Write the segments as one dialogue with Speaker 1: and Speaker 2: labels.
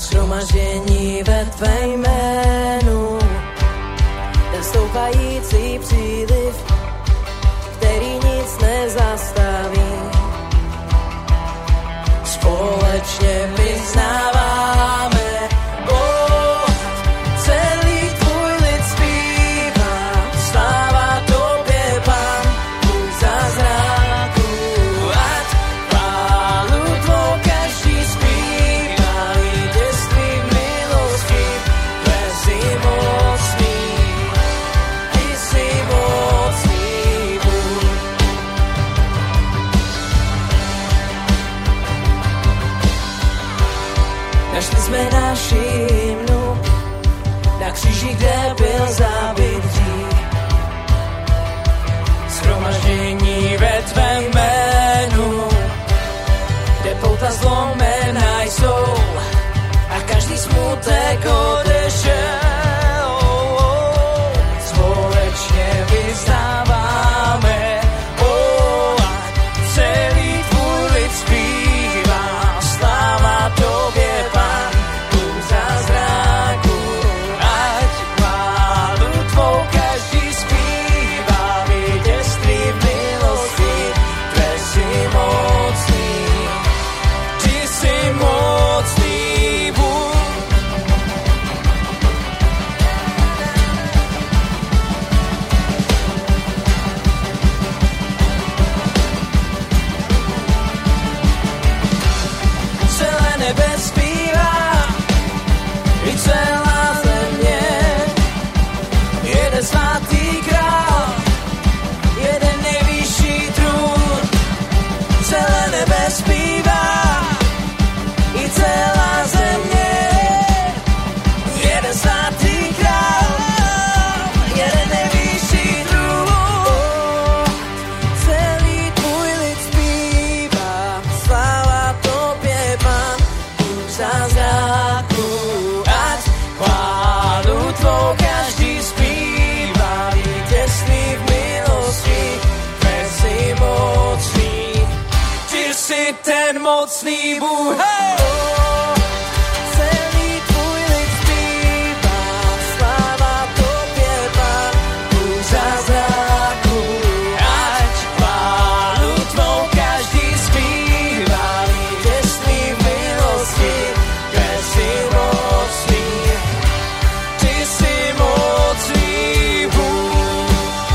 Speaker 1: shromaždění ve tvé jménu. Ten stoupající příliv, který nic nezastaví. Společně vyznáváme, celý tvůj lid zpívá, sláva tobě, Pán, tvůj zázraků, ať chválu tvou každý zpívá, vítězství milosti, tvé jsi mocný, ty jsi mocný Bůh. Našli jsme naši hymnu na kříži, kde byl zábit dřív. Shromaždění ve tvém jménu, kde pouta zlomená jsou a každý smutek odešel. Společně vyznáváme, celý tvůj lid zpívá, sláva tobě, Pán, tvůj zázraků, ať chválu tvou každý zpívá, vítězství v milosti, tvé jsi mocný, ty jsi mocný Bůh. Celé nebe zpívá, i celá země, jeden svatý král, jeden nejvyšší trůn. Celé nebe zpívá, i celá země, jeden svatý král, jeden nejvyšší trůn. Celý tvůj lid zpívá, sláva tobě, Pán, tvůj zázraků, ať chválu tvou každý zpívá, vítězství v milosti, tvé jsi mocný, ty jsi ten mocný Bůh. Hey! Celý tvůj lid zpívá, sláva tobě, Pán, tvůj zázraků, ať chválu tvou každý zpívá, vítězství v milosti, tvé jsi mocný, ty jsi mocný Bůh.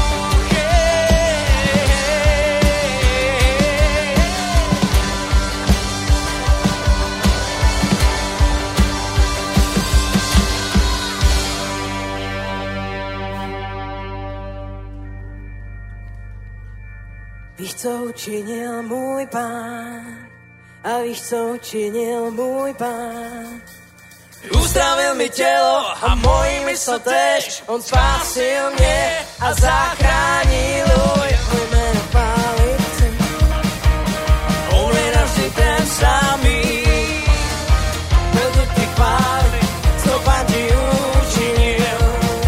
Speaker 1: Víš, co učinil můj Pán, a víš, co učinil můj Pán. Uzdravil mi tělo a moji mysl tež, on spásil mě a zachránil jeho jméno chválit. On je navždy ten samý, budu ti chválit, co Pán ti učinil.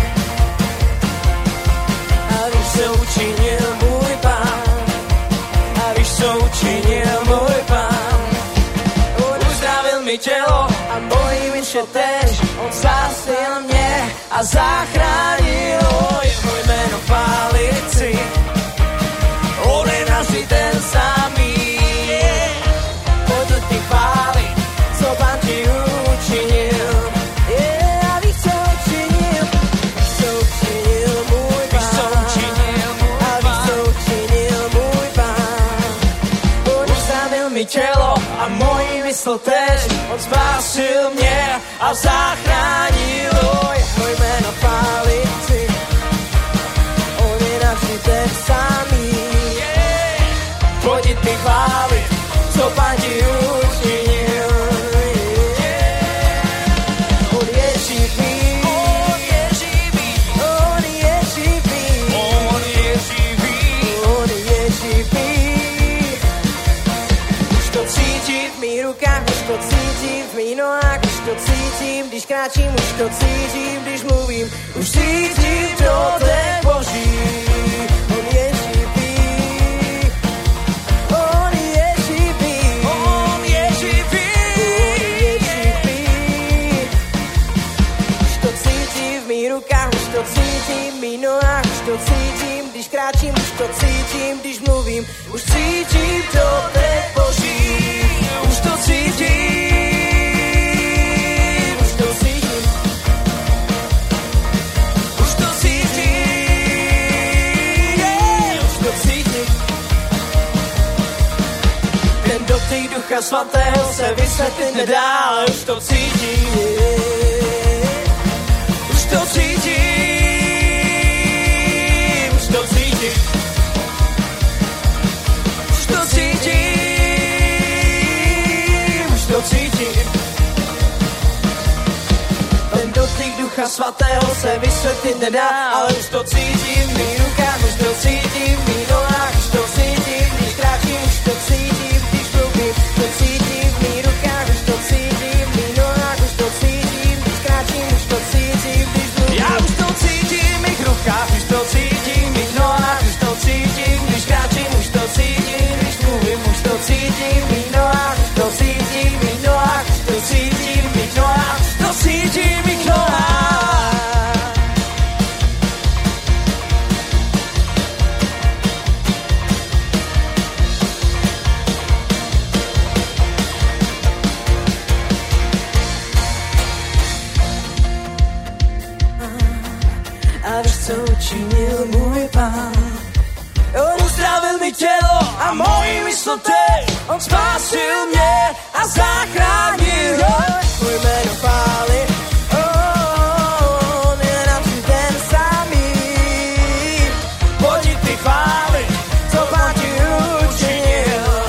Speaker 1: A víš, co učinil můj Pán, a víš, co učinil můj Pán. On uzdravil mi tělo a moji mysl tež, on spásil mě a zachránil jeho jméno chválit si. On je navždy ten samý, budu ti chválit, co Pán ti učinil. A víš, co učinil, co učinil můj Pán, a víš, co učinil můj Pán. On uzdravil mi tělo a moji mysl tež, on spásil mě a zachránil jeho jméno chválit si. On je navždy ten samý, pojď mi chválit, co Pán ti učinil. On je živý, on je živý, on je živý, on je živý, on je živý. Už to cítím v mých rukách, už to cítím v mých nohách, už to cítím, když kráčím, už to cítím, když mluvím, už cítím to ten Boží. On je živý, on je živý, on je živý, on je živý. cítím, už cítím to teď boží. Už to cítím, už to cítím, už to cítím, už to cítím. Ten dotyk Ducha Svatého se vysvětlit nedá, ale už to cítím, už to cítím, už to cítím, už to cítím, už to cítím. Ten dotyk Ducha Svatého se vysvětlit nedá, ale už to cítím v mých rukách, už to cítím v mých nohách, už to cítím, když kráčím, už to cítím, když mluvím, to cítím v mých rukách, už to cítím v mých nohách, už to cítím, když kráčím, už to cítím, když mluvím. Já už to cítím v mých rukách, už to cítím v mých nohách, už to cítím, když kráčím, už to cítím, když mluvím, už to cítím v mých nohách, už to cítím v mých nohách, už to cítím v mých nohách, to cítím v mých nohách. A víš, co učinil můj Pán? On uzdravil mi tělo a moji mysl teď. On spásil mě a zachránil můj jméno chvály. On je navždy ten samý. Pojď ty chvály, co Pán ti učinil.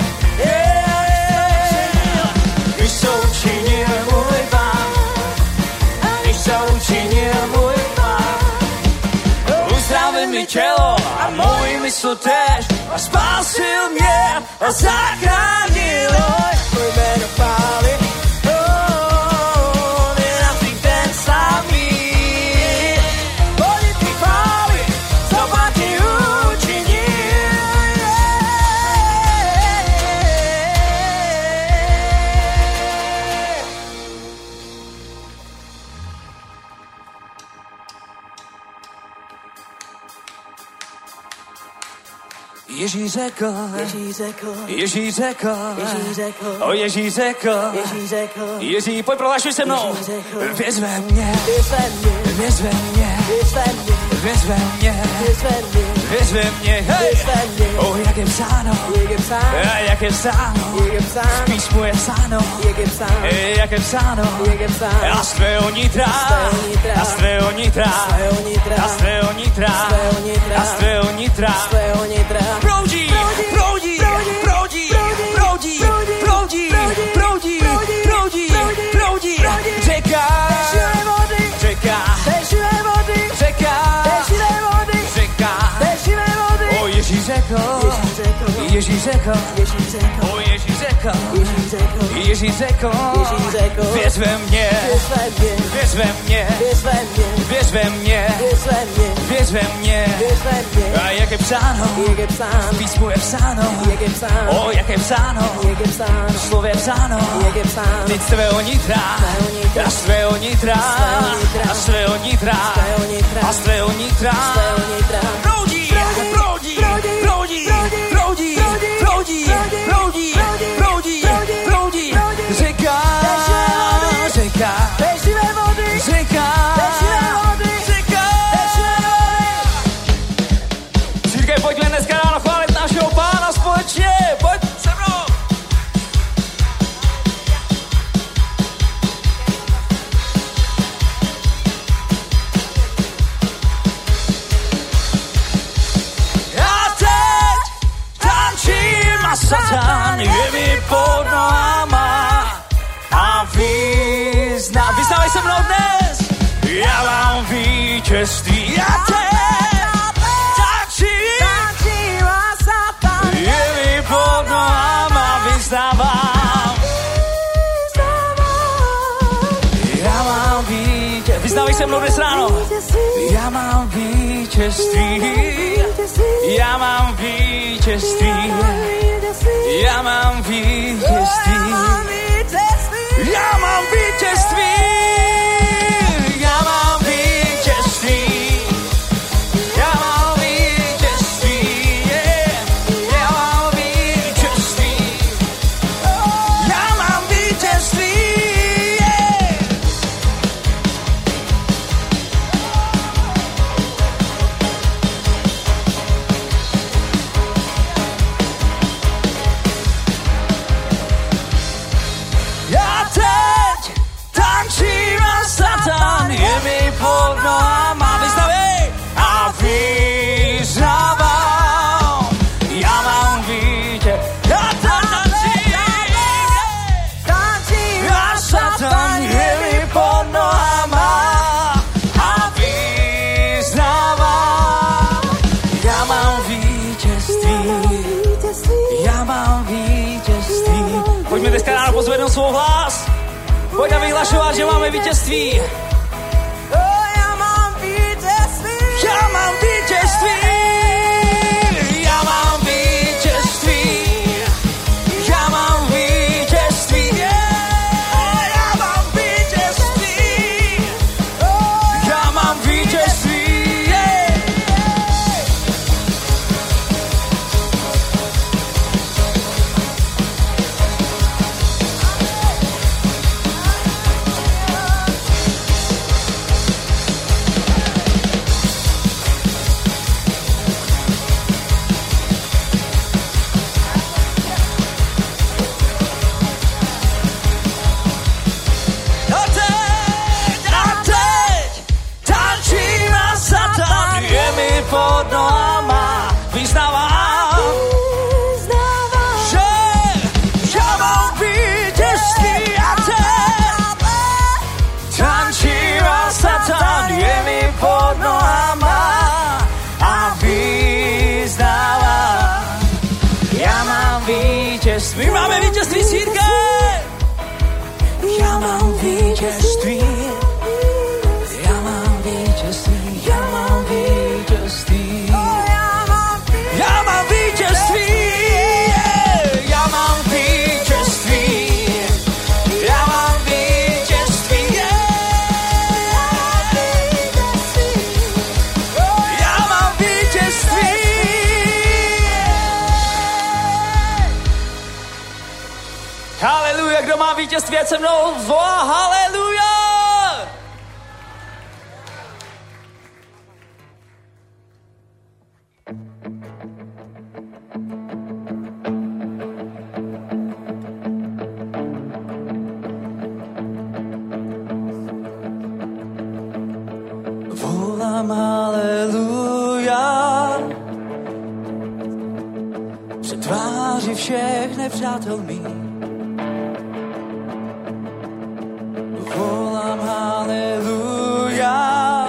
Speaker 1: Víš, co učinil můj Pán? Víš, co učinil můj Pán? Uzdravil mi tělo a moji mysl tež a spásil mě a zachránil můj jméno chvály. On je navždy ten samý. Pojď ty chvály, co Pán ti učinil. Ježíš řekl, Ježíš řekl, Ježíš, pojď prohlašuj se mnou. Věř ve mě, věř ve mě, věř ve mě, věř ve mě, hej. O, jak je psáno, jak je psáno, v písmu je psáno, jak je psáno, a z tvého nitra, a z tvého nitra, a z tvého nitra, a z tvého nitra, proudí, proudí, proudí, proudí, proudí, proudí, proudí, proudí, řeka, řeka, řeka, řeka, o Ježíš řekl, Ježíš řekl, o Ježíš řekl, Ježíš řekl, věř ve mě, věř ve mě, věř ve mě, věř ve mě, a jak je psáno, v písmu je psáno, o jak je psáno, v slově je psáno, teď z tvého nitra, a z tvého nitra, a z tvého nitra, a z tvého nitra, proudí, proudí, proudí, proudí, proudí, proudí, proudí, proudí, řeka, řeka, řeka, řeka. Církev, pojďme dneska ráno chválit našeho Pána společně, pojď se mnou. A Satan je mi pod nohama a vyznávej se mnou dnes, já mám vítězství a tančím a Satan je mi pod nohama, vyznávám, já mám vítězství, vyznávej se mnou dnes ráno, já mám vítězství, já mám vítězství. Já mám vítězství. Já mám vítězství. Já mám vítězství. Já mám vítězství. Já mám svou hlas. Pojď a vyhlašovat, že máme vítězství.
Speaker 2: Já mám vítězství.
Speaker 1: Já mám vítězství. Já mám vítězství. Já mám vítězství. Já mám vítězství. Já mám vítězství. Pod nohama vyznávám, že já mám vítězství a teď tančím a Satan je mi pod nohama a vyznávám, já mám vítězství. Máme vítězství, církev! Já mám vítězství. Já mám vítězství. Já mám vítězství. Já mám vítězství. Já mám vítězství. Já mám vítězství. Já mám vítězství. Haleluja, kdo má vítězství, ať se mnou volá haleluja. Volám haleluja před tváří všech nepřátel mých. Volám haleluja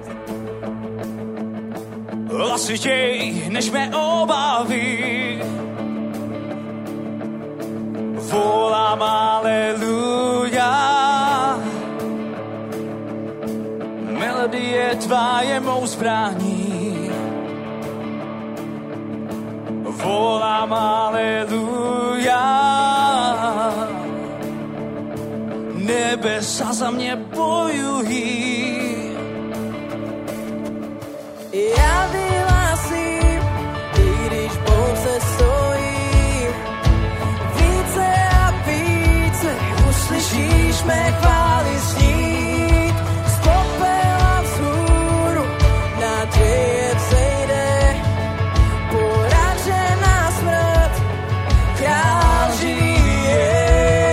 Speaker 1: hlasitěj než mé obavy. Volám haleluja, melodie tvá je mou zbraní. Volám haleluja, nebesa za mě bojují.
Speaker 2: Já vyhlásím, i když pouze stojím, více a více uslyšíš mé chvály snít. Z popela vzhůru naděje vzejde, poražená smrt, král živý je.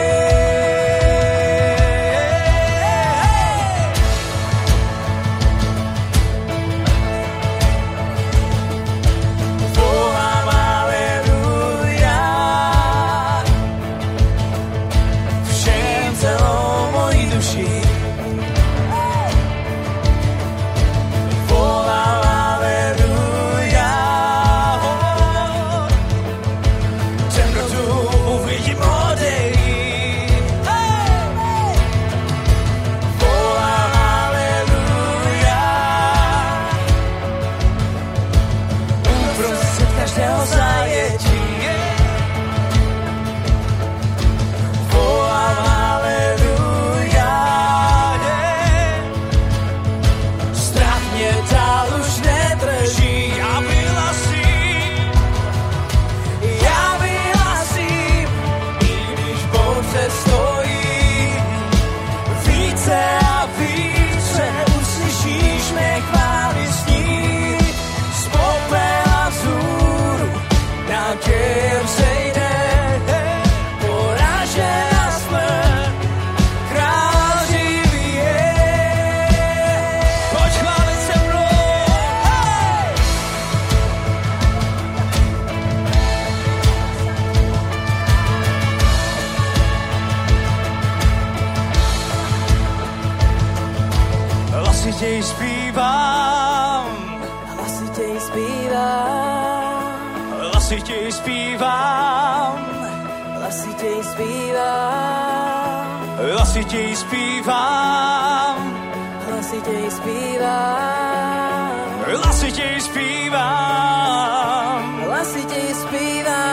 Speaker 1: Hlasitěji zpívám,
Speaker 2: Hlasitěji zpívám,
Speaker 1: hlasitěji zpívám,
Speaker 2: hlasitej zpívám,
Speaker 1: hlasitej zpívám,
Speaker 2: hlasitej zpívám,
Speaker 1: hlasitej zpívám,
Speaker 2: hlasitej zpívám.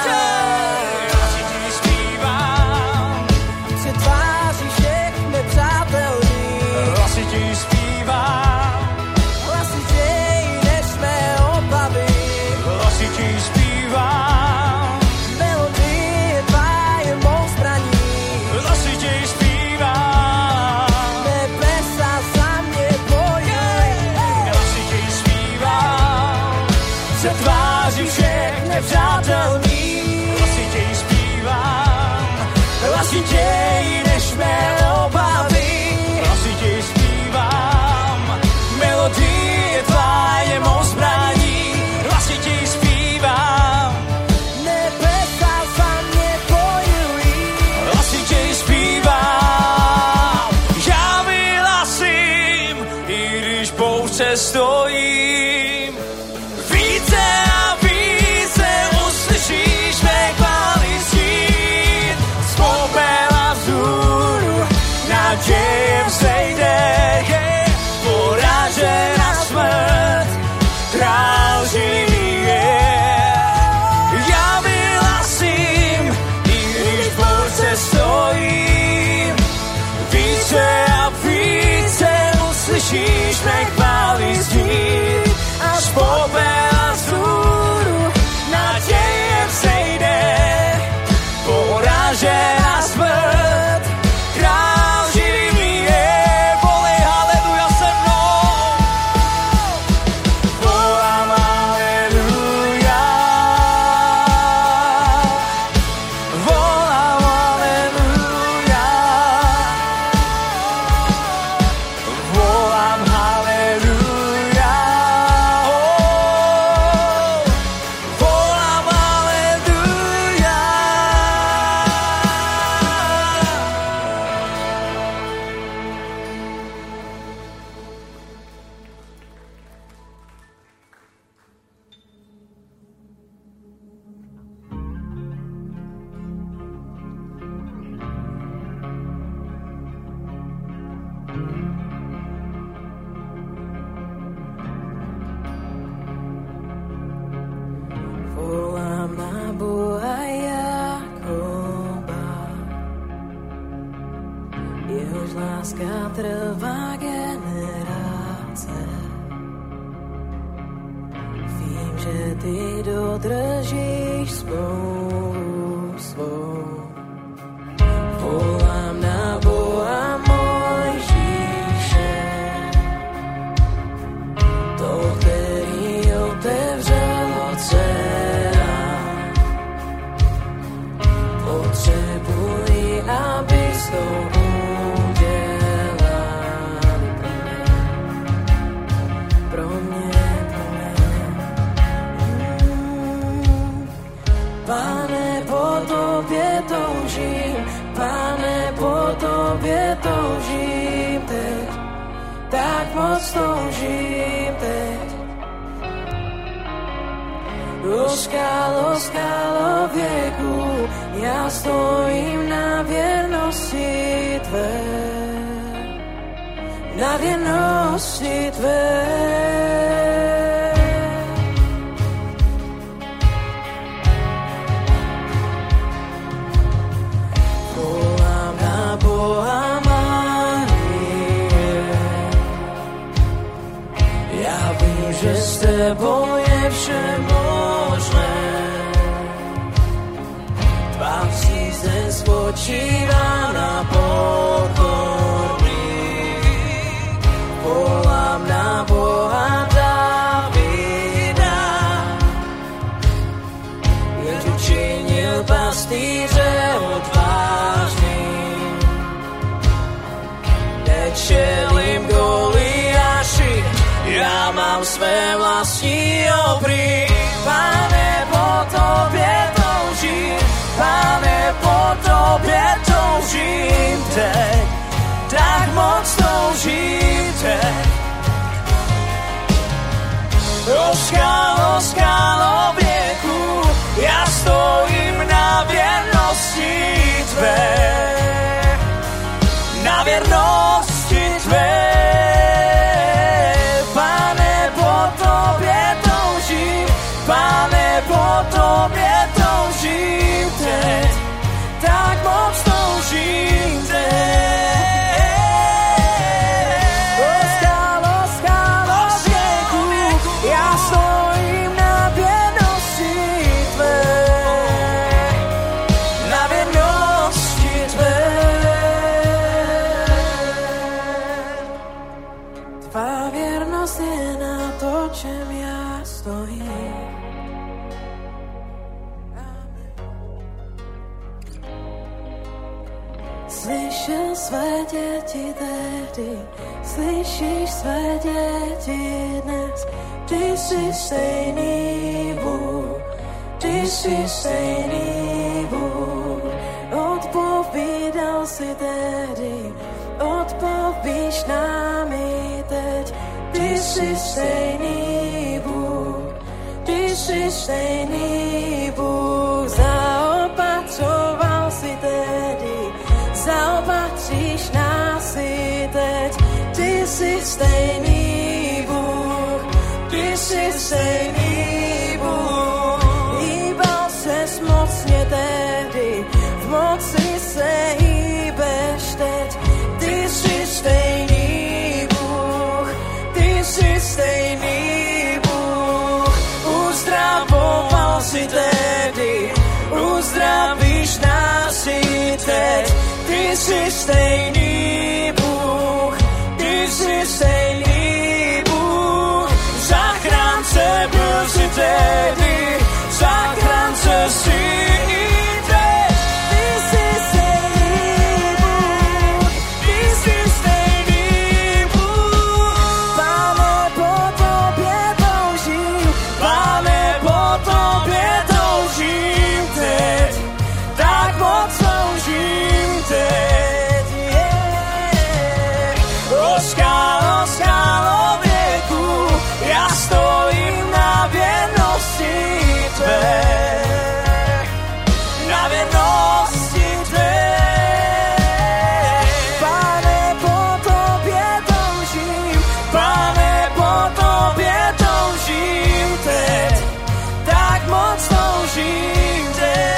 Speaker 1: Hlasitej zpívám,
Speaker 2: Hlasitej než mé obavy,
Speaker 1: hlasitej zpívám,
Speaker 2: melodie tvá je mou zbraní,
Speaker 1: hlasitej zpívám,
Speaker 2: nebesa za mě bojuj,
Speaker 1: hlasitej zpívám,
Speaker 2: se tváří všech nepřátelný,
Speaker 1: hlasitej zpívám,
Speaker 2: hlasitej než mé obavy,
Speaker 1: hlasitej zpívám, melodie tvá je mou zbraní, hlasitej zpívám,
Speaker 2: nebesa za mě bojují,
Speaker 1: hlasitej zpívám, já vyhlasím, i když bouře stojím, více a více uslyšíš mé chvály znít, z popela vzhůru naděje vzejde, poražena smrt, král živý je. Já vyhlasím, i když v bouře stojím, více a více uslyšíš mé chvály znít, až popela vzhůru naděje vzejde, poražena smrt, král živý je. Volej haleluja se mnou, volám haleluja, volám haleluja, volám haleluja, volám haleluja.
Speaker 2: volám na Boha Jakoba, jehož láska trvá generace. Vím, že ty dodržíš smlouvu svou. Volám na Boha Mojžíše, toho, který otevřel oceán. Potřebuji, abys to udělal pro mě. Pane, po tobě toužím, Pane, po tobě toužím teď, tak moc toužím teď. O skálo věku, já stojím na věrnosti tvé, na věrnosti tvé. Volám na Boha Marie, já vím, že s tebou je vše možné. Tvá přízeň spočívá na pokorných. Volám na Boha Davida, jenž učinil pastýře odvážným. Nečelím Goliáši, já mám své vlastní obry. Pane, po tobě toužím, Pane, po tobě toužím teď, tak moc toužím teď. O skálo věku, já stojím na věrnosti
Speaker 1: milosti tvé. Pane, po tobě toužím, Pane, po tobě toužím teď, tak moc toužím teď.
Speaker 2: Slyšel své děti tehdy, slyšíš své děti dnes. Ty jsi stejný Bůh, ty jsi stejný Bůh. Odpovídal si tehdy, odpovíš nám i teď. Ty jsi stejný Bůh, ty jsi stejný Bůh. Zaopatřoval si tehdy, zaopatříš nás i teď. Ty jsi stejný Bůh, ty jsi stejný Bůh. Hýbal ses mocně tehdy, v moci se hýbeš teď. Ty jsi stejný Bůh, ty jsi stejný Bůh. Uzdravoval si tehdy, uzdravíš nás i teď. Ty jsi stejný Bůh, ty jsi stejný Bůh. Zachránce byl si tehdy, zachránce si i teď. Ty jsi stejný Bůh, ty jsi stejný Bůh. Pane, po tobě toužím, Pane, po tobě toužím teď, tak moc toužím teď, O skálo věku, já stojím na věrnosti tvé, na věrnosti tvé. Pane, po tobě toužím, Pane, po tobě toužím teď, tak moc toužím teď.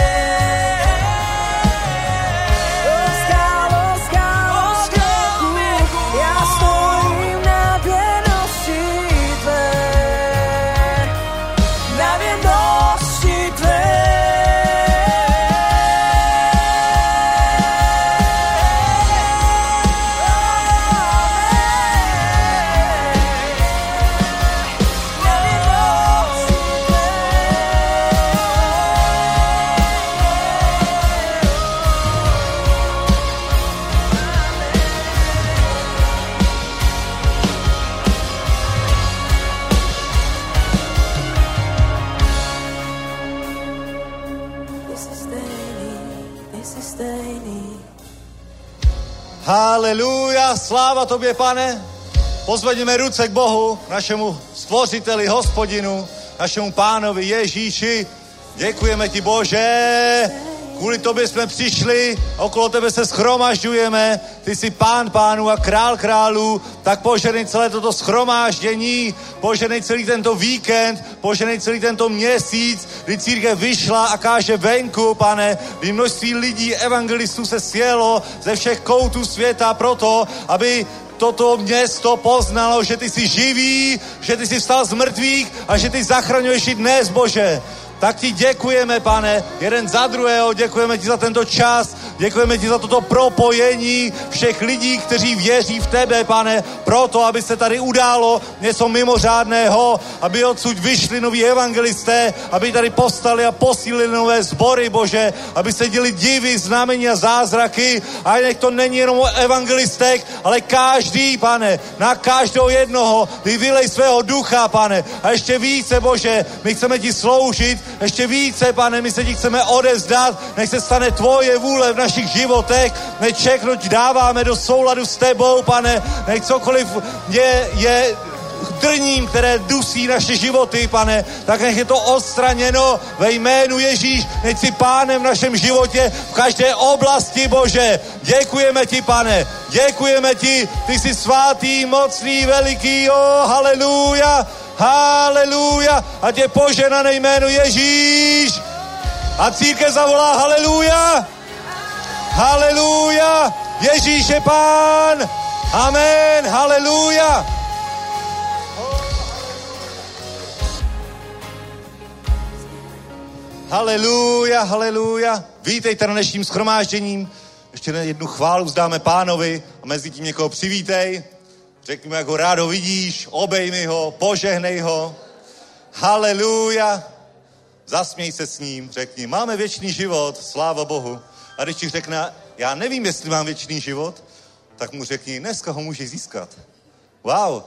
Speaker 3: Haleluja, sláva tobě, Pane. Pozvedněme ruce k Bohu, našemu stvořiteli, Hospodinu, našemu Pánovi Ježíši. Děkujeme ti, Bože. Kvůli tobě jsme přišli, okolo tebe se shromažďujeme. Ty jsi Pán pánů a Král králů. Tak poženej celé toto shromáždění, poženej celý tento víkend, poženej celý tento měsíc, kdy církev vyšla a káže venku, Pane, kdy množství lidí, evangelistů se sjelo ze všech koutů světa proto, aby toto město poznalo, že ty jsi živý, že ty jsi vstal z mrtvých a že ty zachraňuješ i dnes, Bože. Tak ti děkujeme, Pane, jeden za druhého, děkujeme ti za tento čas, děkujeme ti za toto propojení všech lidí, kteří věří v tebe, Pane, proto, aby se tady událo něco mimořádného, aby odsud vyšli noví evangelisté, aby tady povstali a posílili nové sbory, Bože, aby se děli divy, znamení a zázraky, a nech to není jenom o evangelistek, ale každý, Pane, na každého jednoho, ty vylej svého ducha, Pane, a ještě více, Bože, my chceme ti sloužit, ještě více, Pane, my se ti chceme odevzdat, nech se stane tvoje vůle v našich životech, nech všechno ti dáváme do souladu s tebou, Pane, nech cokoliv je drním, které dusí naše životy, pane, tak nech je to odstraněno ve jménu Ježíš, nech si pánem v našem životě v každé oblasti, Bože. Děkujeme ti, pane, děkujeme ti, ty jsi svatý, mocný, veliký, haleluja, haleluja, ať je požehnané jméno Ježíš. A církev zavolá haleluja, haleluja, Ježíš je pán, amen, haleluja. Haleluja, haleluja. Vítejte na dnešním shromážděním. Ještě jednu chválu vzdáme pánovi a mezi tím někoho přivítej. Řekni mu, jak ho rádo vidíš, obejmi ho, požehnej ho. Haleluja. Zasměj se s ním, řekni, máme věčný život, sláva Bohu. A když ti řekne, já nevím, jestli mám věčný život, tak mu řekni, dneska ho můžeš získat. Wow.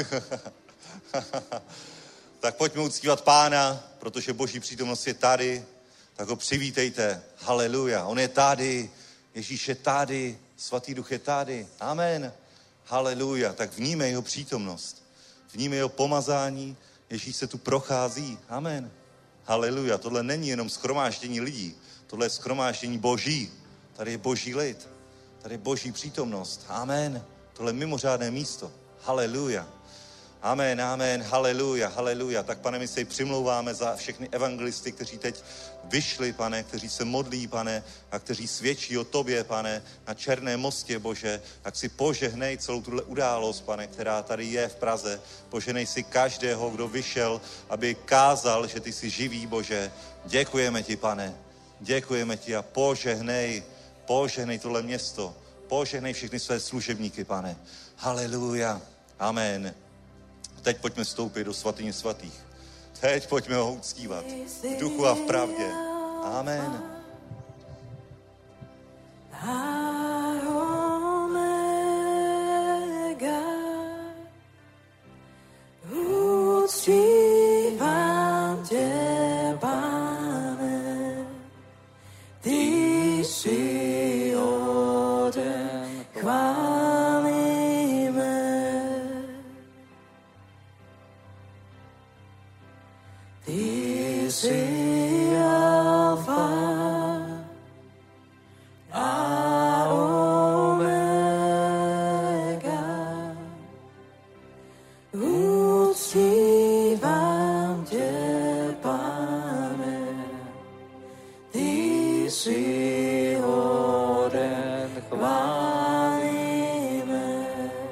Speaker 3: Tak pojďme uctívat pána, protože Boží přítomnost je tady, tak ho přivítejte. Haleluja, on je tady, Ježíš je tady, Svatý Duch je tady. Amen. Haleluja, tak vnímej jeho přítomnost, vnímej jeho pomazání, Ježíš se tu prochází. Amen. Haleluja, tohle není jenom shromáždění lidí, tohle je shromáždění Boží. Tady je Boží lid, tady je Boží přítomnost. Amen. Tohle je mimořádné místo. Haleluja. Amen, amen, haleluja, haleluja. Tak, pane, my se přimlouváme za všechny evangelisty, kteří teď vyšli, pane, kteří se modlí, pane, a kteří svědčí o tobě, pane, na Černém mostě, Bože. Tak si požehnej celou tuhle událost, pane, která tady je v Praze. Požehnej si každého, kdo vyšel, aby kázal, že ty jsi živý, Bože. Děkujeme ti, pane, děkujeme ti a požehnej tohle město. Požehnej všechny své služebníky, pane. Haleluja, amen. Teď pojďme vstoupit do svatyně svatých. Teď pojďme ho uctívat v duchu a v pravdě. Amen.
Speaker 2: Uctívám tě, Pane, ty jsi hoden chvály. Ty jsi Alfa a Omega. Uctívám tě, Pane, ty jsi hoden chvály mé.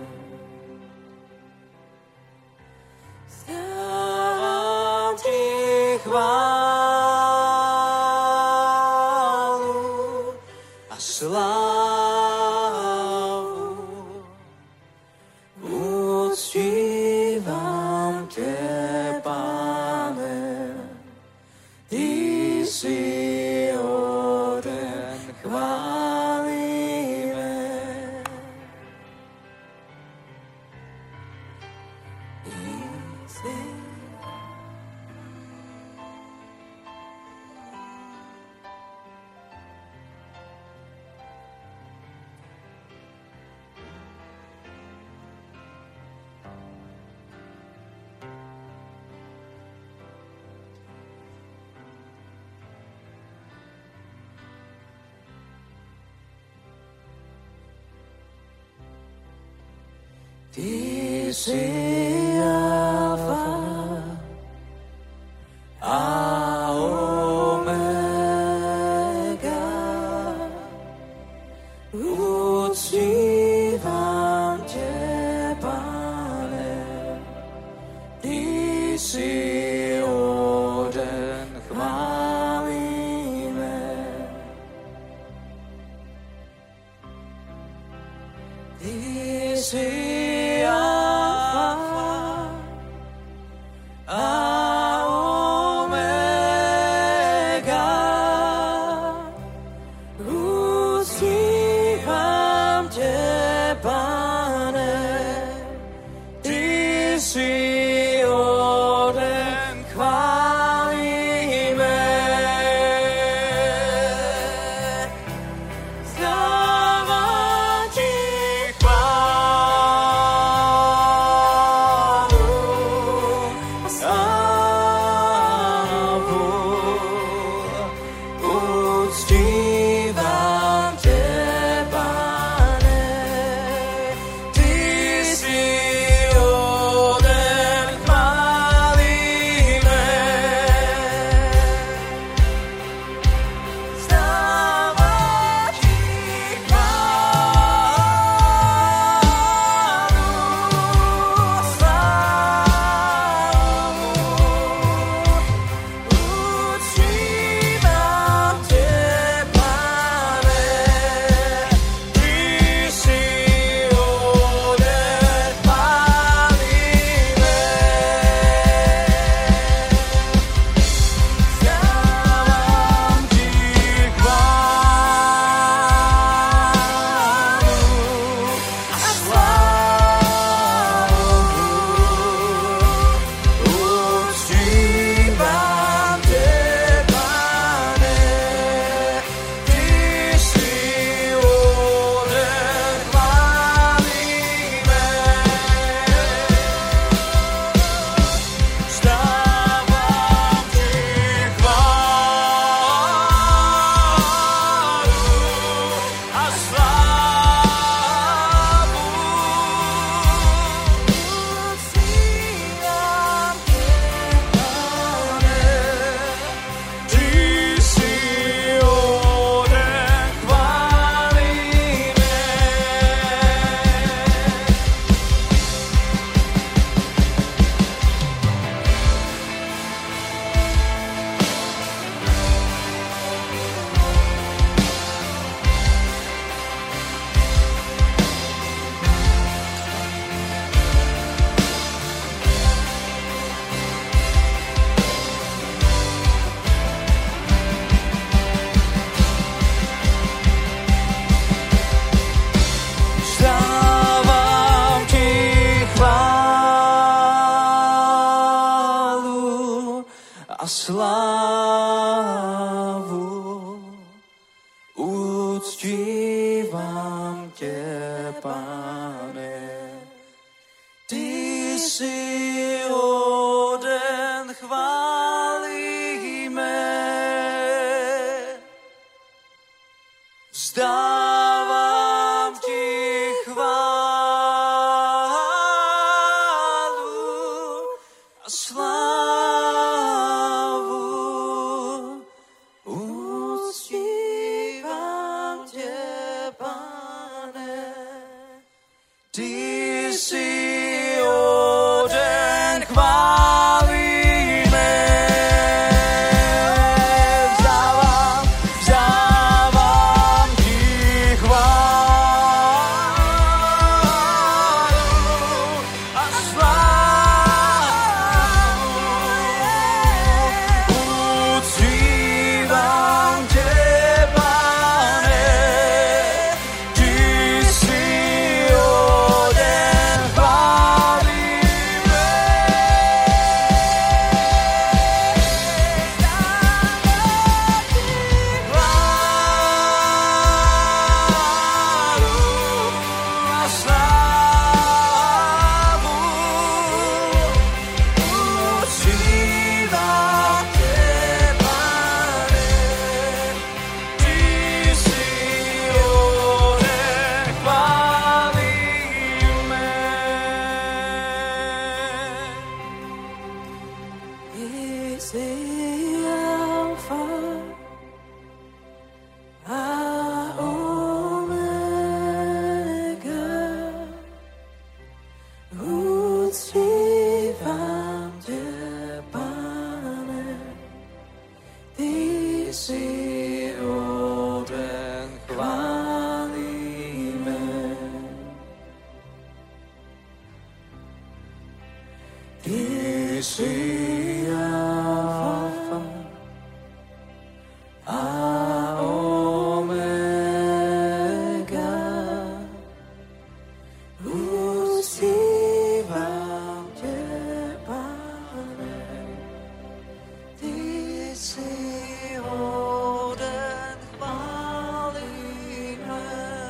Speaker 2: Chválu a slávu uctívám tě, Pane, ty jsi hoden chvály mé. Ty jsi Alfa a Omega. Uctívám tě, Pane, ty jsi hoden chvály mé. Ty jsi
Speaker 1: Chválu slávu. Uctívám tě, Pane. Ty jsi hoden chválíme. Vzdávám ti chválu a slávu. Uctívám tě, Pane. Ty jsi hoden chválíme. Vzdávám ti chválu a slávu. Uctívám tě, Pane. Ty jsi hoden chválíme. Ty jsi Alfa a Omega. Uctívám tě, Pane. Ty jsi hoden chválíme.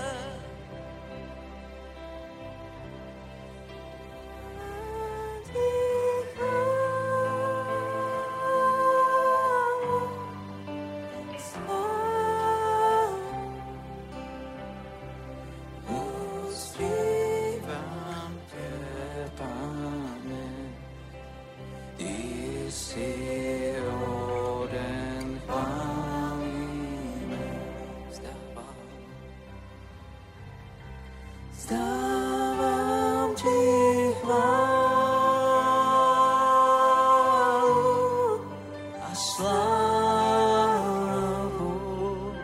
Speaker 1: Uctívám tě, Pane. Ty jsi hoden chválíme. Vzdávám ti chválu a slávu.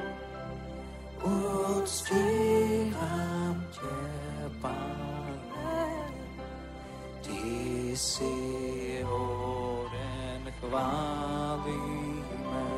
Speaker 1: Uctívám tě, Pane. Ty jsi hoden chválíme.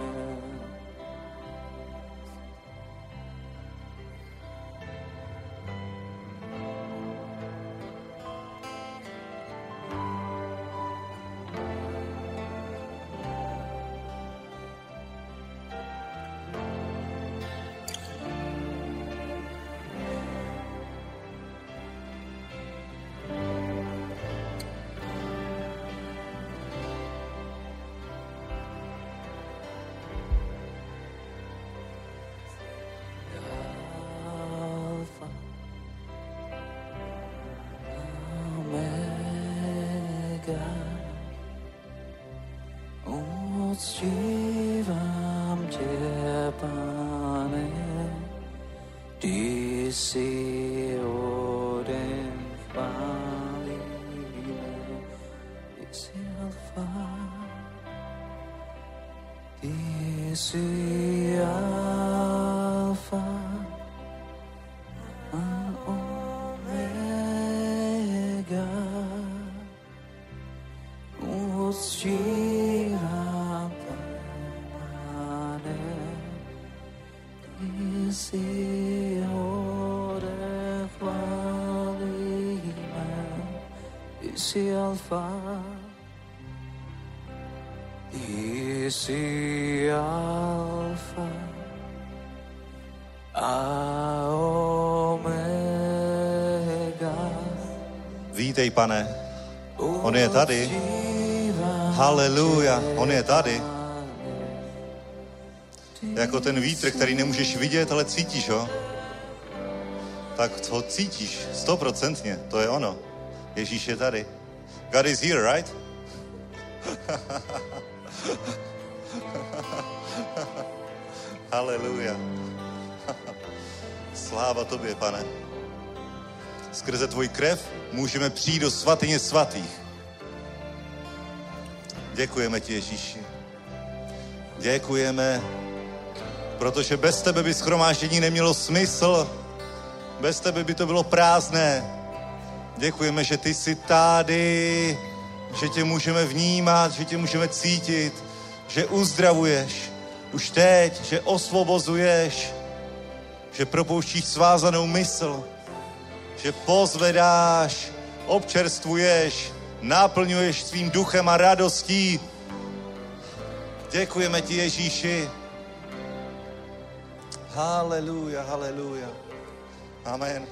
Speaker 1: Alfa, Omega. Uctívám tě, Pane. Ty jsi hoden chválíme. Ty jsi Alfa, ty jsi Alfa a Omega. Uctívám tě, Pane. Ty jsi hoden chválíme. Ty jsi Alfa,
Speaker 2: Ty jsi alfa a omega.
Speaker 3: Vítej, Pane. On je tady. Haleluja. On je tady. Jako ten vítr, který nemůžeš vidět, ale cítíš ho. Tak ho cítíš 100%. To je ono. Ježíš je tady. God is here, right? Haleluja. Sláva tobě, Pane. Skrze tvoji krev můžeme přijít do svatyně svatých. Děkujeme ti, Ježíši. Děkujeme, protože bez tebe by shromáždění nemělo smysl. Bez tebe by to bylo prázdné. Děkujeme, že ty jsi tady, že tě můžeme vnímat, že tě můžeme cítit, že uzdravuješ už teď, že osvobozuješ, že propouštíš svázanou mysl, že pozvedáš, občerstvuješ, naplňuješ svým duchem a radostí. Děkujeme ti, Ježíši. Haleluja, haleluja. Amen.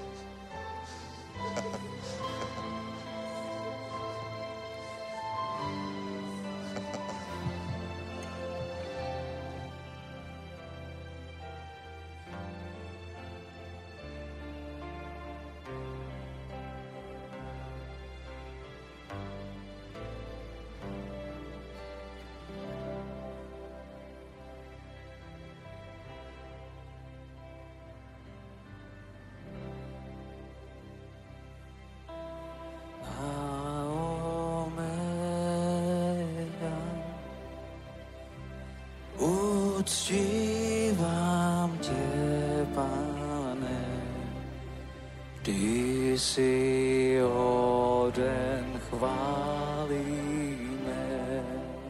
Speaker 2: Uctívám tě, Pane, ty jsi hoden chvály mé.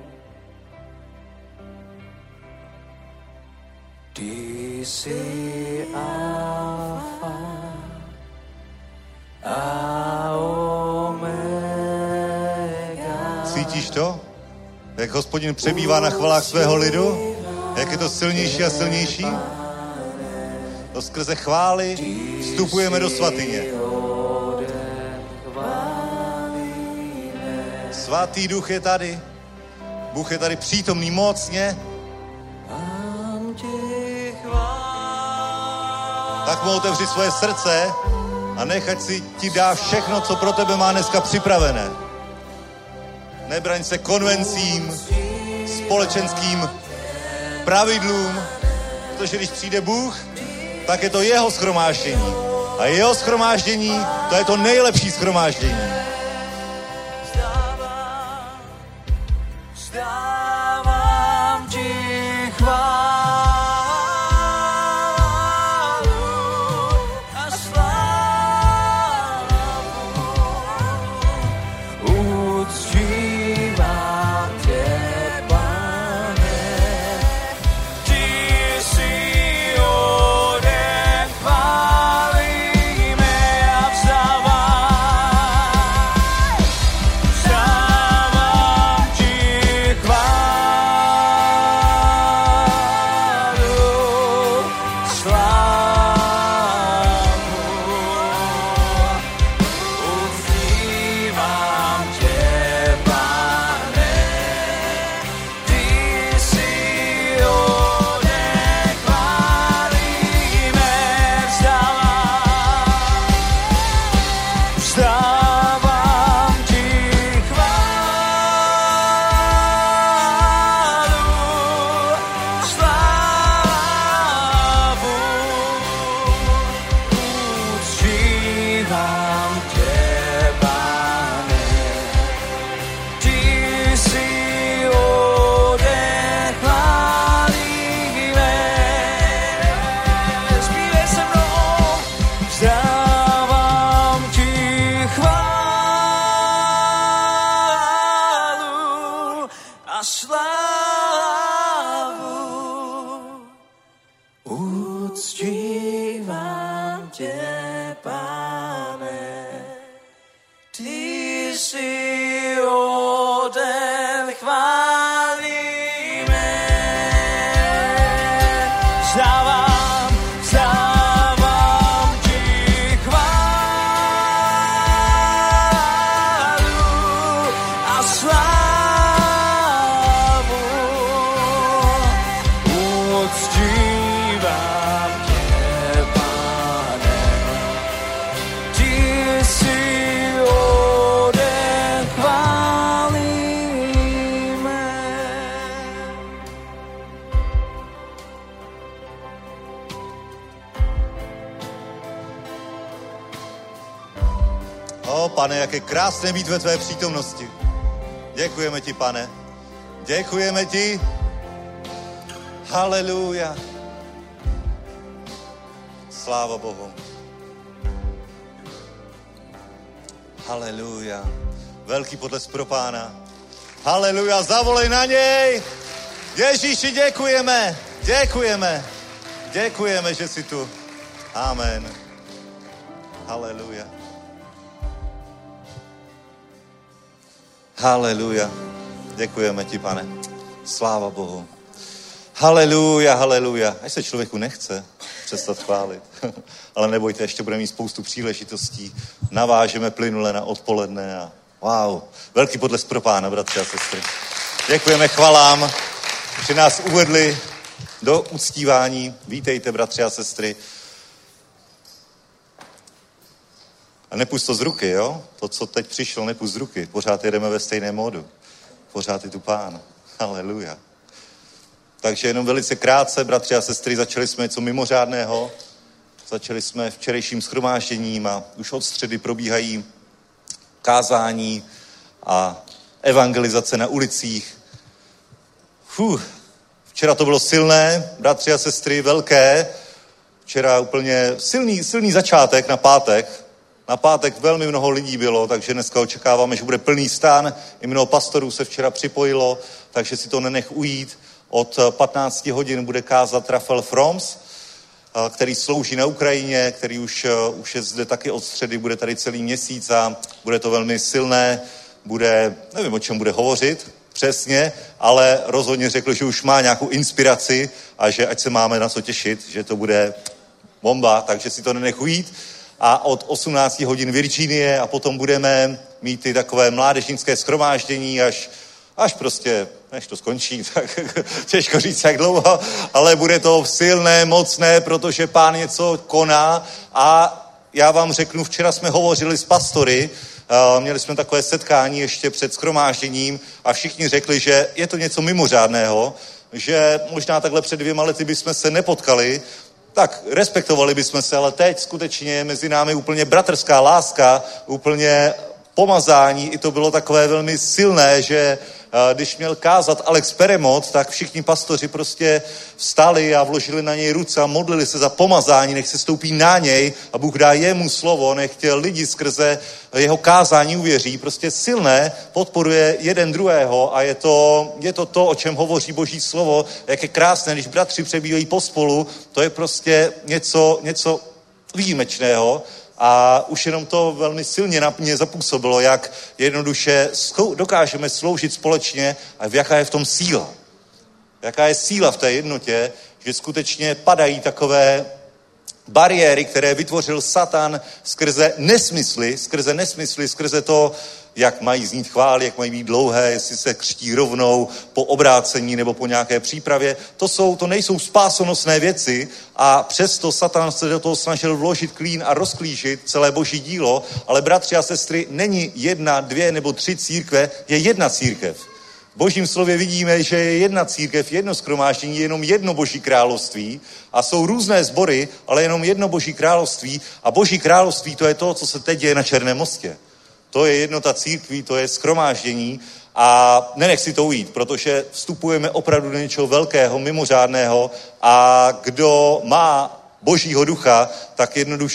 Speaker 2: Ty jsi alfa a omega.
Speaker 3: Cítíš to? Jak Hospodin přebývá na chvalách svého lidu? Jak je to silnější a silnější? To skrze chvály vstupujeme do svatyně. Svatý duch je tady. Bůh je tady přítomný mocně. Tak mu otevři svoje srdce a nechať si ti dá všechno, co pro tebe má dneska připravené. Nebraň se konvencím, společenským pravidlům, protože když přijde Bůh, tak je to jeho shromáždění. A jeho shromáždění, to je to nejlepší shromáždění.
Speaker 2: Vzdávám ti chválu a slávu. Uctívám tě, Pane, ty jsi hoden chvály mé a vzdávám ti chválu, slávu. Uctívám tě, Pane, ty jsi hoden chvály mé. Vzdávám ti chválu, slávu. Uctívám tě, Pane, ty jsi hoden chvály mé. Zpívej se mnou. Vzdávám ti chválu a slávu. Uctívám tě, Pane, ty jsi hoden chvály
Speaker 3: Pane, jak je krásné být ve tvé přítomnosti. Děkujeme ti, Pane. Děkujeme ti. Haleluja. Sláva Bohu. Haleluja. Velký potlesk pro Pána. Haleluja, zavolej na něj. Ježíši, děkujeme. Děkujeme. Děkujeme, že jsi tu. Amen. Haleluja. Haleluja. Děkujeme ti, Pane. Sláva Bohu. Haleluja, haleluja. Až se člověku nechce přestat chválit. Ale nebojte, ještě budeme mít spoustu příležitostí. Navážeme plynule na odpoledne a wow. Velký potlesk pro Pána, bratři a sestry. Děkujeme chvalám, že nás uvedli do uctívání. Vítejte, bratři a sestry. A nepust to z ruky, jo? To, co teď přišlo, nepust z ruky. Pořád jedeme ve stejné módu. Pořád je tu Pán. Haleluja. Takže jenom velice krátce, bratři a sestry, začali jsme něco mimořádného. Začali jsme včerejším shromážděním a už od středy probíhají kázání a evangelizace na ulicích. Včera to bylo silné, bratři a sestry, velké. Včera úplně silný začátek na pátek. Na pátek velmi mnoho lidí bylo, takže dneska očekáváme, že bude plný stán. I mnoho pastorů se včera připojilo, takže si to nenech ujít. Od 15 hodin bude kázat Rafael Froms, který slouží na Ukrajině, který už je zde taky od středy, bude tady celý měsíc a bude to velmi silné. Nevím, o čem bude hovořit přesně, ale rozhodně řekl, že už má nějakou inspiraci a že ať se máme na co těšit, že to bude bomba, takže si to nenech ujít. A od 18 hodin Virginie a potom budeme mít ty takové mládežnické shromáždění až prostě, než to skončí, tak těžko říct, jak dlouho, ale bude to silné, mocné, protože Pán něco koná a já vám řeknu, včera jsme hovořili s pastory, měli jsme takové setkání ještě před shromážděním a všichni řekli, že je to něco mimořádného, že možná takhle před 2 lety bychom se nepotkali, tak respektovali bychom se, ale teď skutečně mezi námi úplně bratrská láska, úplně pomazání, i to bylo takové velmi silné, že když měl kázat Alex Peremot, tak všichni pastoři prostě vstali a vložili na něj ruce a modlili se za pomazání, nech se stoupí na něj a Bůh dá jemu slovo, nech lidi skrze jeho kázání uvěří. Prostě silné, podporuje jeden druhého a je to, o čem hovoří Boží slovo, jak je krásné, když bratři přebývají pospolu, to je prostě něco výjimečného. A už jenom to velmi silně na mě zapůsobilo, jak jednoduše dokážeme sloužit společně a jaká je v tom síla. Jaká je síla v té jednotě, že skutečně padají takové bariéry, které vytvořil Satan skrze nesmysly, skrze to, jak mají znít chvály, jak mají být dlouhé, jestli se křtí rovnou po obrácení nebo po nějaké přípravě. To nejsou spásonosné věci a přesto Satan se do toho snažil vložit klín a rozklížit celé Boží dílo, ale bratři a sestry, není 1, 2 nebo 3 církve, je jedna církev. V Božím slově vidíme, že je jedna církev, jedno shromáždění, jenom jedno Boží království a jsou různé sbory, ale jenom jedno Boží království a Boží království to je to, co se teď děje na Černém mostě. To je jednota církví, to je shromáždění a nenech si to ujít, protože vstupujeme opravdu do něčeho velkého, mimořádného a kdo má Božího ducha, tak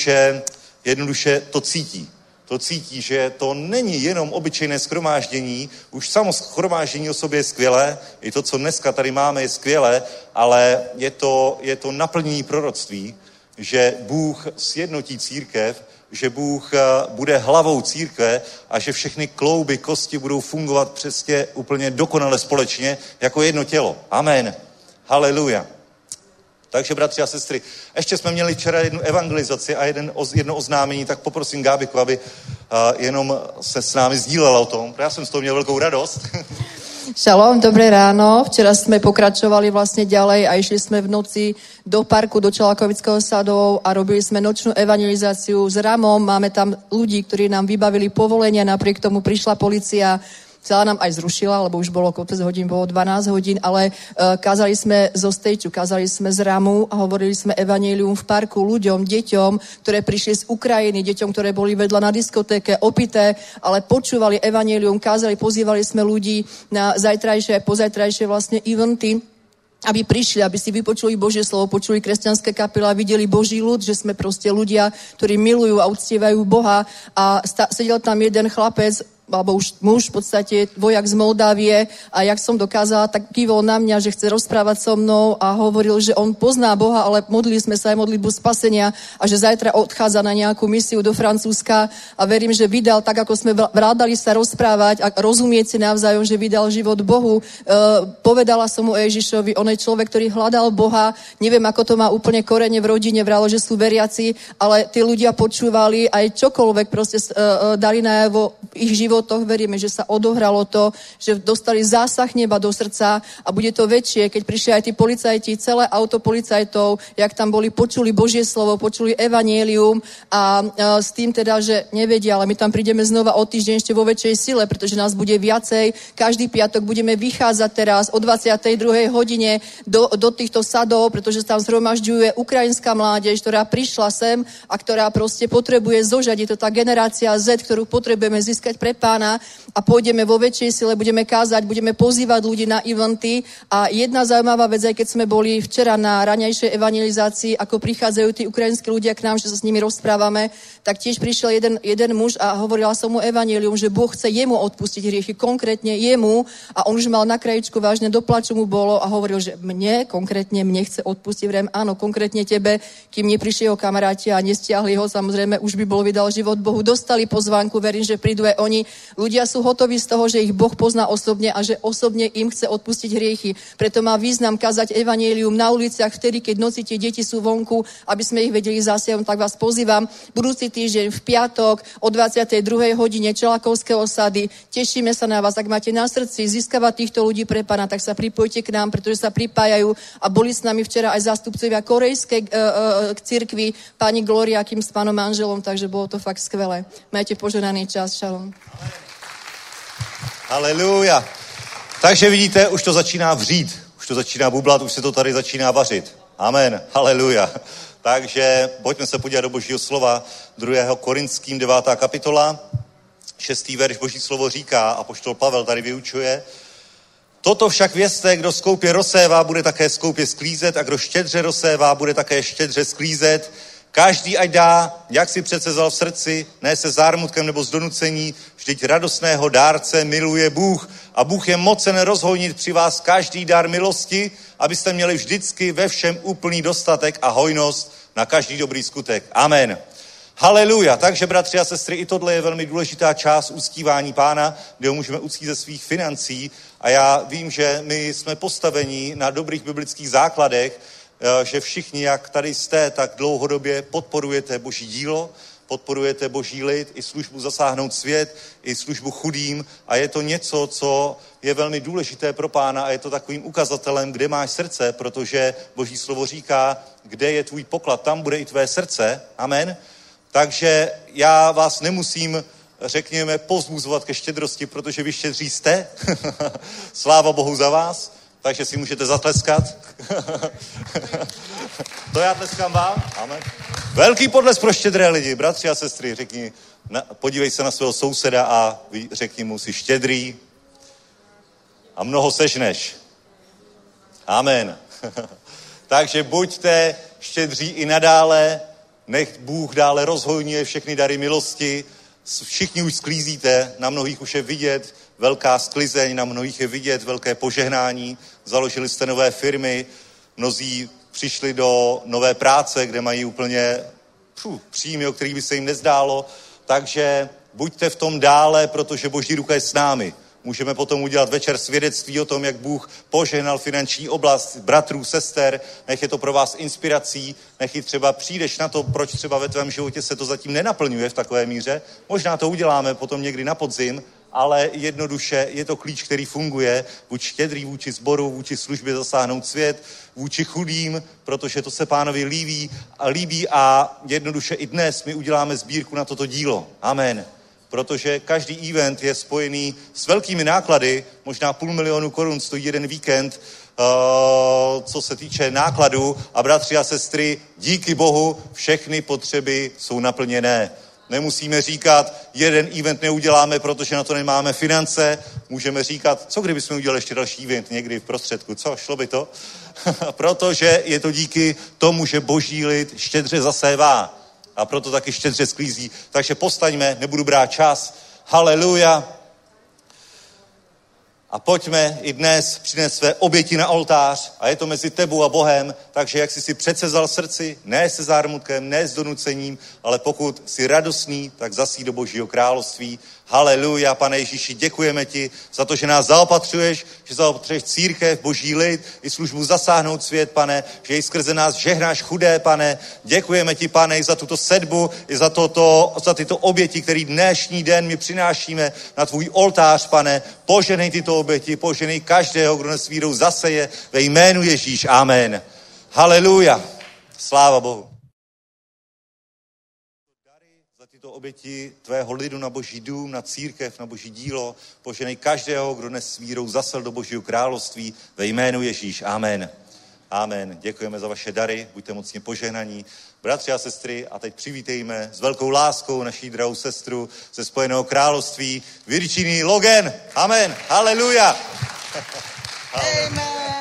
Speaker 3: jednoduše to cítí. To cítí, že to není jenom obyčejné shromáždění, už samo shromáždění o sobě je skvělé, i to, co dneska tady máme, je skvělé, ale je to naplnění proroctví, že Bůh sjednotí církev, že Bůh bude hlavou církve a že všechny klouby, kosti budou fungovat přesně úplně dokonale společně jako jedno tělo. Amen. Haleluja. Takže, bratři a sestry, ještě jsme měli včera jednu evangelizaci a jedno oznámení, tak poprosím Gábiku, aby jenom se s námi sdílela o tom. Já jsem z toho měl velkou radost.
Speaker 4: Šalom, dobré ráno. Včera sme pokračovali vlastne ďalej a išli sme v noci do parku, do Čelákovického sadov a robili sme nočnú evangelizáciu s Ramom. Máme tam ľudí, ktorí nám vybavili povolenia, napriek tomu prišla polícia Celá nám aj zrušila, lebo už bolo kopec hodín, bolo 12 hodín, ale kázali sme zo stejču, kázali sme z Ramu a hovorili sme evanjelium v parku ľuďom, deťom, ktoré prišli z Ukrajiny, deťom, ktoré boli vedľa na diskotéke, opité, ale počúvali evanjelium, kázali, pozývali sme ľudí na zajtrajšie, pozajtrajšie vlastne eventy, aby prišli, aby si vypočuli Božie slovo, počuli kresťanské kapely a videli Boží ľud, že sme proste ľudia, ktorí milujú a uctievajú Boha. A sedel tam jeden chlapec, alebo už muž, v podstate vojak z Moldávie, a jak som dokázala, tak kývol na mňa, že chce rozprávať so mnou a hovoril, že on pozná Boha, ale modlili sme sa aj modlitbu spasenia a že zajtra odchádza na nejakú misiu do Francúzska a verím, že vydal, tak ako sme vrádali sa rozprávať a rozumieť si navzájom, že vydal život Bohu. Povedala som mu o Ježišovi, on je človek, ktorý hľadal Boha, neviem, ako to má úplne korene v rodine, vralo, že sú veriaci, ale tí ľudia počúvali aj čokoľvek proste dali najavo ich život. Veríme, že sa odohralo to, že dostali zásah neba do srdca a bude to väčšie, keď prišli aj tí policajti, celé auto policajtov, jak tam boli, počuli Božie slovo, počuli evanjelium a s tým teda, že nevedia, ale my tam prídeme znova o týždeň ešte vo väčšej sile, pretože nás bude viacej. Každý piatok budeme vychádzať teraz o 22. hodine do týchto sadov, pretože tam zhromažďuje ukrajinská mládež, ktorá prišla sem a ktorá proste potrebuje zožať. Je to tá generácia Z, ktorú potrebujeme získať pre Pána a pôjdeme vo väčšej sile, budeme kázať, budeme pozývať ľudí na eventy a jedna zaujímavá vec, aj keď sme boli včera na raňajšej evangelizácii, ako prichádzajú tí ukrajinskí ľudia k nám, že sa s nimi rozprávame, tak tiež prišiel jeden muž a hovorila som mu evanjelium, že Boh chce jemu odpustiť hriechy, konkrétne jemu a on už mal na krajičku, vážne do plaču mu bolo a hovoril, že mne chce odpustiť, vrem, áno, konkrétne tebe, kým neprišli jeho kamaráti a nestiahli ho, samozrejme už by bol vydal život Bohu, dostali pozvánku, verím, že prídu aj oni. Ľudia sú hotoví z toho, že ich Boh pozná osobne a že osobne im chce odpustiť hriechy. Preto má význam kázať evanjelium na uliciach vtedy, keď noci tie deti sú vonku, aby sme ich vedeli zasiahnuť. Tak vás pozývam budúci týždeň v piatok o 22. hodine Čelakovského sady. Tešíme sa na vás. Ak máte na srdci získavať týchto ľudí pre Pána, tak sa pripojte k nám, pretože sa pripájajú a boli s nami včera aj zástupcovia korejskej cirkvi, pani Gloria, kým s pánom manželom, takže bolo to fakt skvelé. Majte požehnaný čas. Šalom.
Speaker 3: Haleluja. Takže vidíte, už to začíná vřít, už to začíná bublat, už se to tady začíná vařit. Amen. Haleluja. Takže pojďme se podívat do Božího slova, 2. Korinským 9. kapitola, 6. verš Boží slovo říká, apoštol Pavel tady vyučuje: Toto však vězte, kdo skoupě rozsévá, bude také skoupě sklízet, a kdo štědře rozsévá, bude také štědře sklízet. Každý ať dá, jak si přece vzal v srdci, ne se zármutkem nebo z donucení, vždyť radostného dárce miluje Bůh a Bůh je mocen rozhojnit při vás každý dar milosti, abyste měli vždycky ve všem úplný dostatek a hojnost na každý dobrý skutek. Amen. Haleluja. Takže, bratři a sestry, i tohle je velmi důležitá část uctívání Pána, kde ho můžeme uctít ze svých financí. A já vím, že my jsme postaveni na dobrých biblických základech, že všichni, jak tady jste, tak dlouhodobě podporujete Boží dílo, podporujete Boží lid, i službu Zasáhnout svět, i službu chudým a je to něco, co je velmi důležité pro Pána a je to takovým ukazatelem, kde máš srdce, protože Boží slovo říká, kde je tvůj poklad, tam bude i tvé srdce. Amen. Takže já vás nemusím, řekněme, povzbuzovat ke štědrosti, protože vy štědří jste. Sláva Bohu za vás. Takže si můžete zatleskat. To já tleskám vám. Amen. Velký podles pro štědré lidi. Bratři a sestry, řekni, podívej se na svého souseda a řekni mu, jsi štědrý a mnoho sežneš. Amen. Takže buďte štědří i nadále, nech Bůh dále rozhojňuje všechny dary milosti. Všichni už sklízíte, na mnohých už je vidět velká sklizeň, na mnohých je vidět velké požehnání, založili jste nové firmy, mnozí přišli do nové práce, kde mají úplně příjmy, o kterých by se jim nezdálo, takže buďte v tom dále, protože Boží ruka je s námi. Můžeme potom udělat večer svědectví o tom, jak Bůh požehnal finanční oblast bratrů, sester, nech je to pro vás inspirací, nech i třeba přijdeš na to, proč třeba ve tvém životě se to zatím nenaplňuje v takové míře. Možná to uděláme potom někdy na podzim, ale jednoduše je to klíč, který funguje, buď štědrý vůči sboru, vůči službě Zasáhnout svět, vůči chudým, protože to se Pánovi líbí a jednoduše i dnes my uděláme sbírku na toto dílo. Amen. protože každý event je spojený s velkými náklady, možná 500 000 korun stojí jeden víkend, co se týče nákladů a bratři a sestry, díky Bohu všechny potřeby jsou naplněné. Nemusíme říkat, jeden event neuděláme, protože na to nemáme finance. Můžeme říkat, co kdybychom udělali ještě další event někdy v prostředku, co, šlo by to? Protože je to díky tomu, že boží lid štědře zasévá a proto taky štědře sklízí. Takže postaňme, nebudu brát čas. Haleluja. A pojďme i dnes přinést své oběti na oltář a je to mezi tebou a Bohem, takže jak jsi si předsezal srdci, ne se zármutkem, ne s donucením, ale pokud jsi radostný, tak zasí do Božího království. Haleluja, Pane Ježíši, děkujeme ti za to, že nás zaopatřuješ, že zaopatřuješ církev, Boží lid i službu zasáhnout svět, Pane, že i skrze nás žehnáš chudé, Pane. Děkujeme ti, Pane, i za tuto sedbu, i za tyto oběti, které dnešní den my přinášíme na tvůj oltář, Pane. Poženej tyto oběti, poženej každého, kdo s vírou zaseje ve jménu Ježíš. Amen. Haleluja. Sláva Bohu. Za tyto oběti tvého lidu na Boží dům, na církev, na Boží dílo. Poženej každého, kdo dnes s vírou zasel do Božího království ve jménu Ježíš. Amen. Amen. Děkujeme za vaše dary, buďte mocně požehnaní. Bratři a sestry, a teď přivítejme s velkou láskou naší drahou sestru ze Spojeného království, Virginie Logan. Amen. Haleluja.
Speaker 5: Amen.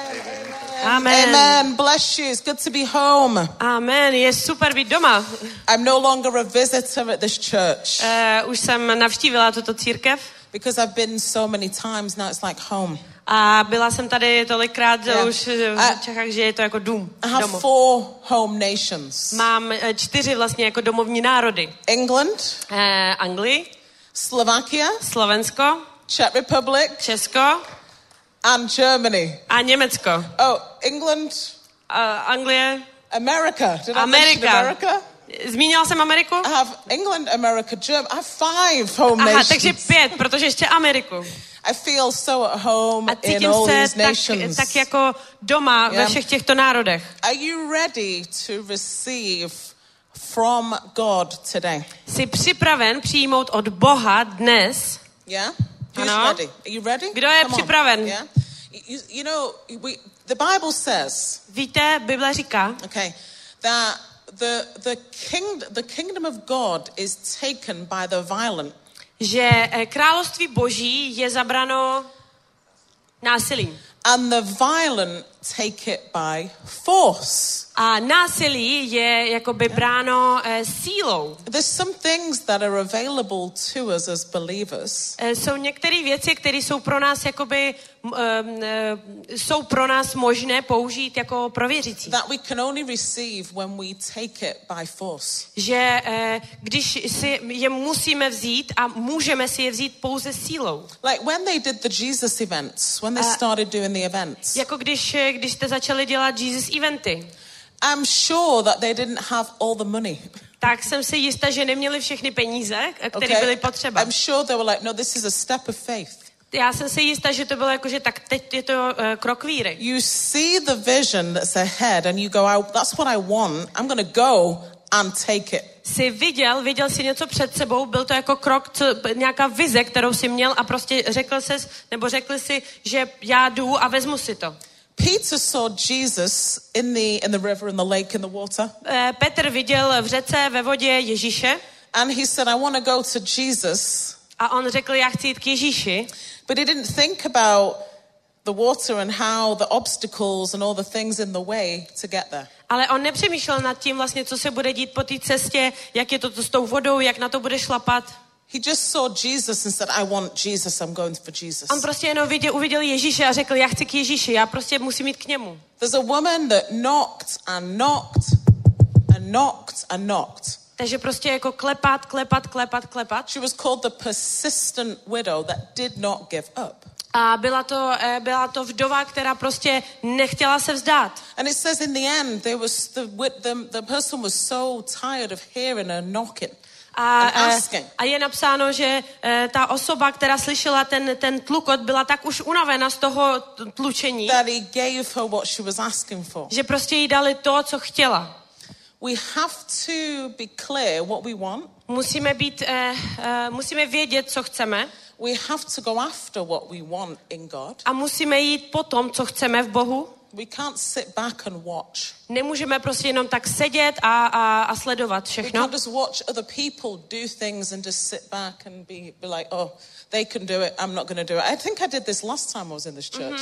Speaker 2: Amen.
Speaker 5: Amen. Bless you. It's good to be home.
Speaker 2: Amen. Je super být doma.
Speaker 5: I'm no longer a visitor at this church
Speaker 2: Už jsem navštívila tuto církev
Speaker 5: because I've been so many times. Now it's like home.
Speaker 2: a byla jsem tady tolikrát, že
Speaker 5: Yeah.
Speaker 2: už v Čechách, že je to jako dům.
Speaker 5: I have
Speaker 2: Domov.
Speaker 5: 4 home nations.
Speaker 2: Mám 4 vlastně jako domovní národy.
Speaker 5: England,
Speaker 2: Anglii,
Speaker 5: Slovakia,
Speaker 2: Slovensko,
Speaker 5: Czech Republic,
Speaker 2: Česko
Speaker 5: and Germany.
Speaker 2: a Německo.
Speaker 5: Oh, England,
Speaker 2: Anglie,
Speaker 5: America. Did I mention America?
Speaker 2: Zmínila jsem Ameriku?
Speaker 5: I have England, America, Germany. I have 5 home
Speaker 2: Aha,
Speaker 5: nations.
Speaker 2: takže 5, protože ještě Ameriku.
Speaker 5: I feel so at home
Speaker 2: A
Speaker 5: in
Speaker 2: cítím
Speaker 5: all
Speaker 2: se
Speaker 5: these nations.
Speaker 2: tak jako doma ve
Speaker 5: Yeah.
Speaker 2: všech těchto národech.
Speaker 5: Are you ready to receive from God today?
Speaker 2: Jsi připraven přijmout od Boha dnes?
Speaker 5: Yeah? Who's
Speaker 2: Ano.
Speaker 5: ready? Are you ready?
Speaker 2: Kdo je
Speaker 5: Come on.
Speaker 2: připraven?
Speaker 5: Yeah? You know, the Bible says,
Speaker 2: Víte, Bible říká,
Speaker 5: okay, that the kingdom of God is taken by the violent.
Speaker 2: že království Boží je zabrano násilím.
Speaker 5: And the violent take it by force.
Speaker 2: A násilí je jakoby bráno sílou.
Speaker 5: There's some things that are available to us as believers.
Speaker 2: Jsou některé věci, které jsou pro nás jakoby jsou pro nás možné použít jako pro věřící.
Speaker 5: That we can only receive when we take it by force.
Speaker 2: Že když si je musíme vzít a můžeme si je vzít pouze sílou.
Speaker 5: Like when they did the Jesus events, when they started doing the events.
Speaker 2: Jako když jste začali dělat Jesus eventy.
Speaker 5: I'm sure that they didn't have all the money.
Speaker 2: Tak jsem si jistá, že neměli všechny peníze, které byly potřeba.
Speaker 5: I'm sure they were like, no, this is a step of faith.
Speaker 2: Já jsem si jistá, že to bylo jako, že tak teď je to krok víry.
Speaker 5: You see the vision that's ahead and you go, that's what I want. I'm going to go and take it.
Speaker 2: Jsi viděl si něco před sebou, byl to jako krok, nějaká vize, kterou jsi měl a prostě řekli si, že já jdu a vezmu si to.
Speaker 5: Peter saw Jesus in the river, in the lake, in the water.
Speaker 2: Petr viděl v řece ve vodě Ježíše.
Speaker 5: And he said, I want to go to Jesus.
Speaker 2: A on řekl, já chci jít k Ježíši.
Speaker 5: But he didn't think about the water and how the obstacles and all the things in the way to get there.
Speaker 2: Ale on nepřemýšlel nad tím vlastně, co se bude dít po té cestě, jak je to s tou vodou, jak na to bude šlapat.
Speaker 5: He just saw Jesus and said, I want Jesus, I'm going for Jesus.
Speaker 2: On prostě jenom uviděl Ježíše a řekl, já chci k Ježíši, já prostě musím jít k němu.
Speaker 5: There's a woman that knocked and knocked and knocked and knocked.
Speaker 2: Takže prostě jako klepat.
Speaker 5: She was called the persistent widow that did not give up.
Speaker 2: A byla to vdova, která prostě nechtěla se vzdát.
Speaker 5: And it says in the end, the person was so tired of hearing her knocking.
Speaker 2: A je napsáno, že ta osoba, která slyšela ten tlukot, byla tak už unavena z toho tlučení,
Speaker 5: that he gave her what she was asking for.
Speaker 2: že prostě jí dali to, co chtěla.
Speaker 5: We have to be clear what we want.
Speaker 2: Musíme vědět, co chceme.
Speaker 5: We have to go after what we want in God.
Speaker 2: A musíme jít po tom, co chceme v Bohu.
Speaker 5: We can't sit back and watch.
Speaker 2: Nemůžeme prostě jenom tak sedět a sledovat
Speaker 5: We
Speaker 2: všechno.
Speaker 5: can't just watch other people do things and just sit back and be like, oh, they can do it, I'm not going to do it. I think I did this last time I was in this church.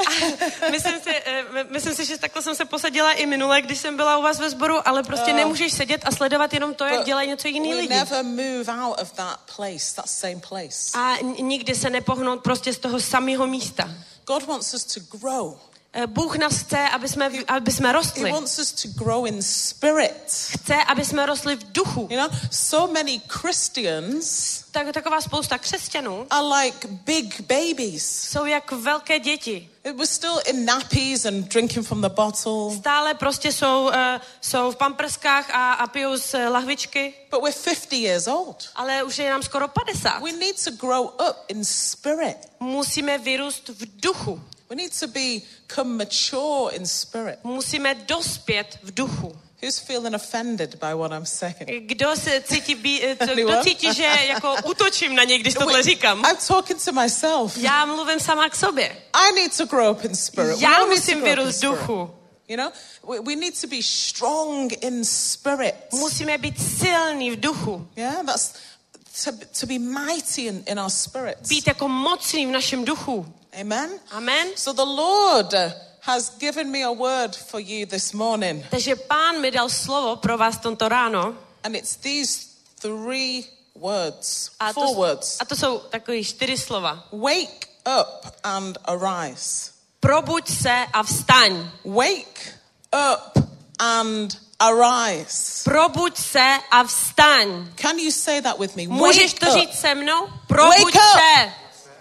Speaker 2: Myslím si, že takhle jsem se posadila i minule, když jsem byla u vás ve sboru, ale prostě nemůžeš sedět a sledovat jenom to, jak dělají něco jiný
Speaker 5: We
Speaker 2: lidi.
Speaker 5: never move out of that place, that same place.
Speaker 2: A nikdy se nepohnout prostě z toho samého místa.
Speaker 5: God wants us to grow.
Speaker 2: Bůh nás chce, aby jsme
Speaker 5: He
Speaker 2: rostli.
Speaker 5: wants us to grow in spirit.
Speaker 2: Chce, aby jsme rostli v duchu.
Speaker 5: You know, so many Christians
Speaker 2: Taková spousta křesťanů
Speaker 5: are like big babies.
Speaker 2: jsou jak velké děti.
Speaker 5: We're still in nappies and drinking from the bottle.
Speaker 2: Stále prostě jsou v pamperskách a pijou z lahvičky,
Speaker 5: But we're 50 years old.
Speaker 2: ale už je nám skoro 50.
Speaker 5: We need to grow up in spirit.
Speaker 2: Musíme vyrůst v duchu.
Speaker 5: We need to become mature in spirit.
Speaker 2: Musíme dospět v duchu.
Speaker 5: Who's feeling offended by what I'm saying?
Speaker 2: Kdo se cítí, kdo
Speaker 5: Anyone?
Speaker 2: cítí, že jako útočím na něj, když tohle říkám?
Speaker 5: I'm talking to myself.
Speaker 2: Já mluvím sama k sobě.
Speaker 5: I need to grow up in spirit. We
Speaker 2: Já
Speaker 5: all need to
Speaker 2: musím
Speaker 5: grow up in
Speaker 2: vyrůst v
Speaker 5: spirit.
Speaker 2: duchu.
Speaker 5: You know, we need to be strong in spirit.
Speaker 2: Musíme být silní v duchu.
Speaker 5: Yeah, that's to be mighty in our spirits.
Speaker 2: Být jako mocný v našem duchu.
Speaker 5: Amen.
Speaker 2: Amen.
Speaker 5: So the Lord has given me a word for you this morning,
Speaker 2: Takže Pán mi dal slovo pro vás tomto ráno.
Speaker 5: and it's these 3 words,
Speaker 2: A
Speaker 5: 4 words.
Speaker 2: a to jsou takový 4 slova.
Speaker 5: Wake up and arise.
Speaker 2: Probuď se a vstaň.
Speaker 5: Wake up and arise.
Speaker 2: Probuď se a vstaň.
Speaker 5: Can you say that with me?
Speaker 2: Můžeš
Speaker 5: Wake
Speaker 2: to
Speaker 5: up.
Speaker 2: říct se mnou? Probuď
Speaker 5: Wake up.
Speaker 2: se.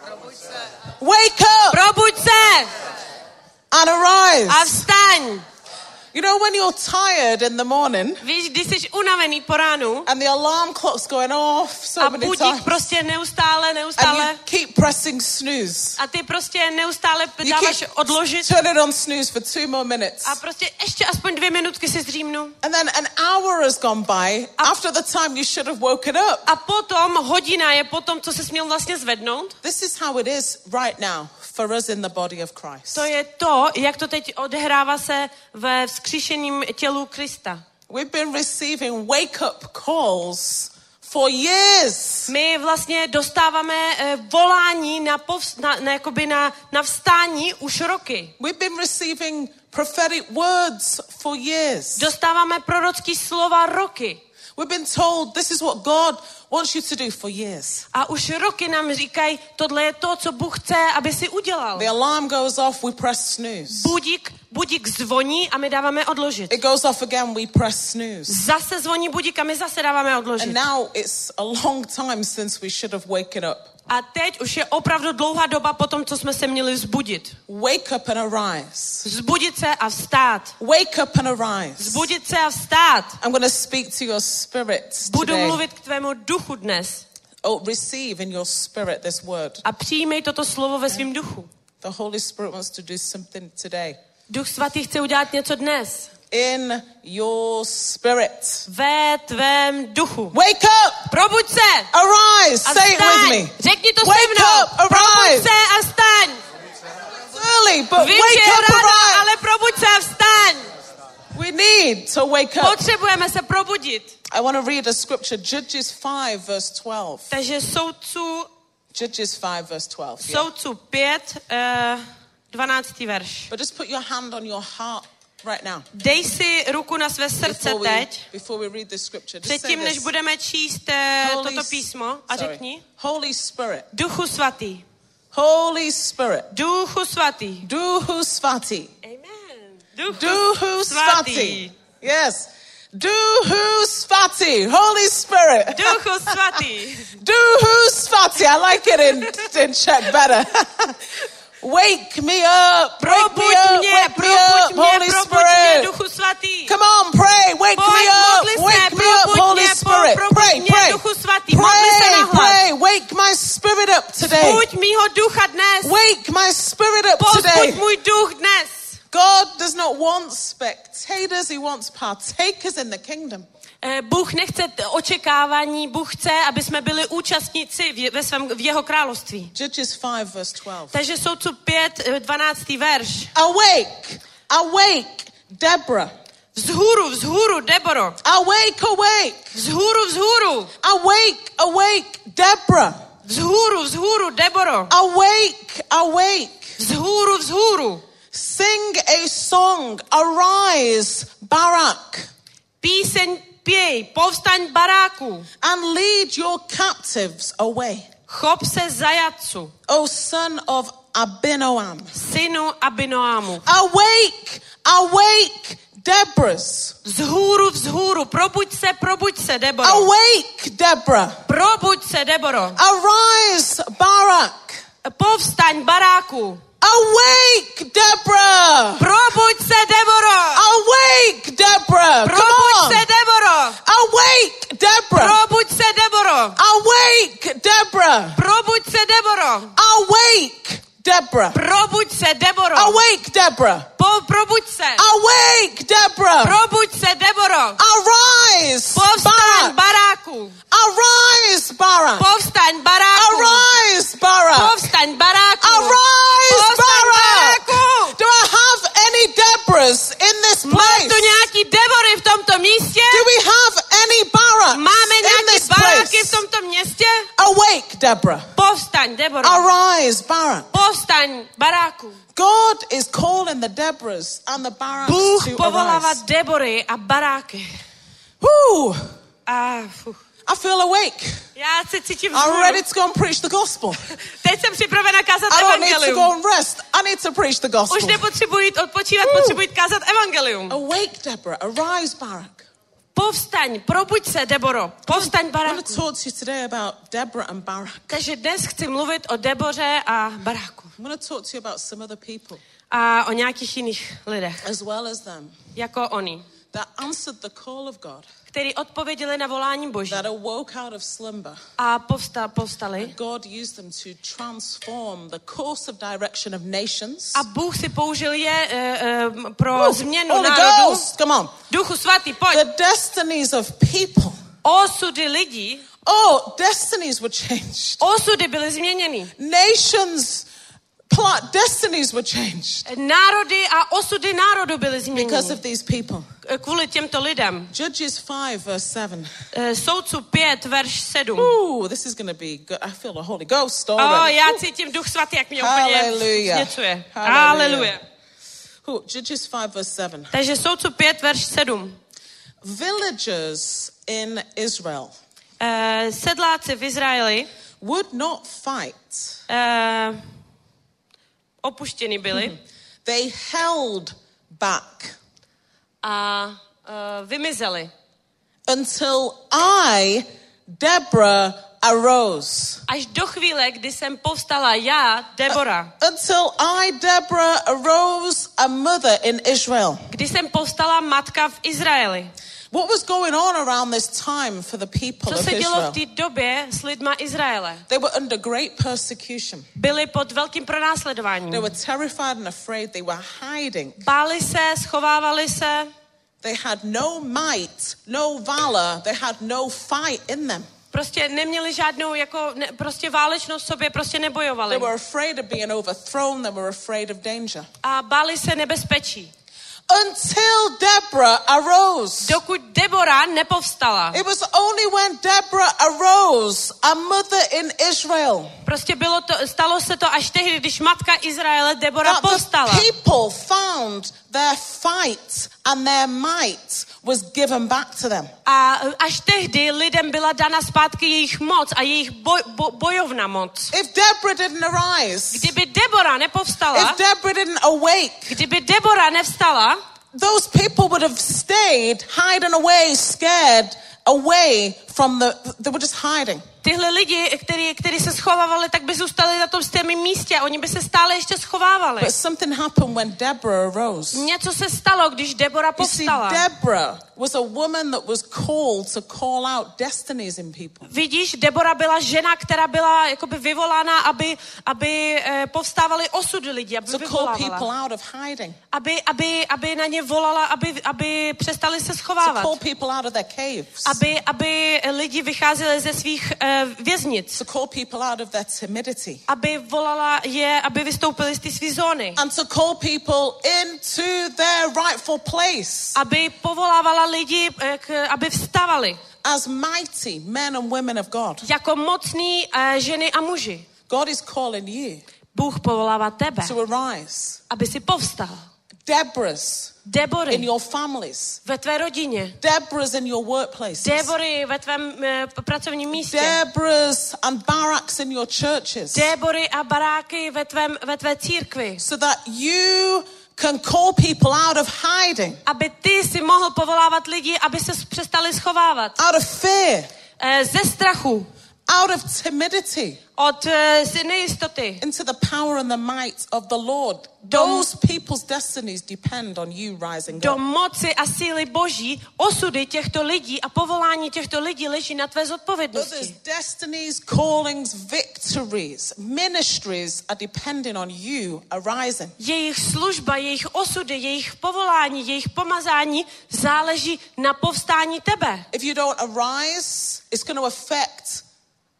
Speaker 5: Wake up
Speaker 2: Probuď se
Speaker 5: and arise.
Speaker 2: a vstaň.
Speaker 5: You know when you're tired in the morning
Speaker 2: Víš, když jsi unavený po ránu
Speaker 5: and the alarm clock's going off so
Speaker 2: a
Speaker 5: many
Speaker 2: budík
Speaker 5: times
Speaker 2: prostě
Speaker 5: and
Speaker 2: neustále
Speaker 5: you keep pressing snooze.
Speaker 2: a ty prostě neustále
Speaker 5: You
Speaker 2: dáváš
Speaker 5: keep
Speaker 2: odložit
Speaker 5: turn it on snooze for 2 more minutes.
Speaker 2: a prostě ještě aspoň 2 minutky si zdřímnu.
Speaker 5: And then an hour has gone by after the time you should have woken up.
Speaker 2: A potom hodina je potom, co se měl vlastně zvednout.
Speaker 5: This is how it is right now for us in the body of Christ.
Speaker 2: To je to, jak to teď odehrává se ve vzkříšeném tělu Krista.
Speaker 5: We've been receiving wake-up calls for years.
Speaker 2: My vlastně dostáváme volání na vstání už roky.
Speaker 5: We've been receiving prophetic words for years.
Speaker 2: Dostáváme prorocký slova roky.
Speaker 5: We've been told this is what God wants you to do for years.
Speaker 2: A už roky nám říkají, tohle je to, co Bůh chce, aby si udělal.
Speaker 5: The alarm goes off, we press snooze.
Speaker 2: Budík zvoní a my dáváme odložit.
Speaker 5: It goes off again, we press snooze.
Speaker 2: Zase zvoní budík a my zase dáváme odložit.
Speaker 5: And now it's a long time since we should have waken up.
Speaker 2: A teď už je opravdu dlouhá doba po tom, co jsme se měli vzbudit.
Speaker 5: Wake up and arise.
Speaker 2: Vzbudit se a vstát.
Speaker 5: Wake up and arise.
Speaker 2: Vzbudit se a vstát.
Speaker 5: I'm going to speak to your spirit
Speaker 2: Budu
Speaker 5: today.
Speaker 2: mluvit k tvému duchu dnes.
Speaker 5: Oh, receive in your spirit this word.
Speaker 2: A přijmej toto slovo ve svém duchu.
Speaker 5: The Holy Spirit wants to do something today.
Speaker 2: Duch svatý chce udělat něco dnes.
Speaker 5: In your spirit.
Speaker 2: Ve tvém duchu.
Speaker 5: Wake up!
Speaker 2: Probuď se!
Speaker 5: Arise!
Speaker 2: A
Speaker 5: Say it with
Speaker 2: vstaň!
Speaker 5: me.
Speaker 2: Řekni to
Speaker 5: Wake
Speaker 2: se mnou!
Speaker 5: up, arise.
Speaker 2: Probuď se a vstaň!
Speaker 5: It's early, but
Speaker 2: Víš,
Speaker 5: wake
Speaker 2: je
Speaker 5: up,
Speaker 2: ráno,
Speaker 5: arise.
Speaker 2: ale probuď se a vstaň!
Speaker 5: We need to wake up.
Speaker 2: Potřebujeme se probudit.
Speaker 5: I want to read a scripture, Judges 5, verse 12.
Speaker 2: Takže Soudců
Speaker 5: Judges 5, verse 12. Yeah.
Speaker 2: Soudců 5, 12. verš.
Speaker 5: But just put your hand on your heart right now.
Speaker 2: Dej si ruku na své srdce teď,
Speaker 5: Before we read this scripture, just say
Speaker 2: předtím, než
Speaker 5: this.
Speaker 2: budeme číst
Speaker 5: Holy
Speaker 2: toto písmo a
Speaker 5: Sorry.
Speaker 2: řekni.
Speaker 5: Holy Spirit.
Speaker 2: Duchu svatý.
Speaker 5: Holy Spirit.
Speaker 2: Duchu svatý.
Speaker 5: Duhu Svati.
Speaker 2: Amen.
Speaker 5: Duhu Svati. Yes. Duhu Svati. Holy Spirit.
Speaker 2: Duchu svatý.
Speaker 5: Duhu Svati. I like it in Czech better. Wake me up.
Speaker 2: Probuď mě,
Speaker 5: Holy Spirit.
Speaker 2: Duchu svatý.
Speaker 5: Come on, pray. Wake
Speaker 2: Pojď,
Speaker 5: me
Speaker 2: modli
Speaker 5: up.
Speaker 2: se,
Speaker 5: Wake me up,
Speaker 2: probuď
Speaker 5: Holy
Speaker 2: mě,
Speaker 5: Spirit.
Speaker 2: probuď
Speaker 5: Pray,
Speaker 2: mě,
Speaker 5: pray.
Speaker 2: Duchu svatý. Modli se
Speaker 5: Pray,
Speaker 2: nahlas.
Speaker 5: pray. Wake my spirit up today.
Speaker 2: Vzbuď mýho ducha dnes.
Speaker 5: Wake my spirit up
Speaker 2: Povzbuď
Speaker 5: today.
Speaker 2: můj duch dnes.
Speaker 5: God does not want spectators, he wants partakers in the kingdom.
Speaker 2: Bůh nechce očekávání, Bůh chce, aby jsme byli účastníci v jeho království.
Speaker 5: Judges 5 verse 12.
Speaker 2: Takže Soudců 5, 12. verš.
Speaker 5: Awake, awake, Deborah.
Speaker 2: Vzhůru, Deboro.
Speaker 5: Awake, awake.
Speaker 2: Vzhůru.
Speaker 5: Awake, awake, Deborah.
Speaker 2: Vzhůru, Deboro.
Speaker 5: Awake, awake.
Speaker 2: Vzhůru.
Speaker 5: Sing a song, arise, Barak.
Speaker 2: Píseň pěj, povstaň baráku.
Speaker 5: And lead your captives away.
Speaker 2: Chop se zajatců.
Speaker 5: O son of Abinoam.
Speaker 2: Synu Abinoamu.
Speaker 5: Awake, awake, Deborahs.
Speaker 2: Vzhůru, probuď se, Deboro.
Speaker 5: Awake, Deborah.
Speaker 2: Probuď se, Deboro.
Speaker 5: Arise, Barak.
Speaker 2: Povstaň baráku.
Speaker 5: Awake, Deborah.
Speaker 2: Probuď se, Deboro.
Speaker 5: Awake, Deborah.
Speaker 2: Probuď se, Deboro.
Speaker 5: Awake, Deborah.
Speaker 2: Probuď se, Deboro.
Speaker 5: Awake, Deborah.
Speaker 2: Probuď se, Deboro.
Speaker 5: Awake, Deborah.
Speaker 2: Probuď se, Deboro.
Speaker 5: Awake, Deborah.
Speaker 2: Probuď se.
Speaker 5: Awake, Deborah.
Speaker 2: Probuď se, Deboro.
Speaker 5: Arise,
Speaker 2: Povstaň
Speaker 5: Barak.
Speaker 2: baráku.
Speaker 5: Arise, Barak.
Speaker 2: Povstaň baráku.
Speaker 5: Arise, Barak.
Speaker 2: Povstaň baráku.
Speaker 5: Arise,
Speaker 2: Povstaň
Speaker 5: Barak.
Speaker 2: baráku.
Speaker 5: Do I have any Deborahs in this
Speaker 2: Má
Speaker 5: place?
Speaker 2: tu nějaký Debory v tomto místě?
Speaker 5: Do we have any Baraks
Speaker 2: Máme
Speaker 5: in
Speaker 2: nějaký
Speaker 5: this
Speaker 2: baráky v
Speaker 5: place?
Speaker 2: tomto městě?
Speaker 5: Awake, Deborah.
Speaker 2: Povstaň, Deboro.
Speaker 5: Arise, Barak.
Speaker 2: Povstaň baráku.
Speaker 5: God is calling the Deborahs and the Baraks
Speaker 2: Bůh
Speaker 5: to
Speaker 2: povolává
Speaker 5: arise.
Speaker 2: Debory a baráky.
Speaker 5: Woo!
Speaker 2: I
Speaker 5: I feel awake.
Speaker 2: Já se cítím
Speaker 5: I'm
Speaker 2: vzhůru.
Speaker 5: ready to go and preach the gospel.
Speaker 2: Teď jsem připravena kázat
Speaker 5: I don't need to go
Speaker 2: evangelium.
Speaker 5: and rest. I need to preach the
Speaker 2: Už
Speaker 5: gospel.
Speaker 2: nepotřebuji jít odpočívat, potřebuji jít kázat evangelium.
Speaker 5: Awake, Deborah. Arise, Barak.
Speaker 2: Povstaň, probuď se, Deboro. Povstaň,
Speaker 5: I want to
Speaker 2: baráku.
Speaker 5: talk to you today about Deborah and Barak.
Speaker 2: Takže dnes chci mluvit o Deboře a baráku.
Speaker 5: I'm going to talk to you about some other people
Speaker 2: A o nějakých jiných lidech,
Speaker 5: as well as them
Speaker 2: jako oni,
Speaker 5: that answered the call of God,
Speaker 2: kteří odpověděli na volání Boží
Speaker 5: that awoke out of slumber.
Speaker 2: a povstali.
Speaker 5: God used them to transform the course of direction of nations.
Speaker 2: A Bůh si použil je pro změnu
Speaker 5: Holy
Speaker 2: národů.
Speaker 5: Ghost, come on.
Speaker 2: Duchu svatý, pojď.
Speaker 5: The destinies of people.
Speaker 2: Osudy lidí,
Speaker 5: Destinies were changed.
Speaker 2: osudy byly změněny.
Speaker 5: Nations, destinies were changed
Speaker 2: Národy a osudy národů byly
Speaker 5: because
Speaker 2: změněny.
Speaker 5: of these people.
Speaker 2: Kvůli těmto lidem.
Speaker 5: Judges 5 verse 7.
Speaker 2: Soudců 5, verš 7.
Speaker 5: Ooh, this is going to be good. I feel the Holy Ghost already.
Speaker 2: Já cítím Duch svatý, jak mě úplně
Speaker 5: Hallelujah.
Speaker 2: zněcuje.
Speaker 5: Hallelujah.
Speaker 2: Haleluja.
Speaker 5: Judges 5 verse 7.
Speaker 2: Takže Soudců 5, verš 7.
Speaker 5: Villagers in Israel
Speaker 2: Sedláci v Izraeli
Speaker 5: would not fight.
Speaker 2: opuštěni byli
Speaker 5: They held back
Speaker 2: a vymizeli.
Speaker 5: until I, Deborah, arose.
Speaker 2: Až do chvíle, kdy jsem povstala já, Debora.
Speaker 5: Until I, Deborah, arose a mother in Israel.
Speaker 2: Kdy jsem povstala matka v Izraeli.
Speaker 5: What was going on around this time for the people
Speaker 2: Co
Speaker 5: of
Speaker 2: se dělo v
Speaker 5: Israel?
Speaker 2: té době s lidma Izraele?
Speaker 5: They were under great persecution.
Speaker 2: Byli pod velkým pronásledováním.
Speaker 5: They were terrified and afraid. They were hiding.
Speaker 2: Báli se, schovávali se.
Speaker 5: They had no might, no valor. They had no fight in them.
Speaker 2: Prostě neměli žádnou prostě válečnost v sobě, prostě nebojovali.
Speaker 5: They were afraid of being overthrown. They were afraid of danger.
Speaker 2: A báli se nebezpečí.
Speaker 5: Until Deborah arose.
Speaker 2: Dokud Debora nepovstala.
Speaker 5: It was only when Deborah arose, a mother in Israel,
Speaker 2: Prostě stalo se to až tehdy, když matka Izraele Debora
Speaker 5: that the
Speaker 2: povstala.
Speaker 5: people found their fight and their might was given back to them.
Speaker 2: A až tehdy lidem byla dana zpátky jejich moc a jejich bojovná moc.
Speaker 5: If Deborah didn't arise,
Speaker 2: Kdyby Debora nepovstala,
Speaker 5: if Deborah didn't awake,
Speaker 2: kdyby Debora nevstala,
Speaker 5: those people would have stayed hiding away, scared, away from they were just hiding.
Speaker 2: tyhle lidi, kteří se schovávali, tak by zůstali na tom stejném místě. Oni by se stále ještě schovávali.
Speaker 5: But something happened when Deborah arose.
Speaker 2: Něco se stalo, když Debora
Speaker 5: You see,
Speaker 2: povstala.
Speaker 5: Deborah was a woman that was called to call out destinies in people.
Speaker 2: Vidíš, Debora byla žena, která byla jakoby vyvolána, aby povstávaly osudy lidí, aby
Speaker 5: To call people
Speaker 2: vyvolávala.
Speaker 5: out of hiding.
Speaker 2: Aby na ně volala, aby přestali se
Speaker 5: To
Speaker 2: schovávat.
Speaker 5: call people out of their caves.
Speaker 2: Aby lidi vycházeli ze svých věznic.
Speaker 5: To call people out of their timidity.
Speaker 2: Aby volala je, aby vystoupili z té své zóny.
Speaker 5: And to call people into their rightful place.
Speaker 2: Aby povolávala lidi, aby vstávali.
Speaker 5: As mighty men and women of God.
Speaker 2: Jako mocní ženy a muži.
Speaker 5: God is calling you
Speaker 2: Bůh povolává tebe,
Speaker 5: to arise.
Speaker 2: aby si povstal.
Speaker 5: Deborahs in
Speaker 2: Debory
Speaker 5: your families.
Speaker 2: ve tvé rodině.
Speaker 5: Deborahs in your workplaces.
Speaker 2: Debory ve tvém pracovním místě.
Speaker 5: Deborahs and barracks in your churches.
Speaker 2: Debory a baráky ve tvé církvi.
Speaker 5: So that you can call people out of hiding.
Speaker 2: Aby ty si mohl povolávat lidi, aby se přestali schovávat.
Speaker 5: Out of fear.
Speaker 2: Ze strachu.
Speaker 5: Out of timidity.
Speaker 2: Od nejistoty.
Speaker 5: Into the power and the might of the Lord. Those people's destinies depend on you rising
Speaker 2: Do
Speaker 5: up.
Speaker 2: moci a síly Boží osudy těchto lidí a povolání těchto lidí leží na tvé
Speaker 5: Others'
Speaker 2: zodpovědnosti.
Speaker 5: destinies, callings, victories, ministries are depending on you arising.
Speaker 2: Jejich služba, jejich osudy, jejich povolání, jejich pomazání záleží na povstání tebe.
Speaker 5: If you don't arise, it's going to affect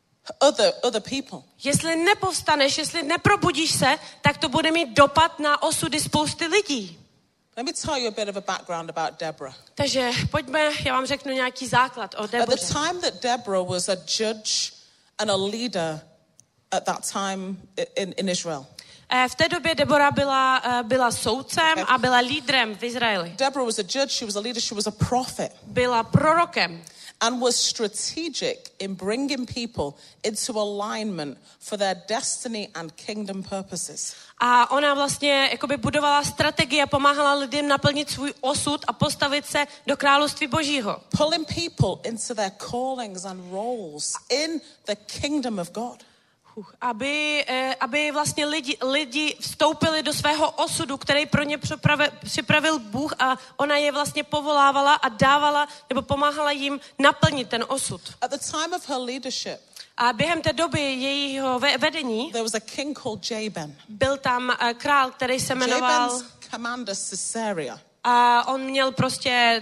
Speaker 5: other people.
Speaker 2: Jestli nepovstaneš, jestli neprobudíš se, tak to bude mít dopad na osudy spousty lidí.
Speaker 5: Let me tell you a bit of a background about Deborah.
Speaker 2: Takže pojďme, já vám řeknu nějaký základ o
Speaker 5: At the
Speaker 2: Deboře.
Speaker 5: time that Deborah was a judge and a leader at that time in Israel.
Speaker 2: V té době Debora byla soudcem a byla lídrem v Izraeli.
Speaker 5: Deborah was a judge, she was a leader, she was a prophet.
Speaker 2: Byla prorokem.
Speaker 5: And was strategic in bringing people into alignment for their destiny and kingdom purposes.
Speaker 2: A ona vlastně jakoby budovala strategie, pomáhala lidem naplnit svůj osud a postavit se do království Božího.
Speaker 5: Pulling people into their callings and roles in the kingdom of God.
Speaker 2: Aby vlastně lidi vstoupili do svého osudu, který pro ně připravil Bůh, a ona je vlastně povolávala a dávala nebo pomáhala jim naplnit ten osud.
Speaker 5: At the time of her leadership,
Speaker 2: A během té doby jejího vedení
Speaker 5: there was a king called Jabin.
Speaker 2: byl tam král, který se jmenoval
Speaker 5: Jabin's commander Sisera
Speaker 2: a on měl prostě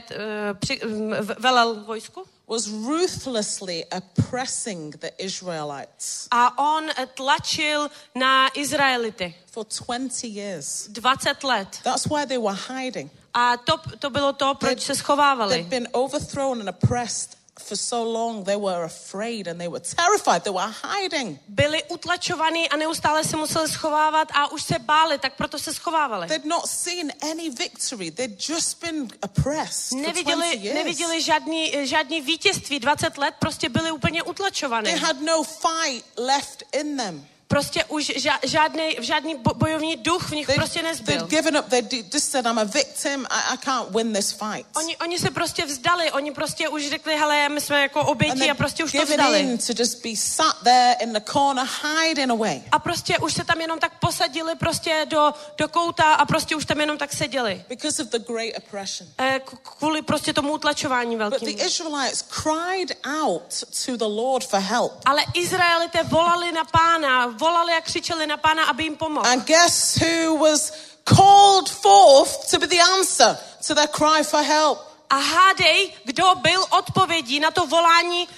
Speaker 2: velel vojsku.
Speaker 5: was ruthlessly oppressing the Israelites
Speaker 2: A on tlačil na Izraelity
Speaker 5: for 20 years.
Speaker 2: 20 let.
Speaker 5: That's why they were hiding.
Speaker 2: A to bylo to, proč se schovávali.
Speaker 5: They'd been overthrown and oppressed for so long, they were afraid and they were terrified. They were hiding.
Speaker 2: Byli utlačovaní a neustále se museli schovávat a už se báli, tak proto se schovávali.
Speaker 5: They'd not seen any victory. They'd just been oppressed for 20 years.
Speaker 2: Neviděli žádný vítězství. 20 let prostě byli úplně utlačovaní.
Speaker 5: They had no fight left in them.
Speaker 2: Prostě už žádný bojovní duch v nich prostě nezbyl.
Speaker 5: They'd given up. They just said, I'm a victim. I can't win this fight.
Speaker 2: Oni se prostě vzdali. Oni prostě už řekli, hele, my jsme jako oběti a prostě už to
Speaker 5: given
Speaker 2: vzdali.
Speaker 5: in to just be sat there in the corner, hiding away.
Speaker 2: A prostě už se tam jenom tak posadili prostě do kouta a prostě už tam jenom tak seděli.
Speaker 5: Because of the great oppression.
Speaker 2: Kvůli prostě tomu utlačování
Speaker 5: But
Speaker 2: velkým.
Speaker 5: the Israelites cried out to the Lord for help.
Speaker 2: Ale Izraelité volali na Pána, volali a křičeli na Pána, aby jim pomohl.
Speaker 5: And guess who was called forth to be the answer to their cry for help?
Speaker 2: A hádej, kdo byl odpovědí na to volání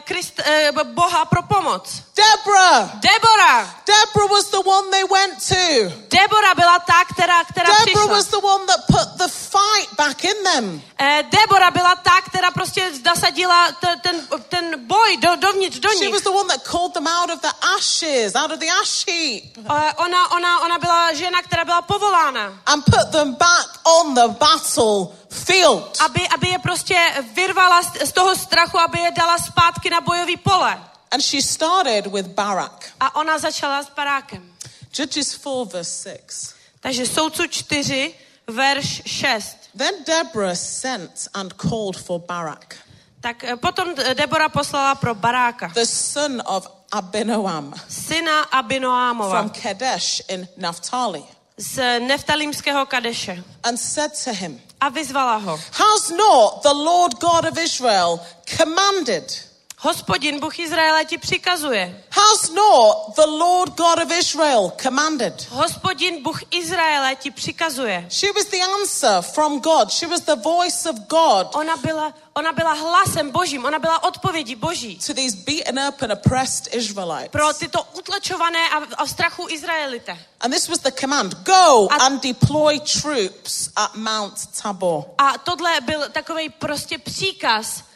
Speaker 2: Boha pro pomoc.
Speaker 5: Deborah!
Speaker 2: Debora!
Speaker 5: Deborah was the one they went to.
Speaker 2: Debora byla ta, která
Speaker 5: Deborah
Speaker 2: přišla.
Speaker 5: was the one that put the fight back in them.
Speaker 2: Debora byla ta, která prostě zasadila ten boj dovnitř do
Speaker 5: She
Speaker 2: nich.
Speaker 5: was the one that called them out of the ashes, out of the ash heap.
Speaker 2: Ona byla žena, která byla povolána.
Speaker 5: And put them back on the battlefield.
Speaker 2: Aby je prostě vyrvala z toho strachu, aby je dala zpátky na bojový pole.
Speaker 5: And she started with Barak.
Speaker 2: A ona začala s Barákem.
Speaker 5: Judges 4 verse 6.
Speaker 2: Takže Soudců 4, verš 6.
Speaker 5: Then Deborah sent and called for Barak,
Speaker 2: Tak potom Debora poslala pro Baráka,
Speaker 5: the son of Abinoam,
Speaker 2: syna Abinoámova,
Speaker 5: from Kadesh in Naphtali,
Speaker 2: z Neftalímského Kadeše.
Speaker 5: and said to him,
Speaker 2: a vyzvala ho.
Speaker 5: Has not the Lord God of Israel commanded?
Speaker 2: Hospodin, Bůh Izraele, ti přikazuje.
Speaker 5: Has not the Lord God of Israel commanded?
Speaker 2: Hospodin, Bůh Izraele, ti přikazuje.
Speaker 5: She was the answer from God. She was the voice of God
Speaker 2: Ona byla hlasem Božím, ona byla odpovědí Boží.
Speaker 5: to these beaten up and oppressed Israelites.
Speaker 2: Pro tyto utlačované a v strachu Izraelite.
Speaker 5: And this was the command. Go and deploy troops at Mount Tabor.
Speaker 2: A tohle byl takovej prostě příkaz,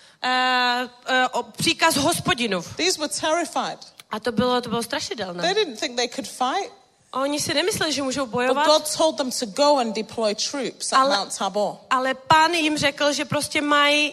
Speaker 2: příkaz Hospodinův.
Speaker 5: These were terrified.
Speaker 2: A to bylo strašidelné.
Speaker 5: They didn't think they could fight.
Speaker 2: Oni si nemysleli, že můžou
Speaker 5: But
Speaker 2: bojovat,
Speaker 5: God told them to go and deploy troops at Mount Tabor.
Speaker 2: ale Pán jim řekl, že prostě mají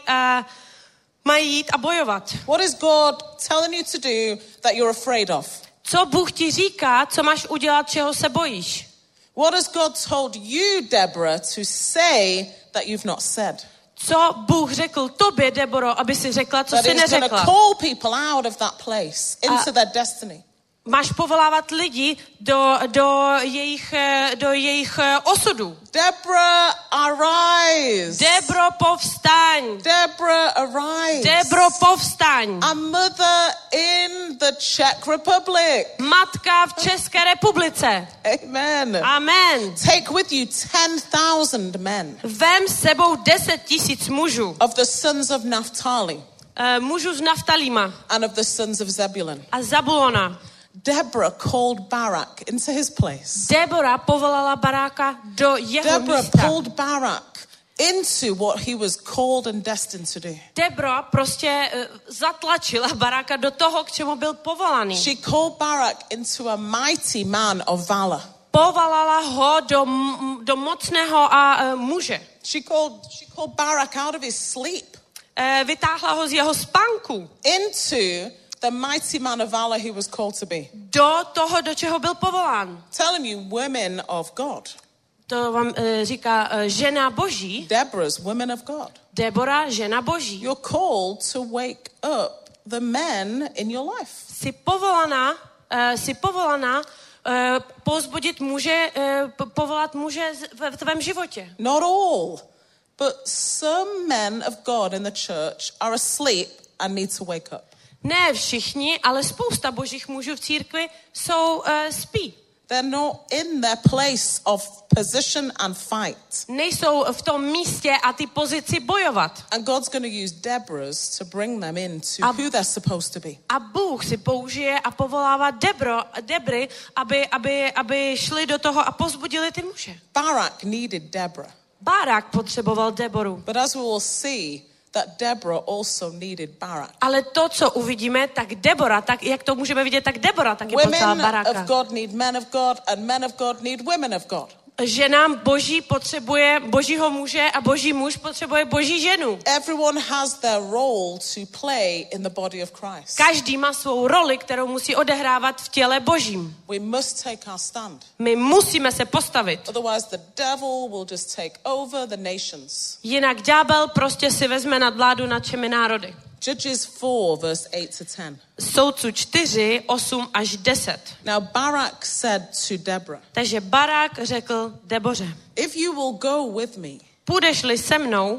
Speaker 2: jít a bojovat.
Speaker 5: What is God telling you to do that you're afraid of?
Speaker 2: Co Bůh ti říká, co máš udělat, čeho se bojíš?
Speaker 5: What has God told you, Deborah, to say that you've not said?
Speaker 2: Co Bůh řekl tobě, Deboro, aby si řekla, co
Speaker 5: That
Speaker 2: si
Speaker 5: he's going to
Speaker 2: neřekla?
Speaker 5: call people out of that place into their destiny.
Speaker 2: Máš povolávat lidi do jejich osudů.
Speaker 5: Deborah, arise.
Speaker 2: Debro, povstaň.
Speaker 5: Deborah, arise.
Speaker 2: Debro, povstaň.
Speaker 5: A mother in the Czech Republic.
Speaker 2: Matka v České republice.
Speaker 5: Amen.
Speaker 2: Amen.
Speaker 5: Take with you 10,000 men
Speaker 2: Vem s sebou 10 000 mužů.
Speaker 5: of the sons of Naphtali
Speaker 2: Mužů z Naftalíma
Speaker 5: and of the sons of Zebulun.
Speaker 2: a Zabulona.
Speaker 5: Deborah called Barak into his place.
Speaker 2: Debora povolala Baráka do jeho
Speaker 5: Deborah
Speaker 2: místa.
Speaker 5: pulled Barak into what he was called and destined to do.
Speaker 2: Debora prostě zatlačila Baráka do toho, k čemu byl povolaný.
Speaker 5: She called Barak into a mighty man of valor.
Speaker 2: Povolala ho do mocného muže.
Speaker 5: She called Barak out of his sleep
Speaker 2: Vytáhla ho z jeho spánku
Speaker 5: into the mighty man of valor he was called to be.
Speaker 2: do toho, do čeho byl povolán.
Speaker 5: Telling you, women of God.
Speaker 2: To vám říká žena Boží.
Speaker 5: Deborah's women of God.
Speaker 2: Debora, žena Boží.
Speaker 5: You're called to wake up the men in your life.
Speaker 2: Jsi povolaná povzbudit muže, povolat muže v tvém životě.
Speaker 5: Not all, but some men of God in the church are asleep and need to wake up.
Speaker 2: Ne všichni, ale spousta božích mužů v církvi spí.
Speaker 5: They're not in their place of position and fight.
Speaker 2: Nejsou v tom místě a ty pozici bojovat.
Speaker 5: And God's going to use Deborahs to bring them into who they're supposed to be.
Speaker 2: A Bůh si použije a povolává Debry, aby šli do toho a povzbudili ty muže.
Speaker 5: Barak needed Deborah.
Speaker 2: Bárák potřeboval Deboru.
Speaker 5: But as we will see, that Deborah also needed Barak.
Speaker 2: Ale to, co uvidíme, tak Debora, tak jak to můžeme vidět, tak Debora taky potřebovala Baráka.
Speaker 5: Women of God need men of God and men of God need women of God.
Speaker 2: Žena Boží potřebuje Božího muže a Boží muž potřebuje Boží ženu.
Speaker 5: Everyone has their role to play in the body of Christ.
Speaker 2: Každý má svou roli, kterou musí odehrávat v těle Božím.
Speaker 5: We must take our stand.
Speaker 2: My musíme se postavit.
Speaker 5: Otherwise the devil will just take over the nations.
Speaker 2: Jinak ďábel prostě si vezme nadvládu nad všemi národy.
Speaker 5: Judges 4 verse 8 to 10.
Speaker 2: Soudců 4, 8 až 10.
Speaker 5: Now Barak said to Deborah,
Speaker 2: Takže Barák řekl Deboře:
Speaker 5: if you will go with me,
Speaker 2: půjdeš-li se mnou,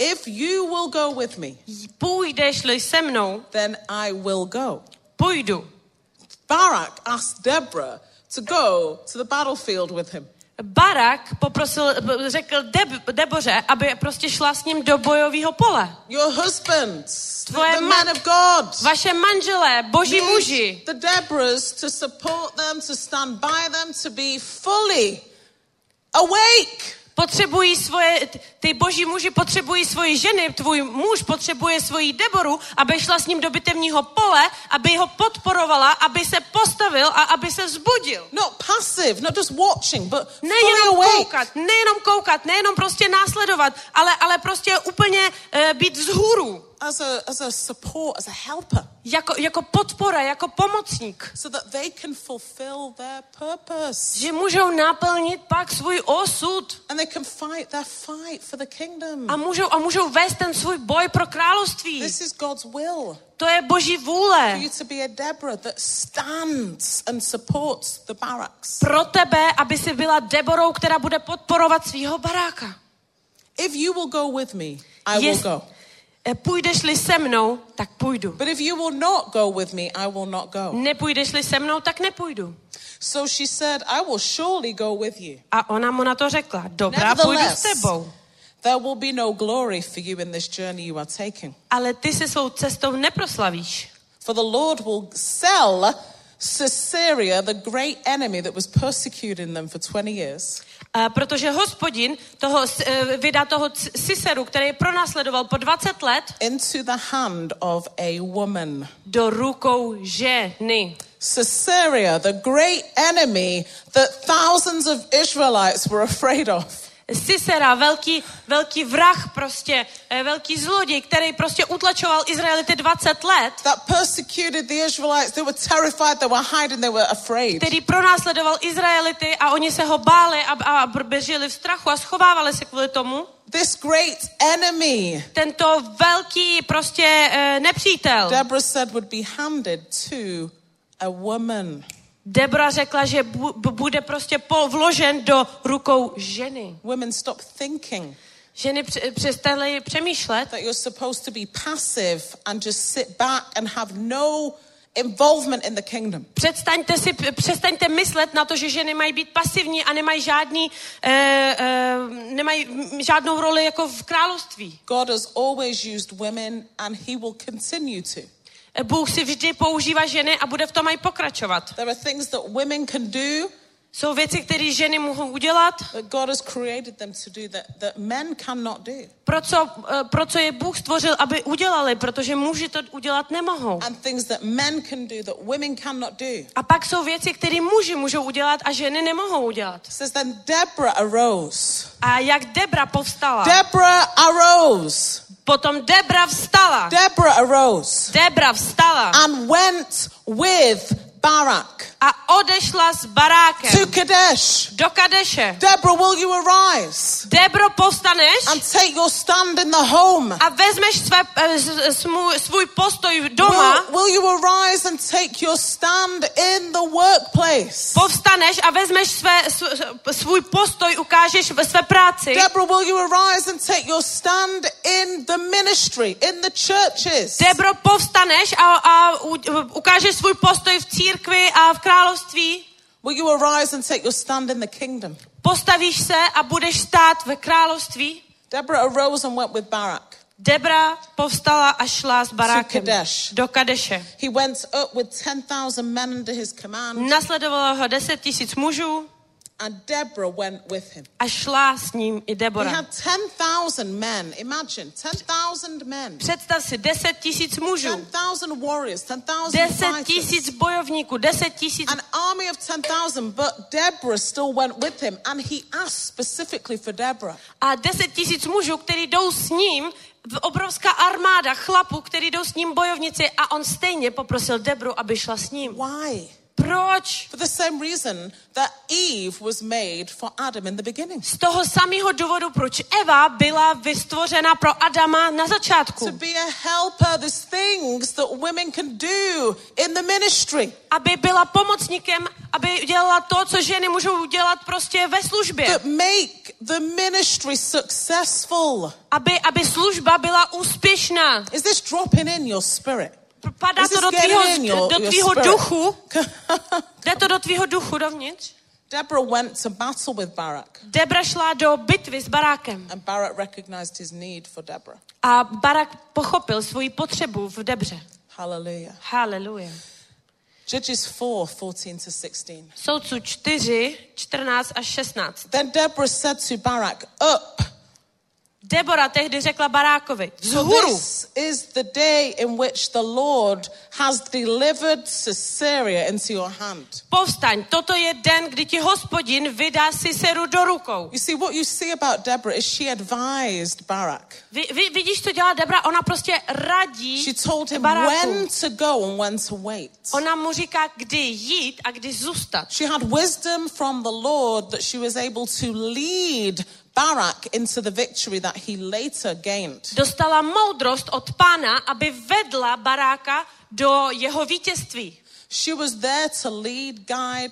Speaker 2: půjdeš-li se mnou,
Speaker 5: then I will go.
Speaker 2: Půjdu.
Speaker 5: Barak asked Deborah to go to the battlefield with him.
Speaker 2: Barák řekl Deboře, aby prostě šla s ním do bojového pole.
Speaker 5: Your husbands, the men of God,
Speaker 2: vaše manželé, boží muži,
Speaker 5: the Deborahs to support them, to stand by them, to be fully awake.
Speaker 2: Potřebují ty boží muži potřebují svoji ženy, tvůj muž potřebuje svoji Deboru, aby šla s ním do bitevního pole, aby ho podporovala, aby se postavil a aby se vzbudil.
Speaker 5: Not passive, not just watching, but fully awake.
Speaker 2: Nejenom koukat, nejenom prostě následovat, ale prostě úplně být vzhůru.
Speaker 5: As a support, as a helper.
Speaker 2: Jako podpora, jako pomocník.
Speaker 5: So that they can fulfill their purpose.
Speaker 2: Že můžou naplnit pak svůj osud.
Speaker 5: And they can fight their fight for the kingdom.
Speaker 2: A můžou vést ten svůj boj pro království.
Speaker 5: This is God's will.
Speaker 2: To je Boží vůle.
Speaker 5: For you to be a Deborah that stands and supports the Baraks.
Speaker 2: Pro tebe, aby si byla Deborou, která bude podporovat svýho Baráka.
Speaker 5: If you will go with me, I will go.
Speaker 2: Půjdeš-li se mnou, tak půjdu.
Speaker 5: But if you will not go with me, I will not go.
Speaker 2: Nepůjdeš-li se mnou, tak nepůjdu.
Speaker 5: So she said, I will surely go with you.
Speaker 2: A ona mu na to řekla, dobrá, půjdu s tebou.
Speaker 5: There will be no glory for you in this journey you are taking.
Speaker 2: Ale ty se svou cestou neproslavíš.
Speaker 5: For the Lord will sell Sisera, the great enemy that was persecuting them for 20 years.
Speaker 2: Protože Hospodin vydá toho Siseru, který je pronásledoval po 20 let,
Speaker 5: into the hand of a woman.
Speaker 2: Do rukou ženy.
Speaker 5: Sisera, the great enemy that thousands of Israelites were afraid of.
Speaker 2: Sisera, velký vrah prostě, velký zloděj, který prostě utlačoval Izraelity 20 let.
Speaker 5: That persecuted the Israelites. They were terrified, they were hiding, they were afraid.
Speaker 2: Který pronásledoval Izraelity a oni se ho báli a žili v strachu a schovávali se kvůli tomu.
Speaker 5: This great enemy.
Speaker 2: Tento velký prostě nepřítel.
Speaker 5: Deborah said would be handed to a woman.
Speaker 2: Deborah řekla, že bude prostě vložen do rukou ženy.
Speaker 5: Women stop thinking.
Speaker 2: Ženy přestaly přemýšlet.
Speaker 5: That you're supposed to be passive and just sit back and have no involvement in the kingdom.
Speaker 2: Přestaňte myslet na to, že ženy mají být pasivní a nemají žádnou roli jako v království.
Speaker 5: God has always used women and he will continue to.
Speaker 2: Bůh si vždy používá ženy a bude v tom i pokračovat.
Speaker 5: There are things that women can do.
Speaker 2: Jsou věci, které ženy mohou udělat.
Speaker 5: That God has created them to do that men cannot do.
Speaker 2: Proč je Bůh stvořil, aby udělali, protože muži to udělat nemohou.
Speaker 5: And things that men can do that women cannot do.
Speaker 2: A pak jsou věci, které muži můžou udělat a ženy nemohou udělat.
Speaker 5: It says then Deborah arose.
Speaker 2: A jak Deborah povstala?
Speaker 5: Deborah arose.
Speaker 2: Potom Deborah vstala.
Speaker 5: Deborah arose.
Speaker 2: Deborah vstala.
Speaker 5: And went with Barak.
Speaker 2: A odešla s Barákem.
Speaker 5: To Kadesh.
Speaker 2: Do Kadeše.
Speaker 5: Deborah, will you arise?
Speaker 2: Debro, povstaneš?
Speaker 5: And take your stand in the home.
Speaker 2: A vezmeš svůj postoj doma.
Speaker 5: Will you arise and take your stand in the workplace?
Speaker 2: Povstaneš a vezmeš svůj postoj, ukážeš ve své práci.
Speaker 5: Deborah, will you arise and take your stand in the ministry, in the churches?
Speaker 2: Debro, povstaneš a ukážeš svůj postoj v církvi a v království.
Speaker 5: Will you arise and take your stand in the kingdom?
Speaker 2: Postavíš se a budeš stát ve království.
Speaker 5: Deborah arose and went with Barak.
Speaker 2: Deborah povstala a šla s Barákem do Kadeše.
Speaker 5: He went up with 10,000 men under his command.
Speaker 2: Nasledovalo ho 10 000 mužů.
Speaker 5: And Deborah went with him.
Speaker 2: A šla s ním i Deborah.
Speaker 5: He had 10,000 men. Imagine, 10,000 men.
Speaker 2: Představ si 10 000 mužů.
Speaker 5: 10,000 warriors, 10,000
Speaker 2: 10 000 bojovníků, 10 000.
Speaker 5: An army of 10,000, but Deborah still went with him, and he asked specifically for Deborah.
Speaker 2: A 10 000 mužů, kteří jdou s ním, obrovská armáda chlapů, kteří jdou s ním bojovníci, a on stejně poprosil Debru, aby šla s ním.
Speaker 5: Why?
Speaker 2: Proč?
Speaker 5: For the same reason that Eve was made for Adam in the beginning.
Speaker 2: Z toho samého důvodu, proč Eva byla vystvořena pro Adama na začátku.
Speaker 5: To be a helper, there's things that women can do in the ministry.
Speaker 2: Aby byla pomocníkem, aby dělala to, co ženy můžou dělat prostě ve službě.
Speaker 5: That make the ministry successful.
Speaker 2: Aby služba byla úspěšná.
Speaker 5: Is this dropping in your spirit?
Speaker 2: Padá to do tvýho duchu. Jde to do tvýho duchu dovnitř.
Speaker 5: Deborah went to battle with Barak.
Speaker 2: Deborah šla do bitvy s Barákem.
Speaker 5: And Barak recognized his need for Deborah.
Speaker 2: A Barak pochopil svoji potřebu v Debře.
Speaker 5: Hallelujah.
Speaker 2: Hallelujah.
Speaker 5: Judges 4:14-16.
Speaker 2: Soudců 4, 14 až 16.
Speaker 5: Then Deborah said to Barak, up.
Speaker 2: Deborah tehdy řekla Barákovi, vzhůru.
Speaker 5: This is the day in which the Lord has delivered Sisera into your hand.
Speaker 2: Povstaň, toto je den, kdy ti Hospodin vydá Siseru do rukou.
Speaker 5: You see, what you see about Deborah is she advised Barak.
Speaker 2: Vidíš, co dělá Deborah? Ona prostě radí
Speaker 5: She told him
Speaker 2: Baráku.
Speaker 5: when to go and when to wait.
Speaker 2: Ona mu říká, kdy jít a kdy zůstat.
Speaker 5: She had wisdom from the Lord that she was able to lead Barak into the victory that he later gained.
Speaker 2: Dostala moudrost od Pána, aby vedla Baráka do jeho vítězství.
Speaker 5: She was there to lead, guide,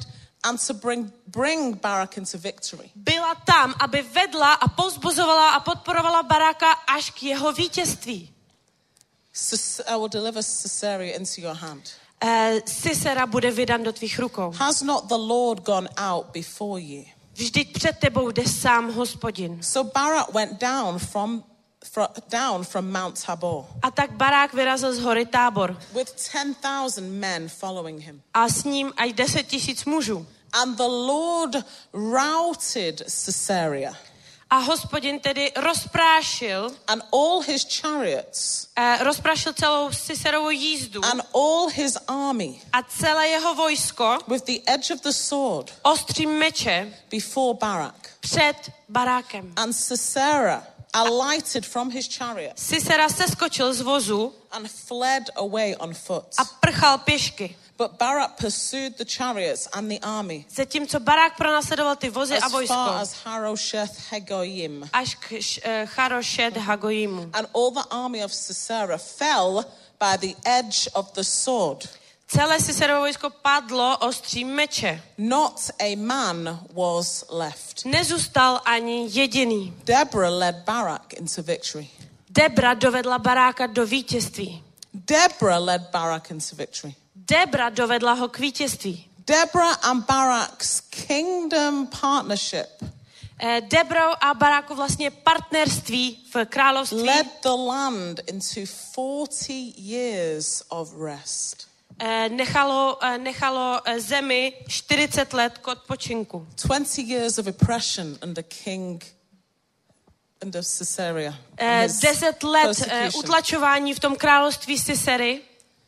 Speaker 5: and to bring Barak into victory.
Speaker 2: Byla tam, aby vedla a povzbuzovala a podporovala Baráka až k jeho vítězství.
Speaker 5: I will deliver Sisera into your hand.
Speaker 2: Sisera bude vydan do tvých rukou.
Speaker 5: Has not the Lord gone out before you?
Speaker 2: Vždyť před tebou jde sám Hospodin.
Speaker 5: So Barak went down from Mount Tabor.
Speaker 2: A tak Barák vyrazil z hory Tábor.
Speaker 5: With 10,000 men following him.
Speaker 2: A s ním až 10 000 mužů.
Speaker 5: And the Lord routed Sisera.
Speaker 2: A Hospodin tedy rozprášil
Speaker 5: and all his chariots
Speaker 2: rozprášil celou Siserovu jízdu
Speaker 5: and all his army
Speaker 2: a celé jeho vojsko
Speaker 5: with the edge of the sword
Speaker 2: ostřím meče
Speaker 5: before Barak.
Speaker 2: Před Barákem.
Speaker 5: And Sisera alighted from his chariot.
Speaker 2: Sisera seskočil z vozu
Speaker 5: and fled away on foot.
Speaker 2: A prchal pěšky.
Speaker 5: But Barak pursued the chariots and the army.
Speaker 2: Zatímco Barák pronásledoval ty vozy a vojsko.
Speaker 5: As far as Harosheth Hagoyim.
Speaker 2: Až k Harosheth Hagoyimu.
Speaker 5: And all the army of Sisera fell by the edge of the sword.
Speaker 2: Celé Siserovo vojsko padlo ostřím meče.
Speaker 5: Not a man was left.
Speaker 2: Nezůstal ani jediný.
Speaker 5: Deborah led Barak into victory.
Speaker 2: Debra dovedla Baráka do vítězství.
Speaker 5: Deborah led Barak into victory.
Speaker 2: Debra dovedla ho k vítězství.
Speaker 5: Deborah and Barak's kingdom partnership.
Speaker 2: Debrou a Baráku vlastně partnerství v království.
Speaker 5: Led the land into 40 years of rest.
Speaker 2: Nechalo zemi 40 let k odpočinku.
Speaker 5: 20 years of oppression under King under Sisera.
Speaker 2: 10 let utlačování v tom království Sisery.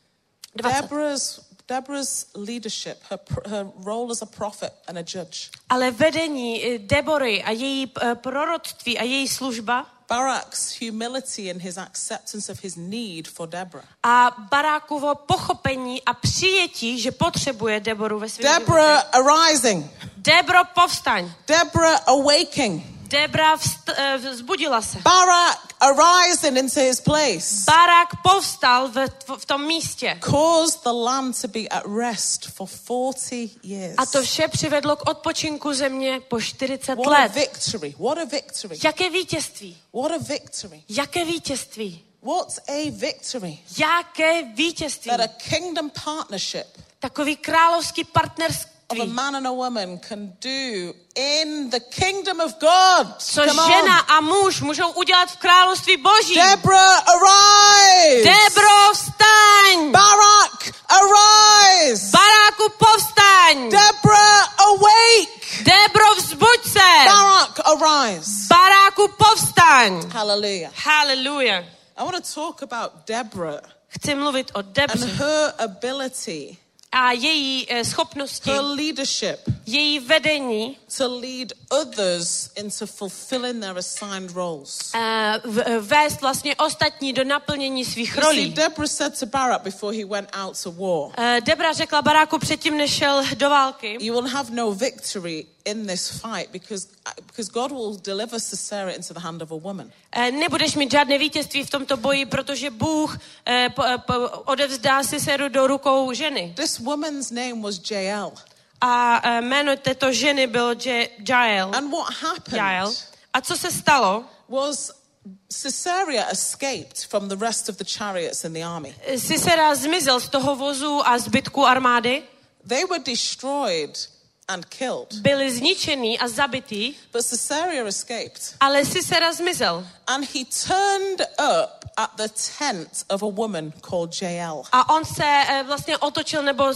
Speaker 5: Deborah's leadership, her role as a prophet and a judge.
Speaker 2: Ale vedení Debory a její proroctví a její služba.
Speaker 5: Barak's humility in his acceptance of his need for Deborah.
Speaker 2: A Barákovo pochopení a přijetí, že potřebuje Deboru ve svém
Speaker 5: Deborah arising.
Speaker 2: Debro, povstaň.
Speaker 5: Deborah awaking.
Speaker 2: Debra vzbudila se.
Speaker 5: Barak arising into his place.
Speaker 2: Barák povstal v tom místě.
Speaker 5: Caused the land to be at rest for 40 years.
Speaker 2: A to vše přivedlo k odpočinku země po 40
Speaker 5: let.
Speaker 2: What
Speaker 5: a victory. What a victory.
Speaker 2: Jaké vítězství.
Speaker 5: What a victory.
Speaker 2: Jaké vítězství.
Speaker 5: What a victory.
Speaker 2: Jaké vítězství.
Speaker 5: That a kingdom partnership.
Speaker 2: Takový královský partnerství.
Speaker 5: Of a man and a woman can do in the kingdom of God.
Speaker 2: Co žena a muž můžou udělat v království Boží.
Speaker 5: Deborah, arise.
Speaker 2: Debro, vstaň.
Speaker 5: Barak, arise.
Speaker 2: Baráku, povstaň.
Speaker 5: Deborah, awake.
Speaker 2: Debro, vzbuď se.
Speaker 5: Barak, arise.
Speaker 2: Baráku, povstaň.
Speaker 5: Hallelujah.
Speaker 2: Hallelujah.
Speaker 5: I want to talk about Deborah.
Speaker 2: Chci mluvit o Debře.
Speaker 5: And her ability.
Speaker 2: A její schopnosti,
Speaker 5: her leadership,
Speaker 2: její vedení,
Speaker 5: to lead others into fulfilling their assigned roles.
Speaker 2: Vést vlastně ostatní do naplnění svých rolí.
Speaker 5: Deborah said to Barak before he went out to war.
Speaker 2: Debra řekla Baráku předtím, než šel do války.
Speaker 5: You will have no victory in this fight because God will deliver Sisera into the hand of a woman.
Speaker 2: Nebudeš mít žádné vítězství v tomto boji, protože Bůh odevzdá Siseru do rukou ženy.
Speaker 5: This woman's name was Jael.
Speaker 2: A jméno této ženy bylo Jael.
Speaker 5: And what happened?
Speaker 2: Jael. A co se stalo?
Speaker 5: Was Sisera escaped from the rest of the chariots in the army.
Speaker 2: Sisera zmizel z toho vozu a zbytku armády.
Speaker 5: They were destroyed and killed.
Speaker 2: Byli zničení a zabití.
Speaker 5: But Sisera escaped.
Speaker 2: Ale Sisera zmizel.
Speaker 5: And he turned up at the tent of a woman called Jael.
Speaker 2: A on se vlastně otočil nebo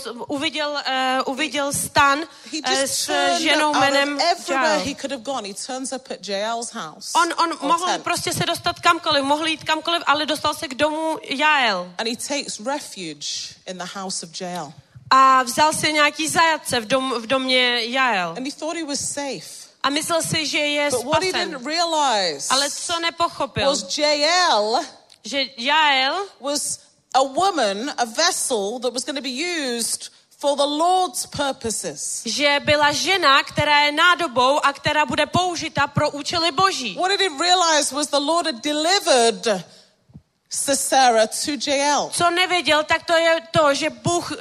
Speaker 2: uviděl stan s ženou jménem Jael.
Speaker 5: He could have gone. He turns up at Jael's house.
Speaker 2: On mohl prostě se dostat kamkoliv, mohl jít kamkoliv, ale dostal se k domu Jael.
Speaker 5: And he takes refuge in the house of Jael.
Speaker 2: A vzal si nějaký zajatce v domě Jael.
Speaker 5: And he thought he was safe.
Speaker 2: A myslel si, že je spasen. Ale co nepochopil,
Speaker 5: was Jael,
Speaker 2: že Jael
Speaker 5: was a woman, a vessel that was going to be used for the Lord's purposes.
Speaker 2: Že byla žena, která je nádobou a která bude použita pro účely Boží.
Speaker 5: What he didn't realize was the Lord had delivered Sisera to Jael.
Speaker 2: Co nevěděl, tak to je to, že Bůh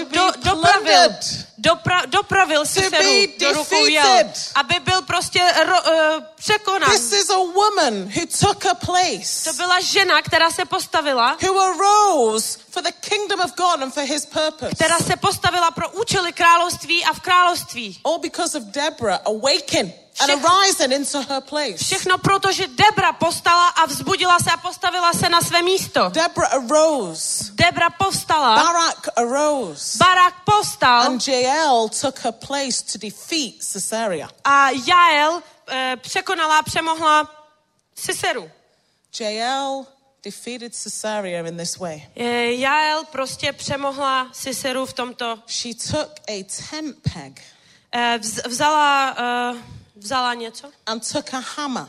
Speaker 2: dopravil Siseru do rukou Jael, aby byl prostě překonán.
Speaker 5: This is a woman who took a place.
Speaker 2: To byla žena, která se postavila,
Speaker 5: Who arose for the kingdom of God and for his purpose.
Speaker 2: která se postavila pro účely království a v království.
Speaker 5: All because of Deborah awakening and arising into her place.
Speaker 2: Všechno proto, že Debra povstala a vzbudila se a postavila se na své místo.
Speaker 5: Deborah arose.
Speaker 2: Debra povstala.
Speaker 5: Barak arose.
Speaker 2: Barak povstal.
Speaker 5: And Jael took her place to defeat Sisera.
Speaker 2: A Jael překonala a přemohla Siseru.
Speaker 5: Jael defeated Sisera in this way.
Speaker 2: Jael prostě přemohla Siseru v tomto.
Speaker 5: She took a tent peg.
Speaker 2: Vzala něco?
Speaker 5: And took a hammer.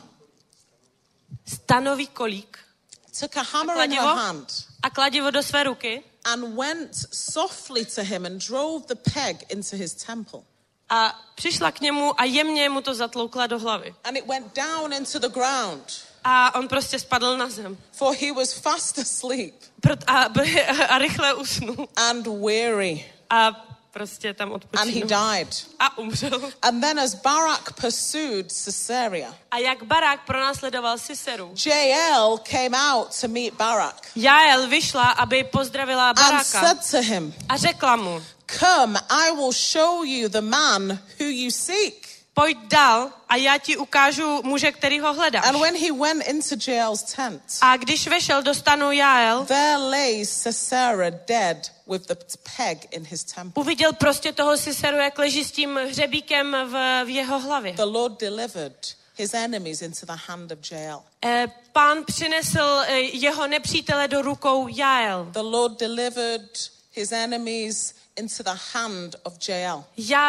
Speaker 2: Stanový kolík.
Speaker 5: Took a hammer in her hand.
Speaker 2: A kladivo do své ruky.
Speaker 5: And went softly to him and drove the peg into his temple.
Speaker 2: A přišla k němu a jemně mu to zatloukla do hlavy.
Speaker 5: And it went down into the ground.
Speaker 2: A on prostě spadl na zem.
Speaker 5: For he was fast asleep.
Speaker 2: A rychle usnul.
Speaker 5: And weary.
Speaker 2: A prostě tam odpočinul.
Speaker 5: And he died.
Speaker 2: A umřel.
Speaker 5: And then as Barak pursued Sisera.
Speaker 2: A jak Barak pronásledoval Siseru.
Speaker 5: Jael came out to meet Barak.
Speaker 2: Jael vyšla, aby pozdravila Baraka.
Speaker 5: And said to him.
Speaker 2: A řekla mu.
Speaker 5: Come, I will show you the man who you seek.
Speaker 2: Pojď dál a já ti ukážu muže, který ho hledáš.
Speaker 5: And when he went into Jael's tent.
Speaker 2: A když vešel do stanu Jael.
Speaker 5: There lay Sisera dead with the peg in his temple.
Speaker 2: Uviděl prostě toho Siseru, jak leží s tím hřebíkem v jeho hlavě.
Speaker 5: The Lord delivered his enemies into the hand of Jael.
Speaker 2: Pán přinesl jeho nepřítele do rukou Jael.
Speaker 5: The Lord delivered his enemies into the hand of Jael.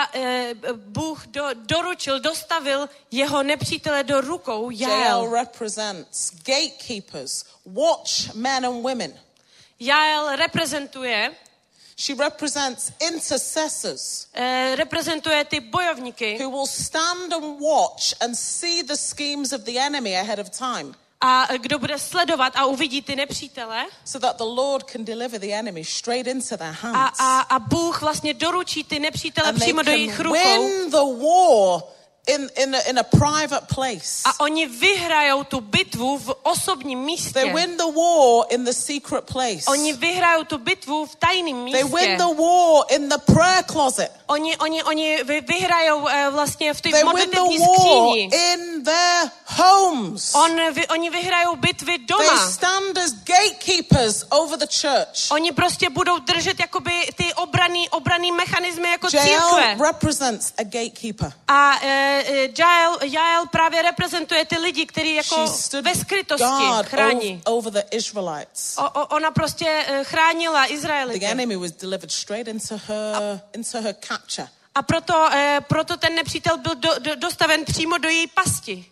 Speaker 2: Bůh dostavil jeho nepřítele do rukou Jael.
Speaker 5: Jael represents gatekeepers, watchmen and women.
Speaker 2: Jael reprezentuje.
Speaker 5: She represents intercessors.
Speaker 2: Reprezentuje ty bojovníky.
Speaker 5: Who will stand and watch and see the schemes of the enemy ahead of time.
Speaker 2: A kdo bude sledovat a uvidí ty nepřítele.
Speaker 5: So that the Lord can deliver the enemy straight into their hands.
Speaker 2: A Bůh vlastně doručí ty nepřítele přímo do jejich rukou.
Speaker 5: Win the war in a private place.
Speaker 2: A oni vyhrajou tu bitvu v osobním místě.
Speaker 5: They win the war in the secret place.
Speaker 2: Oni vyhrajou tu bitvu v tajném místě.
Speaker 5: They win the war in the prayer closet.
Speaker 2: Oni vyhrajou vlastně v té
Speaker 5: modlitební
Speaker 2: skříni.
Speaker 5: In their homes.
Speaker 2: Oni vyhrajou bitvy doma.
Speaker 5: They stand as gatekeepers over the church.
Speaker 2: Oni prostě budou držet jakoby ty obranný mechanismy jako církve.
Speaker 5: Jael represents a gatekeeper.
Speaker 2: A Jael právě reprezentuje ty lidi, kteří jako ve skrytosti chrání.
Speaker 5: Over the Israelites.
Speaker 2: Ona prostě chránila Izraelity.
Speaker 5: The enemy was delivered straight into her capture.
Speaker 2: A proto ten nepřítel byl dostaven přímo do její pasti.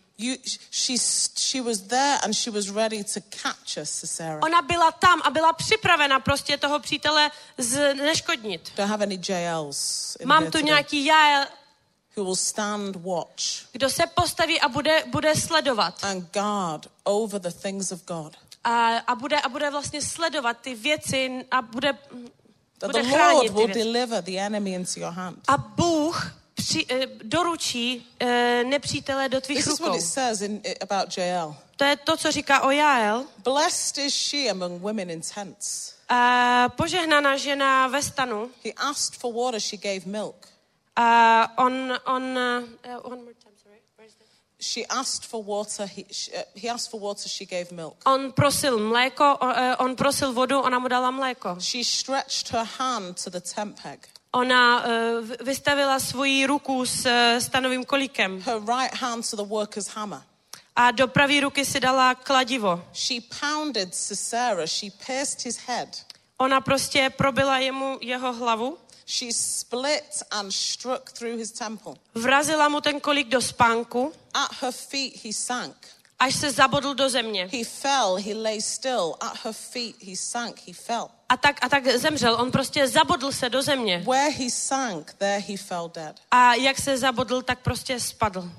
Speaker 5: She was there and she was ready to capture Sisera.
Speaker 2: Ona byla tam a byla připravena prostě toho přítele zneškodnit.
Speaker 5: Don't have any Jaels.
Speaker 2: Mám tu nějaký Jael,
Speaker 5: who will stand watch.
Speaker 2: Kdo se postaví a bude sledovat.
Speaker 5: And guard over the things of God.
Speaker 2: A bude vlastně sledovat ty věci a bude
Speaker 5: chránit ty věci. Will deliver the enemy into your hand.
Speaker 2: A Bůh doručí nepřítele do tvých rukou.
Speaker 5: This is what it says about Jael.
Speaker 2: To je to, co říká o Jael.
Speaker 5: Blessed is she among women in tents.
Speaker 2: Požehnaná žena ve stanu.
Speaker 5: He asked for water, she gave milk.
Speaker 2: One more time, sorry. Where is that?
Speaker 5: She asked for water. He asked for water. She gave milk.
Speaker 2: On prosil mléko. On prosil vodu. Ona mu dala mléko.
Speaker 5: She stretched her hand to the tent peg.
Speaker 2: Ona vystavila svoji ruku s stanovým kolíkem.
Speaker 5: Her right hand to the worker's hammer.
Speaker 2: A do pravé ruky si dala kladivo.
Speaker 5: She pounded Sisera. She pierced his head.
Speaker 2: Ona prostě probila jeho hlavu.
Speaker 5: She split and struck through his temple.
Speaker 2: Vrazila mu ten kolík do spánku.
Speaker 5: At her feet he sank.
Speaker 2: Až se zabodl do země.
Speaker 5: He fell, he lay still. At her feet he sank, he fell.
Speaker 2: A tak zemřel. On prostě zabodl se do země.
Speaker 5: Where he sank, there he fell dead.
Speaker 2: A jak se zabodl, tak prostě spadl.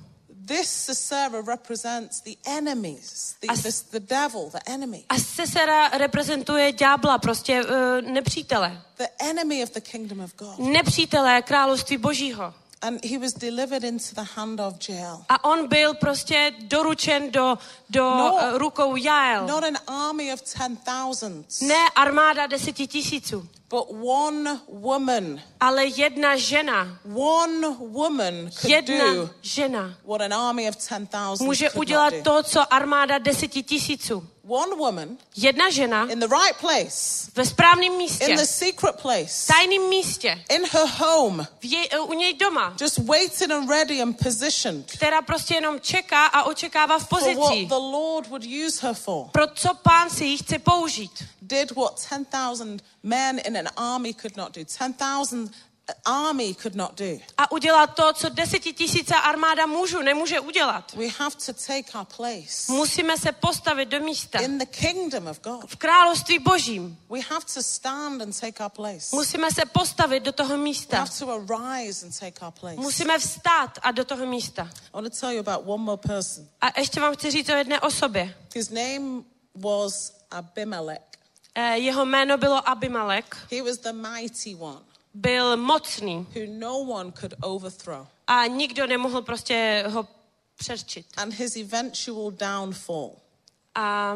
Speaker 5: This Sisera represents the enemies, the devil, the enemy.
Speaker 2: A Sisera reprezentuje ďábla, prostě nepřítele.
Speaker 5: The enemy of the kingdom of God.
Speaker 2: Nepřítele království Božího.
Speaker 5: And he was delivered into the hand of Jael.
Speaker 2: A on byl prostě doručen do rukou Jael.
Speaker 5: Not an army of 10,000.
Speaker 2: Ne armáda 10 000.
Speaker 5: But one woman.
Speaker 2: Ale jedna žena.
Speaker 5: One woman could do
Speaker 2: žena
Speaker 5: what an army of 10,000
Speaker 2: může
Speaker 5: could
Speaker 2: udělat
Speaker 5: not do.
Speaker 2: to, co armáda 10 000.
Speaker 5: One woman.
Speaker 2: Jedna žena.
Speaker 5: In the right place.
Speaker 2: Ve správném místě.
Speaker 5: In the secret place.
Speaker 2: Tajném místě.
Speaker 5: In her home.
Speaker 2: U něj doma.
Speaker 5: Just waiting and ready and positioned.
Speaker 2: Která prostě jenom čeká a očekává v pozici.
Speaker 5: For what the Lord would use her for.
Speaker 2: Pro co Pán si ji chce použít.
Speaker 5: Did what 10,000 men in an army could not do. 10,000 army could not do.
Speaker 2: A udělat to, co 10 000 armáda mužů nemůže udělat.
Speaker 5: We have to take our place.
Speaker 2: Musíme se postavit do místa.
Speaker 5: In the kingdom of God.
Speaker 2: V království Božím.
Speaker 5: We have to stand and take our place.
Speaker 2: Musíme se postavit do toho místa.
Speaker 5: We have to arise and take our place.
Speaker 2: Musíme vstát a do toho místa.
Speaker 5: I want to tell you about one more person.
Speaker 2: A ještě vám chci říct o jedné osobě.
Speaker 5: His name was Abimelech.
Speaker 2: Jeho jméno bylo Abimelech.
Speaker 5: He was the mighty one.
Speaker 2: Byl mocný.
Speaker 5: Who no one could overthrow.
Speaker 2: A nikdo nemohl prostě ho přerčit.
Speaker 5: And his eventual downfall.
Speaker 2: A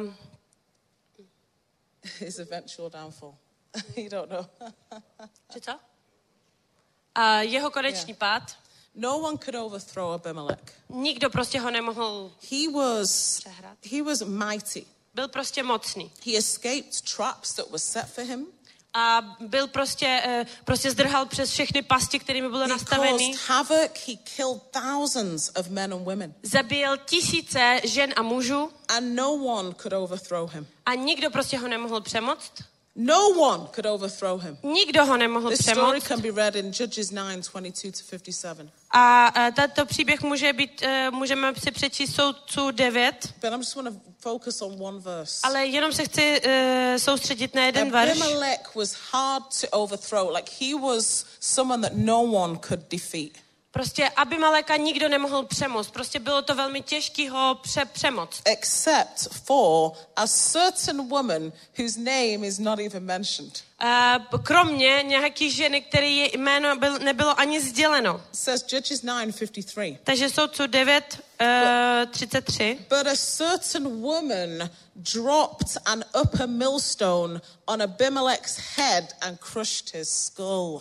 Speaker 5: his eventual downfall. You don't know.
Speaker 2: Co? A jeho konečný pád.
Speaker 5: No one could overthrow Abimelech.
Speaker 2: Nikdo prostě ho nemohl přehrát.
Speaker 5: He was mighty.
Speaker 2: Byl prostě mocný.
Speaker 5: He escaped traps that were set for him.
Speaker 2: A byl prostě zdrhal přes všechny pasti, kterými byly nastaveny.
Speaker 5: He caused havoc. He killed thousands of men and women.
Speaker 2: Zabil tisíce žen a mužů.
Speaker 5: And no one could overthrow him.
Speaker 2: A nikdo prostě ho nemohl přemoct.
Speaker 5: No one could overthrow him.
Speaker 2: Nikdo ho nemohl
Speaker 5: This
Speaker 2: přemoct.
Speaker 5: story can be read in Judges 9:22-57.
Speaker 2: A tento příběh můžeme si přečíst Soudců 9.
Speaker 5: But I just want to focus on one verse.
Speaker 2: Ale jenom se chci soustředit na jeden verš.
Speaker 5: Abimelech was hard to overthrow. Like he was someone that no one could defeat.
Speaker 2: Prostě Abimeleka nikdo nemohl přemoct. Prostě bylo to velmi těžké ho přemoct.
Speaker 5: Except for a certain woman whose name is not even mentioned.
Speaker 2: Kromě nějaký ženy, které je jméno nebylo ani sděleno.
Speaker 5: It says Judges 9:53.
Speaker 2: Takže Soudců 9, 33.
Speaker 5: But a certain woman dropped an upper millstone on Abimelech's head and crushed his skull.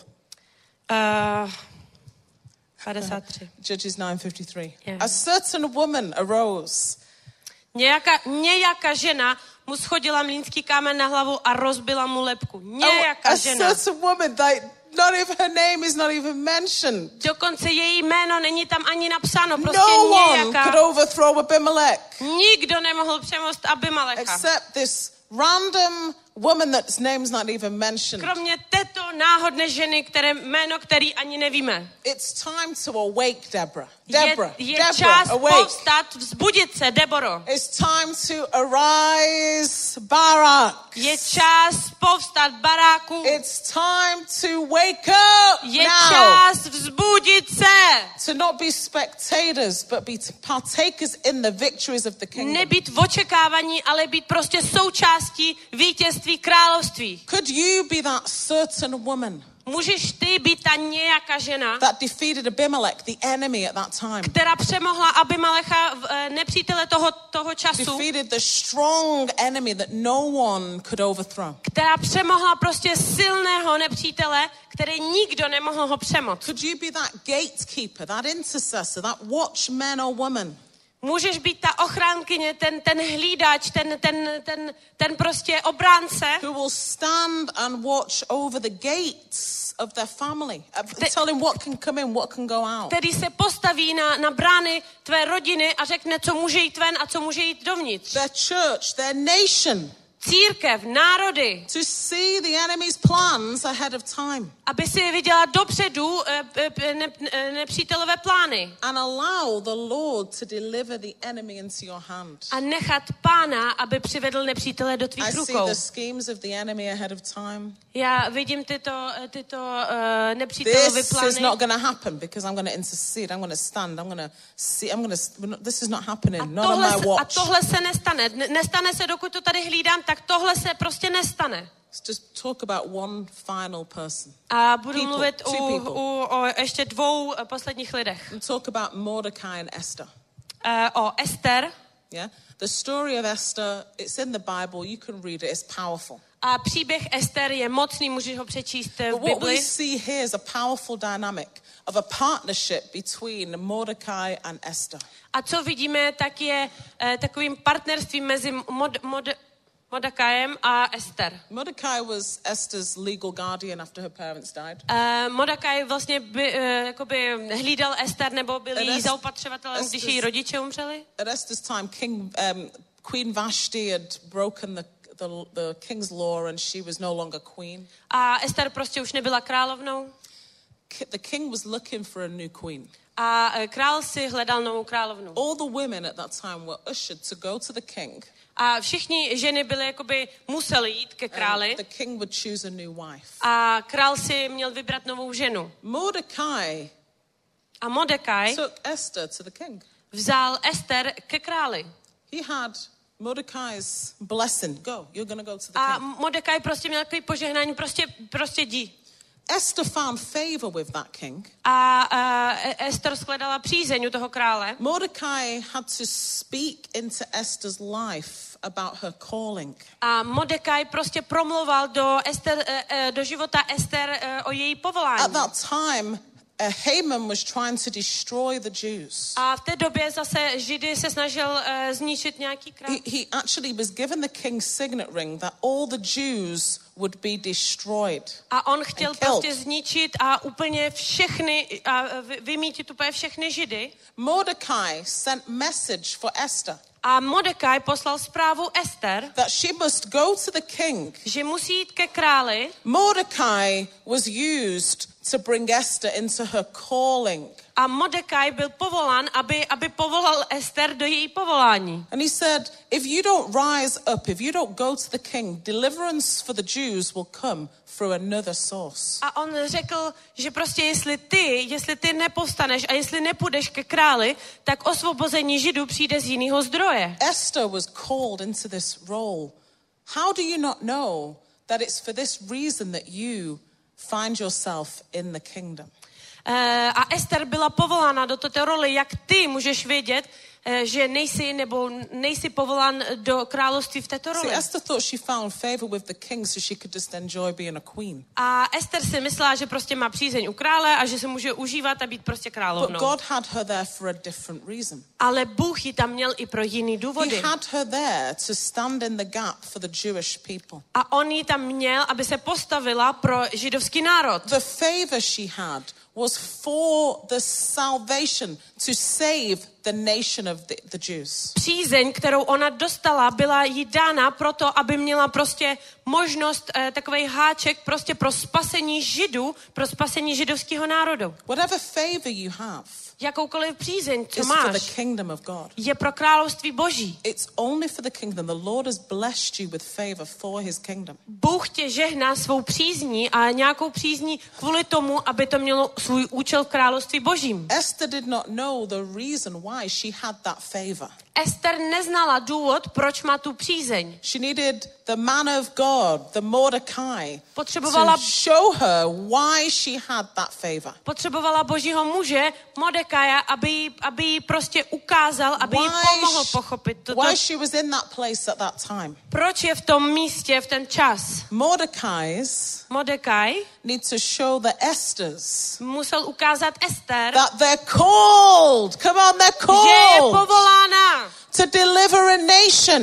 Speaker 2: 53.
Speaker 5: Judges 9:53.
Speaker 2: Yeah.
Speaker 5: A certain woman arose.
Speaker 2: Nějaká žena mu schodila mlýnský kámen na hlavu a rozbila mu lebku. Nějaká žena.
Speaker 5: A certain woman, not even her name is not even mentioned.
Speaker 2: Dokonce její jméno není tam ani napsáno. Prostě
Speaker 5: no one
Speaker 2: nějaká.
Speaker 5: could overthrow Abimelech.
Speaker 2: Nikdo nemohl přemoct Abimelecha.
Speaker 5: Except this random woman that's name's not even mentioned.
Speaker 2: Kromě této náhodné ženy, jméno který ani nevíme.
Speaker 5: It's time to awake, Deborah.
Speaker 2: Je čas povstat, vzbudit se, Deboro.
Speaker 5: It's time to arise, Barak.
Speaker 2: Je čas povstat, Baráku.
Speaker 5: It's time to wake up
Speaker 2: Je
Speaker 5: now.
Speaker 2: čas vzbudit se.
Speaker 5: To not be spectators, but be partakers in the victories of the kingdom.
Speaker 2: Nebýt v očekávání, ale být prostě součástí vítězství království.
Speaker 5: Could you be that certain woman?
Speaker 2: Můžeš ty být ta nějaká žena,
Speaker 5: that defeated Abimelech, the enemy at that time.
Speaker 2: která přemohla Abimelecha, nepřítele toho času.
Speaker 5: Defeated the strong enemy that no one could overthrow.
Speaker 2: Která přemohla prostě silného nepřítele, který nikdo nemohl ho přemoct.
Speaker 5: Could you be that gatekeeper, that intercessor, that watchman or woman?
Speaker 2: Můžeš být ta ochránkyně, ten hlídač, ten prostě obránce.
Speaker 5: Who will stand and watch over the gates of their family, telling what can come in, what can go out.
Speaker 2: Který se postaví na brány tvé rodiny a řekne, co může jít ven a co může jít dovnitř.
Speaker 5: Their church, their nation.
Speaker 2: církev, národy,
Speaker 5: to see the enemy's plans ahead of time
Speaker 2: aby si viděla dopředu nepřítelové plány
Speaker 5: and allow the Lord to deliver the enemy into your hand.
Speaker 2: a nechat Pána, aby přivedl nepřítele do
Speaker 5: I
Speaker 2: tvých
Speaker 5: see
Speaker 2: rukou.
Speaker 5: the schemes of the enemy ahead of time.
Speaker 2: Já vidím tyto nepřítelové
Speaker 5: This
Speaker 2: plány.
Speaker 5: is not going to happen because I'm going to intercede. I'm going to stand. This is not happening. Not on my
Speaker 2: A
Speaker 5: watch.
Speaker 2: tohle se nestane. Nestane se, dokud to tady hlídám, tak tohle se prostě nestane.
Speaker 5: Let's just talk about one final person.
Speaker 2: A budu
Speaker 5: People,
Speaker 2: mluvit
Speaker 5: two people.
Speaker 2: o ještě dvou posledních lidech.
Speaker 5: And talk about Mordecai and Esther.
Speaker 2: O Ester.
Speaker 5: Yeah? The story of Esther, it's in the Bible. You can read it. It's powerful.
Speaker 2: A příběh Ester je mocný, můžeš ho přečíst v
Speaker 5: But what we
Speaker 2: Bibli.
Speaker 5: see here is a powerful dynamic of a partnership between Mordecai and Esther.
Speaker 2: A co vidíme, tak je takovým partnerstvím mezi Mordekajem a Ester.
Speaker 5: Mordecai was Esther's legal guardian after her parents died.
Speaker 2: Mordekaj vlastně jakoby hlídal Ester, nebo byl jí
Speaker 5: Esther-
Speaker 2: zaopatřovatelem, když její rodiče umřeli.
Speaker 5: At Esther's time, Queen Vashti had broken the king's law and she was no longer queen.
Speaker 2: A Ester prostě už nebyla královnou.
Speaker 5: The king was looking for a new queen.
Speaker 2: A král si hledal novou královnu.
Speaker 5: All the women at that time were ushered to go to the king.
Speaker 2: A všichni ženy byly jakoby museli jít ke králi.
Speaker 5: And the king would choose a new wife.
Speaker 2: A král si měl vybrat novou ženu.
Speaker 5: Mordecai
Speaker 2: A Mordekaj
Speaker 5: took Esther to the king.
Speaker 2: vzal Ester ke králi.
Speaker 5: He had Mordecai's blessing. Go, you're going to go to the
Speaker 2: A
Speaker 5: king.
Speaker 2: Mordekaj prostě měl takový požehnání, prostě jdi.
Speaker 5: Esther found favor with that king.
Speaker 2: A Ester shledala přízeň u toho krále.
Speaker 5: Mordecai had to speak into Esther's life about her calling.
Speaker 2: A Mordekaj prostě promluval do života Ester o její povolání.
Speaker 5: At that time, Haman was trying to destroy the Jews.
Speaker 2: A v té době zase Židy se snažil zničit nějaký král.
Speaker 5: He actually was given the king's signet ring that all the Jews would be destroyed.
Speaker 2: A on chtěl
Speaker 5: and killed.
Speaker 2: prostě zničit a úplně všechny, a vymítit úplně všechny Židy.
Speaker 5: Mordecai sent message for Esther
Speaker 2: A Mordekaj poslal zprávu Ester,
Speaker 5: that she must go to the king.
Speaker 2: že musí jít ke králi.
Speaker 5: Mordecai was used to bring Esther into her calling.
Speaker 2: A Mordekaj byl povolán, aby povolal Ester do její povolání.
Speaker 5: And he said, if you don't rise up, if you don't go to the king, deliverance for the Jews will come through another source.
Speaker 2: A on řekl, že prostě jestli ty nepovstaneš a jestli nepůjdeš ke králi, tak osvobození Židů přijde z jiného zdroje.
Speaker 5: Esther was called into this role. How do you not know that it's for this reason that you find yourself in the kingdom?
Speaker 2: A Ester byla povolána do této roli, jak ty můžeš vědět, že nejsi povolán do království v této roli.
Speaker 5: See, Esther thought she found favor with the king so she could just enjoy being a queen.
Speaker 2: A Ester si myslela, že prostě má přízeň u krále a že se může užívat a být prostě
Speaker 5: But
Speaker 2: královnou.
Speaker 5: God had her there for a different reason.
Speaker 2: Ale Bůh ji tam měl i pro jiný důvody.
Speaker 5: He had her there to stand in the gap for the Jewish people.
Speaker 2: A on ji tam měl, aby se postavila pro židovský národ.
Speaker 5: The favor she had was for the salvation to save the nation of the Jews.
Speaker 2: Přízeň, kterou ona dostala, byla jí dána proto, aby měla prostě možnost, takovej háček prostě pro spasení Židů, pro spasení židovského národu.
Speaker 5: Whatever favor you have
Speaker 2: Jakoukoliv přízeň, co
Speaker 5: is for the
Speaker 2: máš,
Speaker 5: kingdom of God.
Speaker 2: je pro království Boží.
Speaker 5: It's only for the kingdom. The Lord has blessed you with favor for his kingdom.
Speaker 2: Bůh tě žehná svou přízní a nějakou přízní kvůli tomu, aby to mělo svůj účel v království Božím.
Speaker 5: Esther did not know the reason why she had that favor.
Speaker 2: Ester neznala důvod, proč má tu přízeň.
Speaker 5: She needed the man of God, the Mordecai,
Speaker 2: Potřebovala
Speaker 5: to show her why she had that favor.
Speaker 2: Potřebovala Božího muže, Mordekaja, aby jí prostě ukázal, aby jí pomohl pochopit toto.
Speaker 5: Why she was in that place at that time.
Speaker 2: Proč je v tom místě, v ten čas. Mordekaj
Speaker 5: need to show the Esthers
Speaker 2: musel ukázat Ester,
Speaker 5: that they're called. Come on, they're
Speaker 2: že je
Speaker 5: called
Speaker 2: povolána,
Speaker 5: to deliver a nation.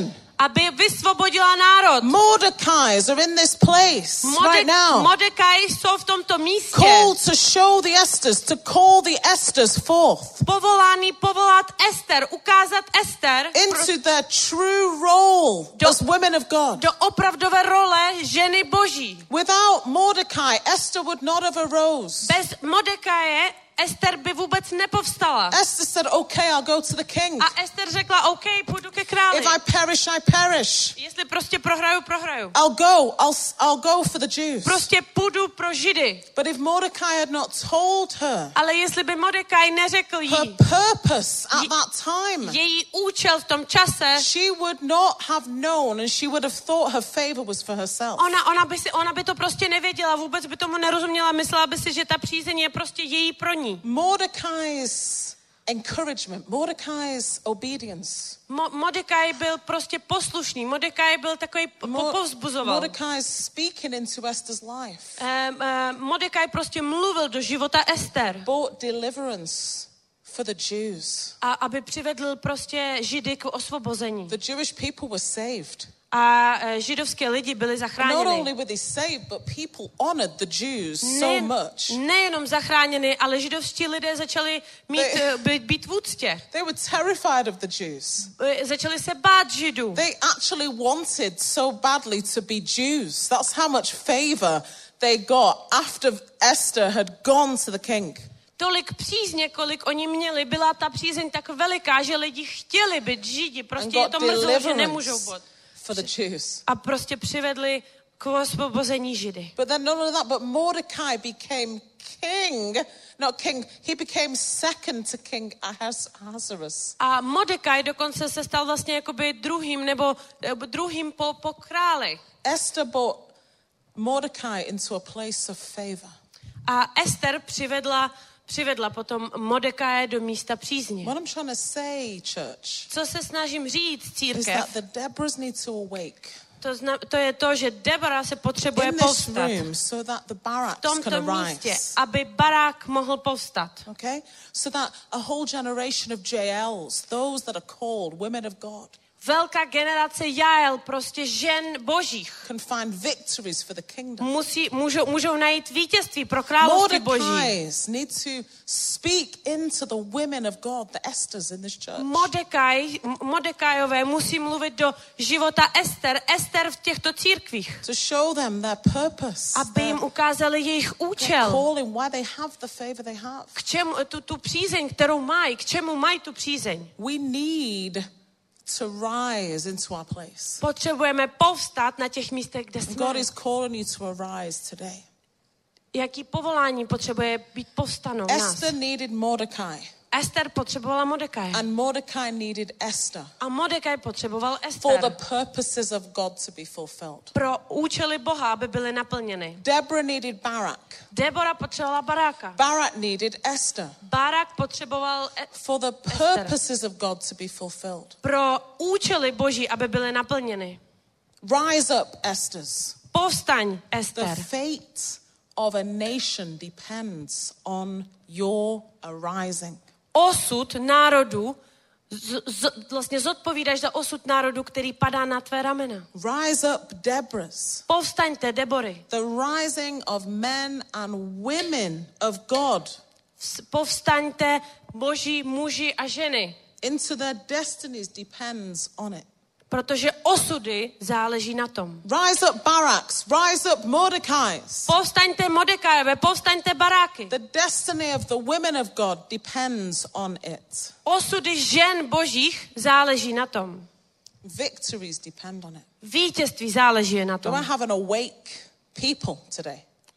Speaker 2: aby vysvobodila národ.
Speaker 5: Mordecais are in this place right now.
Speaker 2: Mordecai jsou v tomto místě.
Speaker 5: Called to show the Esthers, to call the Esthers forth.
Speaker 2: Povolání povolat Ester, ukázat Ester
Speaker 5: into their true role as women of God.
Speaker 2: Do opravdové role ženy Boží.
Speaker 5: Without Mordecai, Esther would not have arose.
Speaker 2: Bez Mordekaje Ester by vůbec nepovstala.
Speaker 5: Esther said, okay, I'll go to the king.
Speaker 2: A Ester řekla, OK, půjdu ke králi.
Speaker 5: If I perish, I perish.
Speaker 2: Jestli prostě prohraju.
Speaker 5: I'll go for the Jews.
Speaker 2: Prostě půjdu pro Židy.
Speaker 5: But if Mordecai had not told her,
Speaker 2: ale jestli by Mordekaj neřekl jí,
Speaker 5: her purpose at that time,
Speaker 2: její účel v tom čase,
Speaker 5: she would not have known and she would have thought her favor was for herself.
Speaker 2: Ona by to prostě nevěděla, vůbec by tomu nerozuměla, myslela by si, že ta přízeň je prostě její pro ní.
Speaker 5: Mordecai's encouragement, Mordecai's obedience.
Speaker 2: Mordecai byl prostě poslušný. Mordecai byl takový povzbuzoval.
Speaker 5: Mordecai speaking into Esther's life.
Speaker 2: Mordecai prostě mluvil do života Ester.
Speaker 5: Brought deliverance for the Jews.
Speaker 2: A aby přivedl prostě Židy k osvobození.
Speaker 5: The Jewish people were saved.
Speaker 2: A židovské lidi byli zachráněni.
Speaker 5: Not only were they saved, but people honored the Jews so much.
Speaker 2: Nejenom zachráněni, ale židovští lidé začali být v úctě.
Speaker 5: They were terrified of the Jews.
Speaker 2: Začali se bát Židů.
Speaker 5: They actually wanted so badly to be Jews. That's how much favor they got after Esther had gone to the king.
Speaker 2: Tolik přízně, kolik oni měli, byla ta přízeň tak veliká, že lidi chtěli být Židi. Prostě je to mrzlo, že nemůžou být.
Speaker 5: For the Jews.
Speaker 2: A prostě přivedli k osvobození Židy.
Speaker 5: But then not only that, but Mordecai became king. Not king, he became second to King Ahasuerus.
Speaker 2: A Mordecai dokonce se stal vlastně jakoby druhým po králi.
Speaker 5: Esther brought Mordecai into a place of favor.
Speaker 2: A Ester přivedla potom Mordekaje do místa přízně.
Speaker 5: What I'm trying to say, church,
Speaker 2: co se snažím říct, církev,
Speaker 5: is that the Deborahs need to awake.
Speaker 2: To je to, že Deborah se potřebuje povstat.
Speaker 5: So that the Baraks
Speaker 2: v tomto
Speaker 5: can arise.
Speaker 2: místě, aby Barák mohl povstat.
Speaker 5: Okay? So that a whole generation of Jaels, those that are called women of God,
Speaker 2: velká generace Jael, prostě žen božích,
Speaker 5: can find victories for the kingdom.
Speaker 2: Můžou najít vítězství pro království boží.
Speaker 5: Mordecais need to speak into the women of God, the Esthers in this church.
Speaker 2: Mordekajové musí mluvit do života Ester v těchto církvích.
Speaker 5: To show them their purpose.
Speaker 2: Aby jim ukázali jejich účel.
Speaker 5: Calling, why they have the favor they have.
Speaker 2: K čemu tu přízeň, kterou mají, k čemu mají tu přízeň.
Speaker 5: We need to rise into our place.
Speaker 2: Potřebujeme povstat na těch místech, kde jsme.
Speaker 5: God is calling you to arise today.
Speaker 2: Jaký povolání potřebuje být povstanou nás?
Speaker 5: Esther needed Mordecai.
Speaker 2: Ester potřebovala Mordekaje.
Speaker 5: And Mordecai needed Esther.
Speaker 2: A Mordekaj potřeboval Ester.
Speaker 5: For the purposes of God to be fulfilled.
Speaker 2: Pro účely Boha, aby byly naplněny.
Speaker 5: Deborah needed Barak.
Speaker 2: Deborah potřebovala Baráka.
Speaker 5: Barak needed Esther.
Speaker 2: Barak potřeboval
Speaker 5: For the purposes of God to be fulfilled.
Speaker 2: Pro účely Boží, aby byly naplněny.
Speaker 5: Rise up, Esthers.
Speaker 2: Povstaň, Ester.
Speaker 5: The fate of a nation depends on your arising.
Speaker 2: Osud národu, vlastně zodpovídáš za osud národu, který padá na tvé ramena.
Speaker 5: Rise up, Deborahs.
Speaker 2: Povstaňte, Debory.
Speaker 5: The rising of men and women of God.
Speaker 2: Povstaňte, boží muži a ženy.
Speaker 5: Into their destinies depends on it.
Speaker 2: Protože osudy záleží na tom.
Speaker 5: Rise up, Baraks. Rise up, Mordecais.
Speaker 2: Povstaňte Mordekajové, povstaňte Baráky.
Speaker 5: The destiny of the women of God depends on it.
Speaker 2: Osudy žen božích záleží na tom.
Speaker 5: Victories depend on it.
Speaker 2: Vítězství záleží na tom.
Speaker 5: Do I have an awake people today?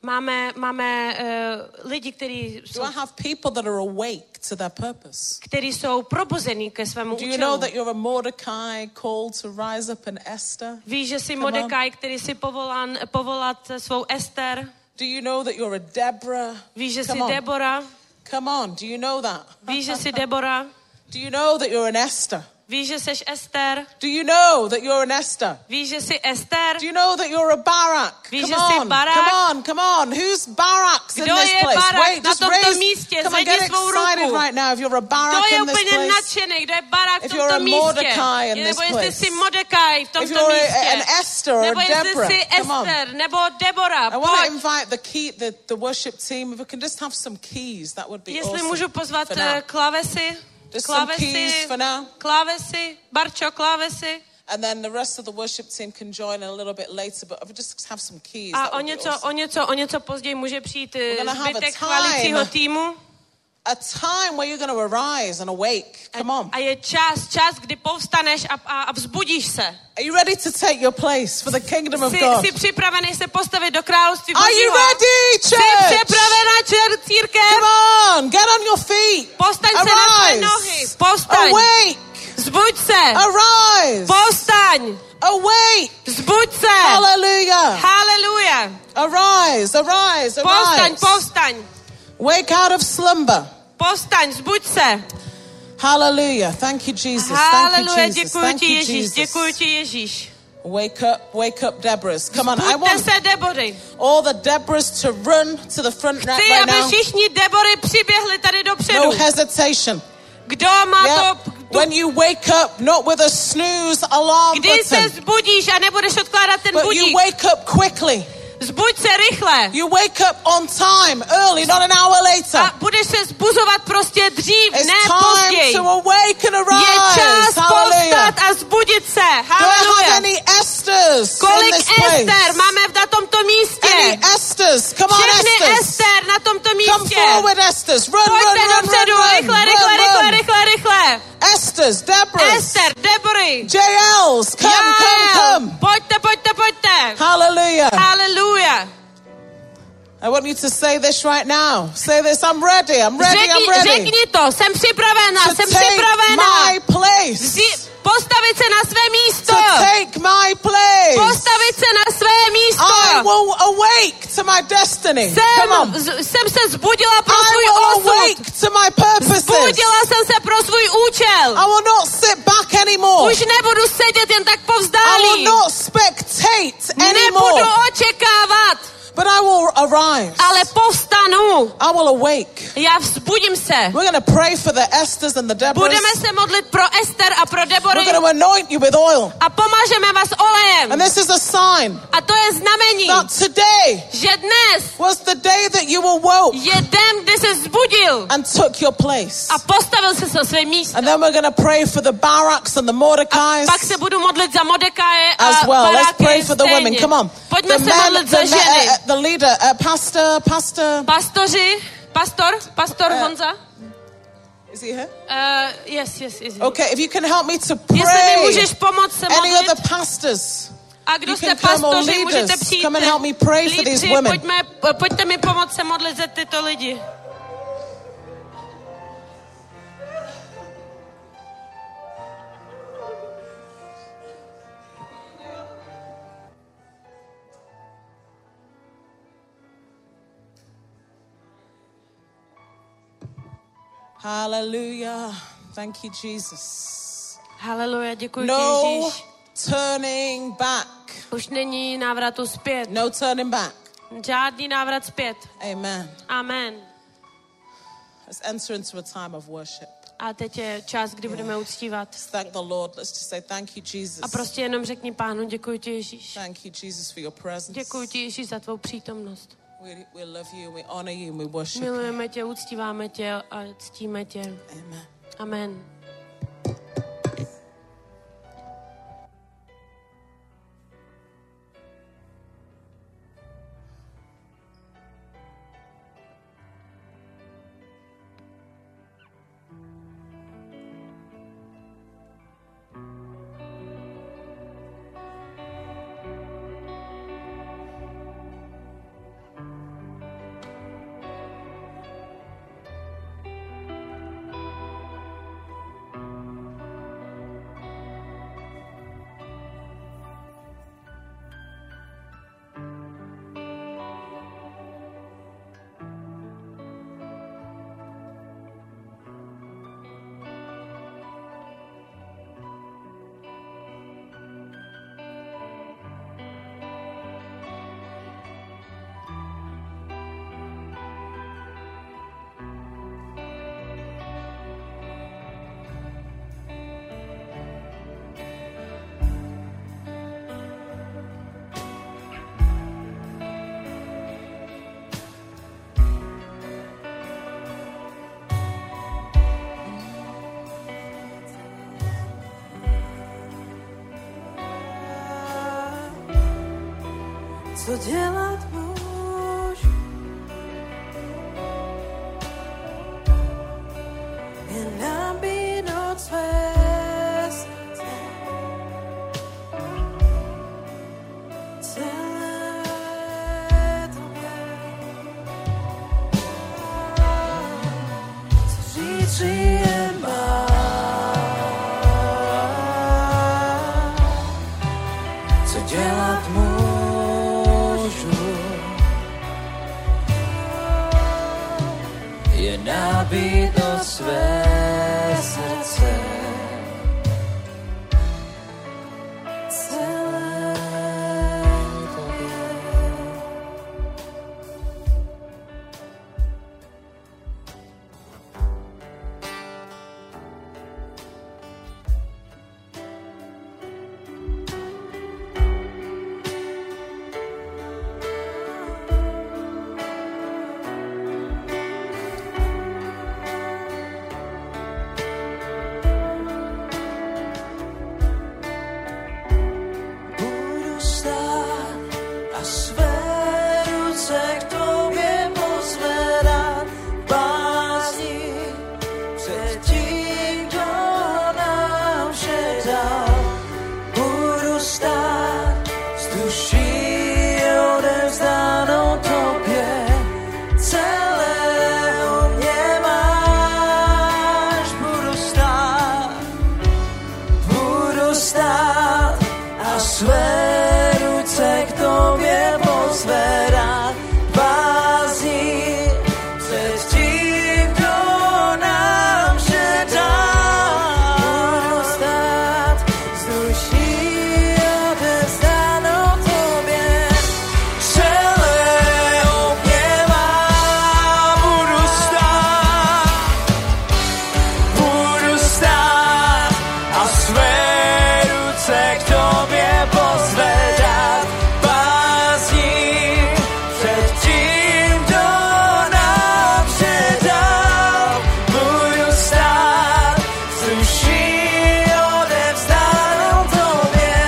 Speaker 2: Máme lidi, kteří jsou,
Speaker 5: do I have people that are awake to their purpose?
Speaker 2: Kteří jsou probuzení ke svému účelu.
Speaker 5: Do you know that you're a Mordecai called to rise up in Esther?
Speaker 2: Víš, že jsi Mordekaj, který jsi povolat svou Ester?
Speaker 5: Do you know that you're a Deborah?
Speaker 2: Víš, že jsi Deborah?
Speaker 5: Come on, do you know that?
Speaker 2: Víš, že jsi Deborah?
Speaker 5: Do you know that you're an Esther?
Speaker 2: Víš, že seš Ester?
Speaker 5: Do you know that you're an Esther?
Speaker 2: Víš, že jsi Ester?
Speaker 5: Do you know that you're a Barak?
Speaker 2: Víš,
Speaker 5: Come
Speaker 2: že jsi
Speaker 5: on,
Speaker 2: Barak?
Speaker 5: come on. Who's Baraks in
Speaker 2: Kdo
Speaker 5: this
Speaker 2: je
Speaker 5: place?
Speaker 2: Barak
Speaker 5: Wait,
Speaker 2: na
Speaker 5: just
Speaker 2: tomto
Speaker 5: raise.
Speaker 2: místě?
Speaker 5: Come on,
Speaker 2: Zvedni
Speaker 5: get
Speaker 2: svou
Speaker 5: excited
Speaker 2: ruku.
Speaker 5: right now if you're a
Speaker 2: Kdo
Speaker 5: Barak
Speaker 2: je
Speaker 5: in this
Speaker 2: úplně
Speaker 5: place.
Speaker 2: nadšený? Kdo je Barak v
Speaker 5: If you're
Speaker 2: tomto
Speaker 5: a
Speaker 2: místě?
Speaker 5: Mordecai in
Speaker 2: Nebo
Speaker 5: this
Speaker 2: jestli
Speaker 5: place.
Speaker 2: jsi Mordecai v
Speaker 5: If
Speaker 2: tomto
Speaker 5: you're
Speaker 2: místě.
Speaker 5: an Esther or a
Speaker 2: Nebo jestli
Speaker 5: Deborah,
Speaker 2: jsi
Speaker 5: come on.
Speaker 2: Ester, nebo Deborah.
Speaker 5: I want to
Speaker 2: Pojď.
Speaker 5: invite the worship team. If we can just have some keys, that would be
Speaker 2: Jestli
Speaker 5: awesome.
Speaker 2: můžu pozvat
Speaker 5: for now.
Speaker 2: klávesy.
Speaker 5: Just some keys for now.
Speaker 2: Klávesy. Barčo, klávesy.
Speaker 5: And then the rest of the worship team can join a little bit later, but if we just have some keys,
Speaker 2: A
Speaker 5: that would be awesome.
Speaker 2: o něco později může přijít
Speaker 5: gonna have
Speaker 2: zbytek
Speaker 5: a time.
Speaker 2: chvalicího týmu.
Speaker 5: A time where you're going to arise and awake. Come on.
Speaker 2: A je čas, kdy povstaneš a vzbudíš se.
Speaker 5: Are you ready to take your place for the kingdom of God?
Speaker 2: Jsi připravený se postavit do království
Speaker 5: Are you
Speaker 2: Božího?
Speaker 5: ready,
Speaker 2: Jsi
Speaker 5: church?
Speaker 2: připravená, církev?
Speaker 5: Come on, get on your feet.
Speaker 2: Postaň se na své
Speaker 5: Arise.
Speaker 2: nohy. Postaň.
Speaker 5: Awake.
Speaker 2: Zbuď se.
Speaker 5: Arise.
Speaker 2: Postaň.
Speaker 5: Awake.
Speaker 2: Zbuď se.
Speaker 5: Hallelujah.
Speaker 2: Haleluja.
Speaker 5: Arise, arise,
Speaker 2: Povstaň,
Speaker 5: arise.
Speaker 2: povstaň.
Speaker 5: Wake out of slumber.
Speaker 2: Povstaň, zbuď se.
Speaker 5: Hallelujah. Thank you, Jesus. Thank
Speaker 2: Haleluja,
Speaker 5: you, Jesus.
Speaker 2: děkuji
Speaker 5: Thank
Speaker 2: ti,
Speaker 5: you,
Speaker 2: Ježíš.
Speaker 5: Jesus.
Speaker 2: Děkuji ti, Ježíš.
Speaker 5: Wake up, Deborahs. Come on. I
Speaker 2: Zbuďte
Speaker 5: want
Speaker 2: se, Debory.
Speaker 5: all the Deborahs to run to the front
Speaker 2: Chci,
Speaker 5: right
Speaker 2: aby
Speaker 5: now.
Speaker 2: všichni Debory přiběhli tady dopředu.
Speaker 5: No hesitation.
Speaker 2: Kdo má
Speaker 5: Yeah.
Speaker 2: to...
Speaker 5: When you wake up, not with a snooze alarm
Speaker 2: Kdy se
Speaker 5: button,
Speaker 2: zbudíš a nebudeš odkládat ten
Speaker 5: but you
Speaker 2: budík.
Speaker 5: wake up quickly.
Speaker 2: Zbuď se rychle.
Speaker 5: You wake up on time, early, not an hour later.
Speaker 2: A budeš se zbuzovat prostě dřív,
Speaker 5: It's
Speaker 2: ne
Speaker 5: time
Speaker 2: později.
Speaker 5: to awake and arise.
Speaker 2: Je čas
Speaker 5: Hallelujah.
Speaker 2: povstat a zbudit se.
Speaker 5: Do I have
Speaker 2: Haleluja.
Speaker 5: any Esters in
Speaker 2: Kolik
Speaker 5: this place?
Speaker 2: Ester máme na tomto místě?
Speaker 5: Any Esters? Come on,
Speaker 2: Všechny
Speaker 5: Esters.
Speaker 2: Ester na tomto
Speaker 5: Come
Speaker 2: místě.
Speaker 5: forward, Esters. Run, run,
Speaker 2: Pojďte
Speaker 5: run,
Speaker 2: dopředu,
Speaker 5: run, run,
Speaker 2: rychle,
Speaker 5: run,
Speaker 2: rychle,
Speaker 5: run.
Speaker 2: rychle, rychle, rychle.
Speaker 5: Esters, Deborahs,
Speaker 2: Ester, Debory.
Speaker 5: JLs, come.
Speaker 2: Pojďte, pojďte, pojďte.
Speaker 5: Hallelujah.
Speaker 2: Haleluja.
Speaker 5: I want you to say this right now. Say this, I'm ready, I'm ready.
Speaker 2: Řekni to, jsem připravená,
Speaker 5: To
Speaker 2: jsem
Speaker 5: take
Speaker 2: připravená.
Speaker 5: my place.
Speaker 2: Postavit se na své místo.
Speaker 5: To take my place.
Speaker 2: Postavit se na své místo.
Speaker 5: I will awake to my destiny. Come on.
Speaker 2: Jsem se zbudila pro
Speaker 5: I
Speaker 2: svůj
Speaker 5: will
Speaker 2: osud.
Speaker 5: awake to my purposes.
Speaker 2: Zbudila jsem se pro svůj účel.
Speaker 5: I will not sit back anymore.
Speaker 2: Už nebudu sedět jen tak
Speaker 5: I
Speaker 2: povzdálí.
Speaker 5: will not spectate
Speaker 2: Nebudu
Speaker 5: anymore.
Speaker 2: očekávat,
Speaker 5: But I will arise.
Speaker 2: ale povstanu.
Speaker 5: I will awake.
Speaker 2: Já vzbudím se.
Speaker 5: We're going to pray for the Esthers and the Deborahs.
Speaker 2: Budeme se modlit pro Ester a pro Debory
Speaker 5: We're going to anoint you with oil.
Speaker 2: a pomažeme vás olejem.
Speaker 5: And this is a sign
Speaker 2: A to je znamení,
Speaker 5: that today
Speaker 2: že dnes
Speaker 5: was the day that you awoke
Speaker 2: je den, kdy se zbudil
Speaker 5: and took your place.
Speaker 2: a postavil se na své místo.
Speaker 5: And then we're going to pray for the Baraks and the Mordecais
Speaker 2: Pak se budu modlit za Modekaje a
Speaker 5: as well. Let's
Speaker 2: Baráky
Speaker 5: pray for the women.
Speaker 2: stejně.
Speaker 5: Come on.
Speaker 2: Pojďme se modlit za ženy.
Speaker 5: The leader, pastor.
Speaker 2: Pastor Honza?
Speaker 5: Is he here?
Speaker 2: Yes.
Speaker 5: Okay, if you can help me to
Speaker 2: Jestli mi
Speaker 5: pray.
Speaker 2: můžeš pomoct se
Speaker 5: Any
Speaker 2: modlit.
Speaker 5: other pastors?
Speaker 2: A kdo
Speaker 5: you
Speaker 2: jste
Speaker 5: can come, or
Speaker 2: pastoři, můžete
Speaker 5: leaders,
Speaker 2: přijít.
Speaker 5: come and help me pray for these
Speaker 2: Lídři,
Speaker 5: women.
Speaker 2: pojďte mi pomoct se modlit za tyto lidi.
Speaker 5: Hallelujah. Thank you, Jesus.
Speaker 2: Haleluja, děkuji ti,
Speaker 5: No
Speaker 2: Ježíš.
Speaker 5: turning back.
Speaker 2: Už není návratu zpět.
Speaker 5: No turning back.
Speaker 2: Žádný návrat zpět.
Speaker 5: Amen.
Speaker 2: Amen.
Speaker 5: Let's enter into a time of worship.
Speaker 2: A teď je čas, kdy budeme uctívat.
Speaker 5: Let's thank the Lord. Let's just say thank you, Jesus.
Speaker 2: A prostě jenom řekni Pánu, děkuji ti, Ježíš.
Speaker 5: Thank you, Jesus, for your presence.
Speaker 2: Děkuji ti, Ježíš, za tvou přítomnost.
Speaker 5: We love you, we honor you, and we worship you.
Speaker 2: Milujeme tě, uctíváme tě a ctíme tě.
Speaker 5: Amen.
Speaker 2: Amen.
Speaker 1: co dělat můžu, je nabídnout své srdce, celé tobě. Co říci je co dělat můžu, je nabídnout své srdce, celé tobě. Budu stát a své ruce k tobě pozvedat v bázni před tím, kdo nám vše dal. Budu stát s duší odevzdanou tobě, celého mě máš. Budu stát a své ruce k tobě pozvedat v bázni před tím, kdo nám vše dal. Budu stát s duší odevzdanou tobě, celého mě má. Budu stát a své ruce k tobě pozvedat v bázni před tím, kdo nám vše dal. Budu stát s duší odevzdanou tobě,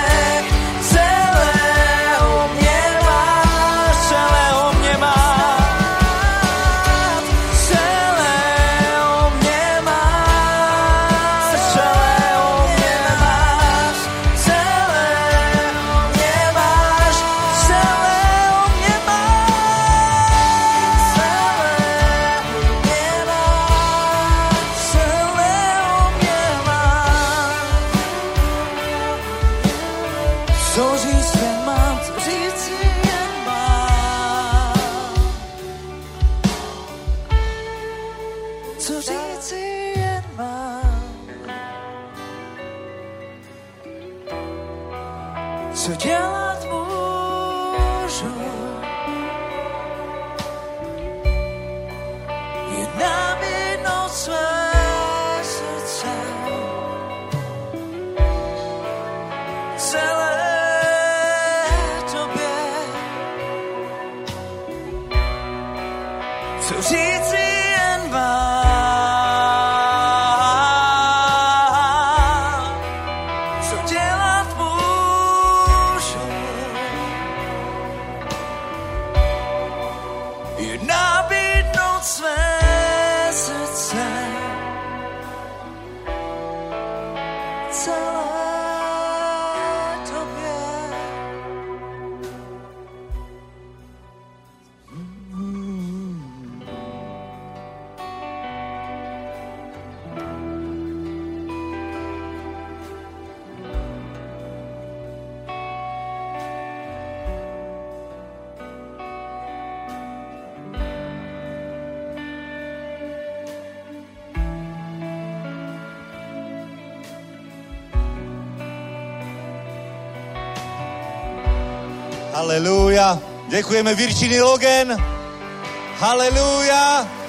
Speaker 1: celého mě máš, celého mě máš, celého mě máš, celého mě máš, celého mě máš, celého mě máš, celého mě máš. Co říct jen mám, co říct jen mám, co říct jen mám, co dělat můžu, je nabídnout své srdce, celé tobě. Co říci jen mám, co dělat můžu, je nabídnout své srdce, celé tobě.
Speaker 3: Haleluja. Děkujeme Virginie Logan. Haleluja.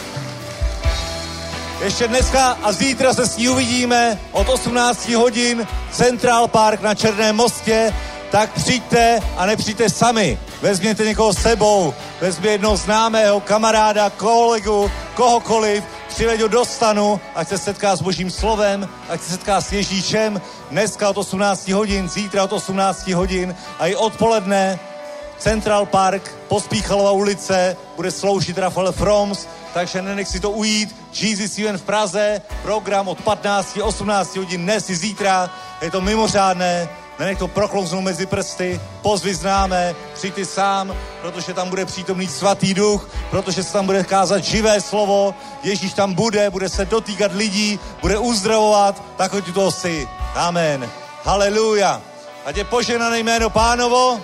Speaker 3: Ještě dneska a zítra se s ní uvidíme od 18 hodin Central Park na Černém mostě. Tak přijďte a nepřijďte sami. Vezměte někoho s sebou. Vezměte jednoho známého, kamaráda, kolegu, kohokoliv. Přiveď ho do stanu, ať se setká s Božím slovem, ať se setká s Ježíšem. Dneska od 18 hodin, zítra od 18 hodin a i odpoledne Central Park, Pospíchalova ulice, bude sloužit Rafael Froms, takže nenech si to ujít. Jesus Event v Praze, program od 15-18 hodin dnes i zítra, je to mimořádné, nenech to proklouznout mezi prsty, pozvi známé, přijď sám, protože tam bude přítomný Svatý Duch, protože se tam bude kázat živé slovo, Ježíš tam bude se dotýkat lidí, bude uzdravovat, tak hoď to si. Amen. Haleluja. Ať je požehnané jméno Pánovo.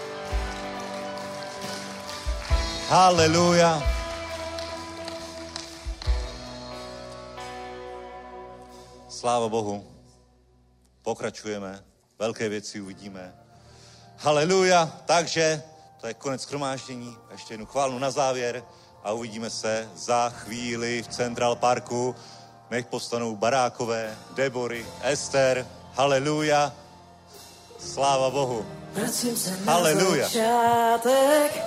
Speaker 3: Haleluja. Sláva Bohu. Pokračujeme. Velké věci uvidíme. Haleluja. Takže to je konec shromáždění. Ještě jednu chválu na závěr a uvidíme se za chvíli v Central Parku. Nech povstanou Barákové, Debory, Ester. Haleluja. Sláva Bohu.
Speaker 1: Vracím se na
Speaker 3: Haleluja.
Speaker 1: začátek,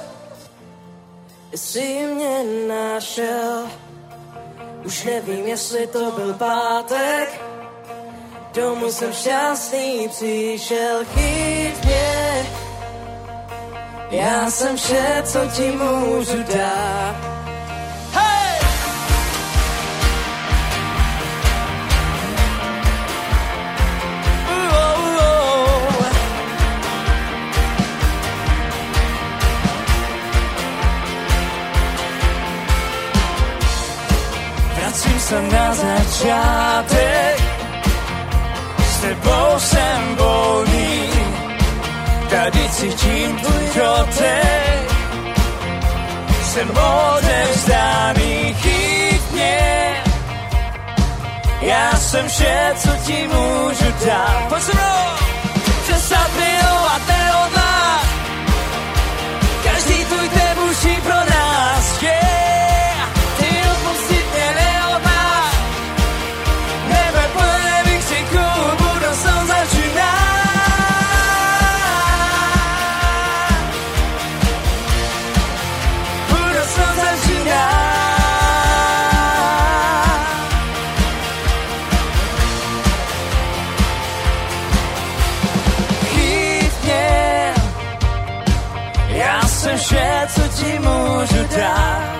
Speaker 1: jsi mě našel. Už nevím, jestli to byl pátek, domů jsem šťastný přišel, chyť mě. Já jsem vše, co ti můžu dát. Hey! Vracím se na začátek, s tebou jsem volný, tady cítím tvůj dotek, jsem odevzdaný, chyť mě, já jsem vše, co ti můžu dát. Pojď se mnou! Přestat milovat, nehodlát, každý tvůj tebuší pro nás, yeah. Ty odpustit mě nehodlát, nebe plné vykřiků, budoucnost začíná. Budoucnost začíná. Jsem vše, co ti můžu dát.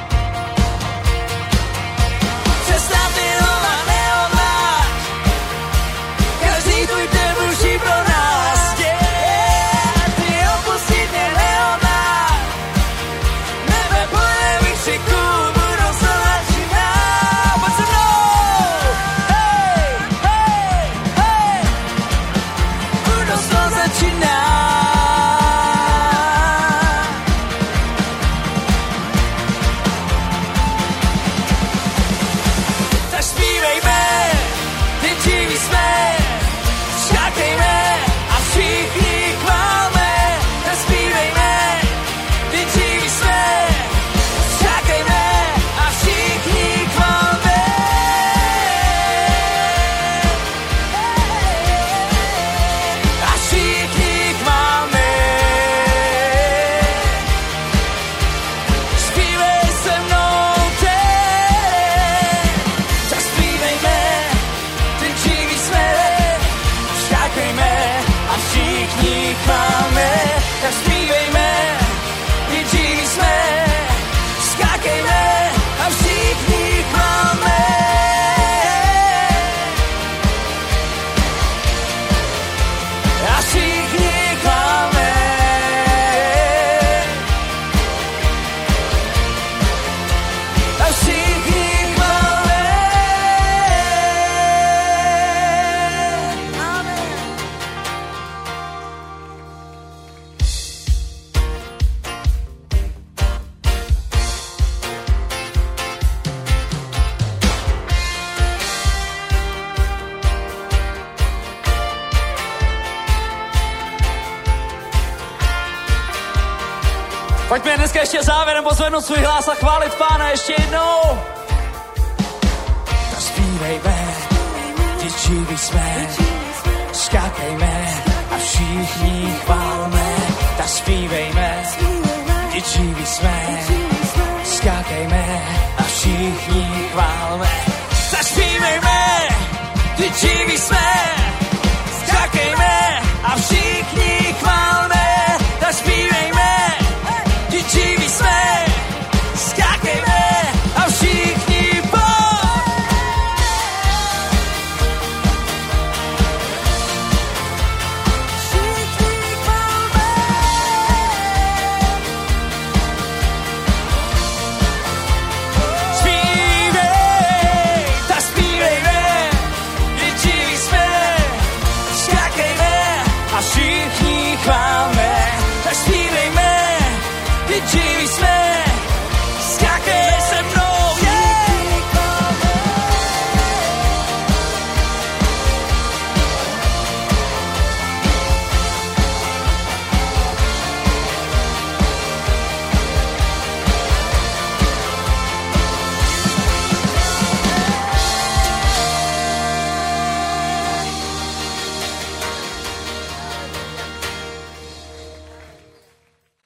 Speaker 1: Přestaň milovat, nehodlát, každý tvůj tebuší pro nás, yeah. Ty opustit mě nehodlát, nebe plné vykřiků, budoucnost začíná. Pojď se mnou! Hej, hej, hej! Budoucnost začíná. Pojďme dneska ještě závěrem pozvednout svůj hlas a chválit Pána ještě jednou. Tak zpívejme, děčivý jsme, skákejme a všichni chválme. Tak zpívejme, děčivý jsme, skákejme a všichni chválme. Tak zpívejme.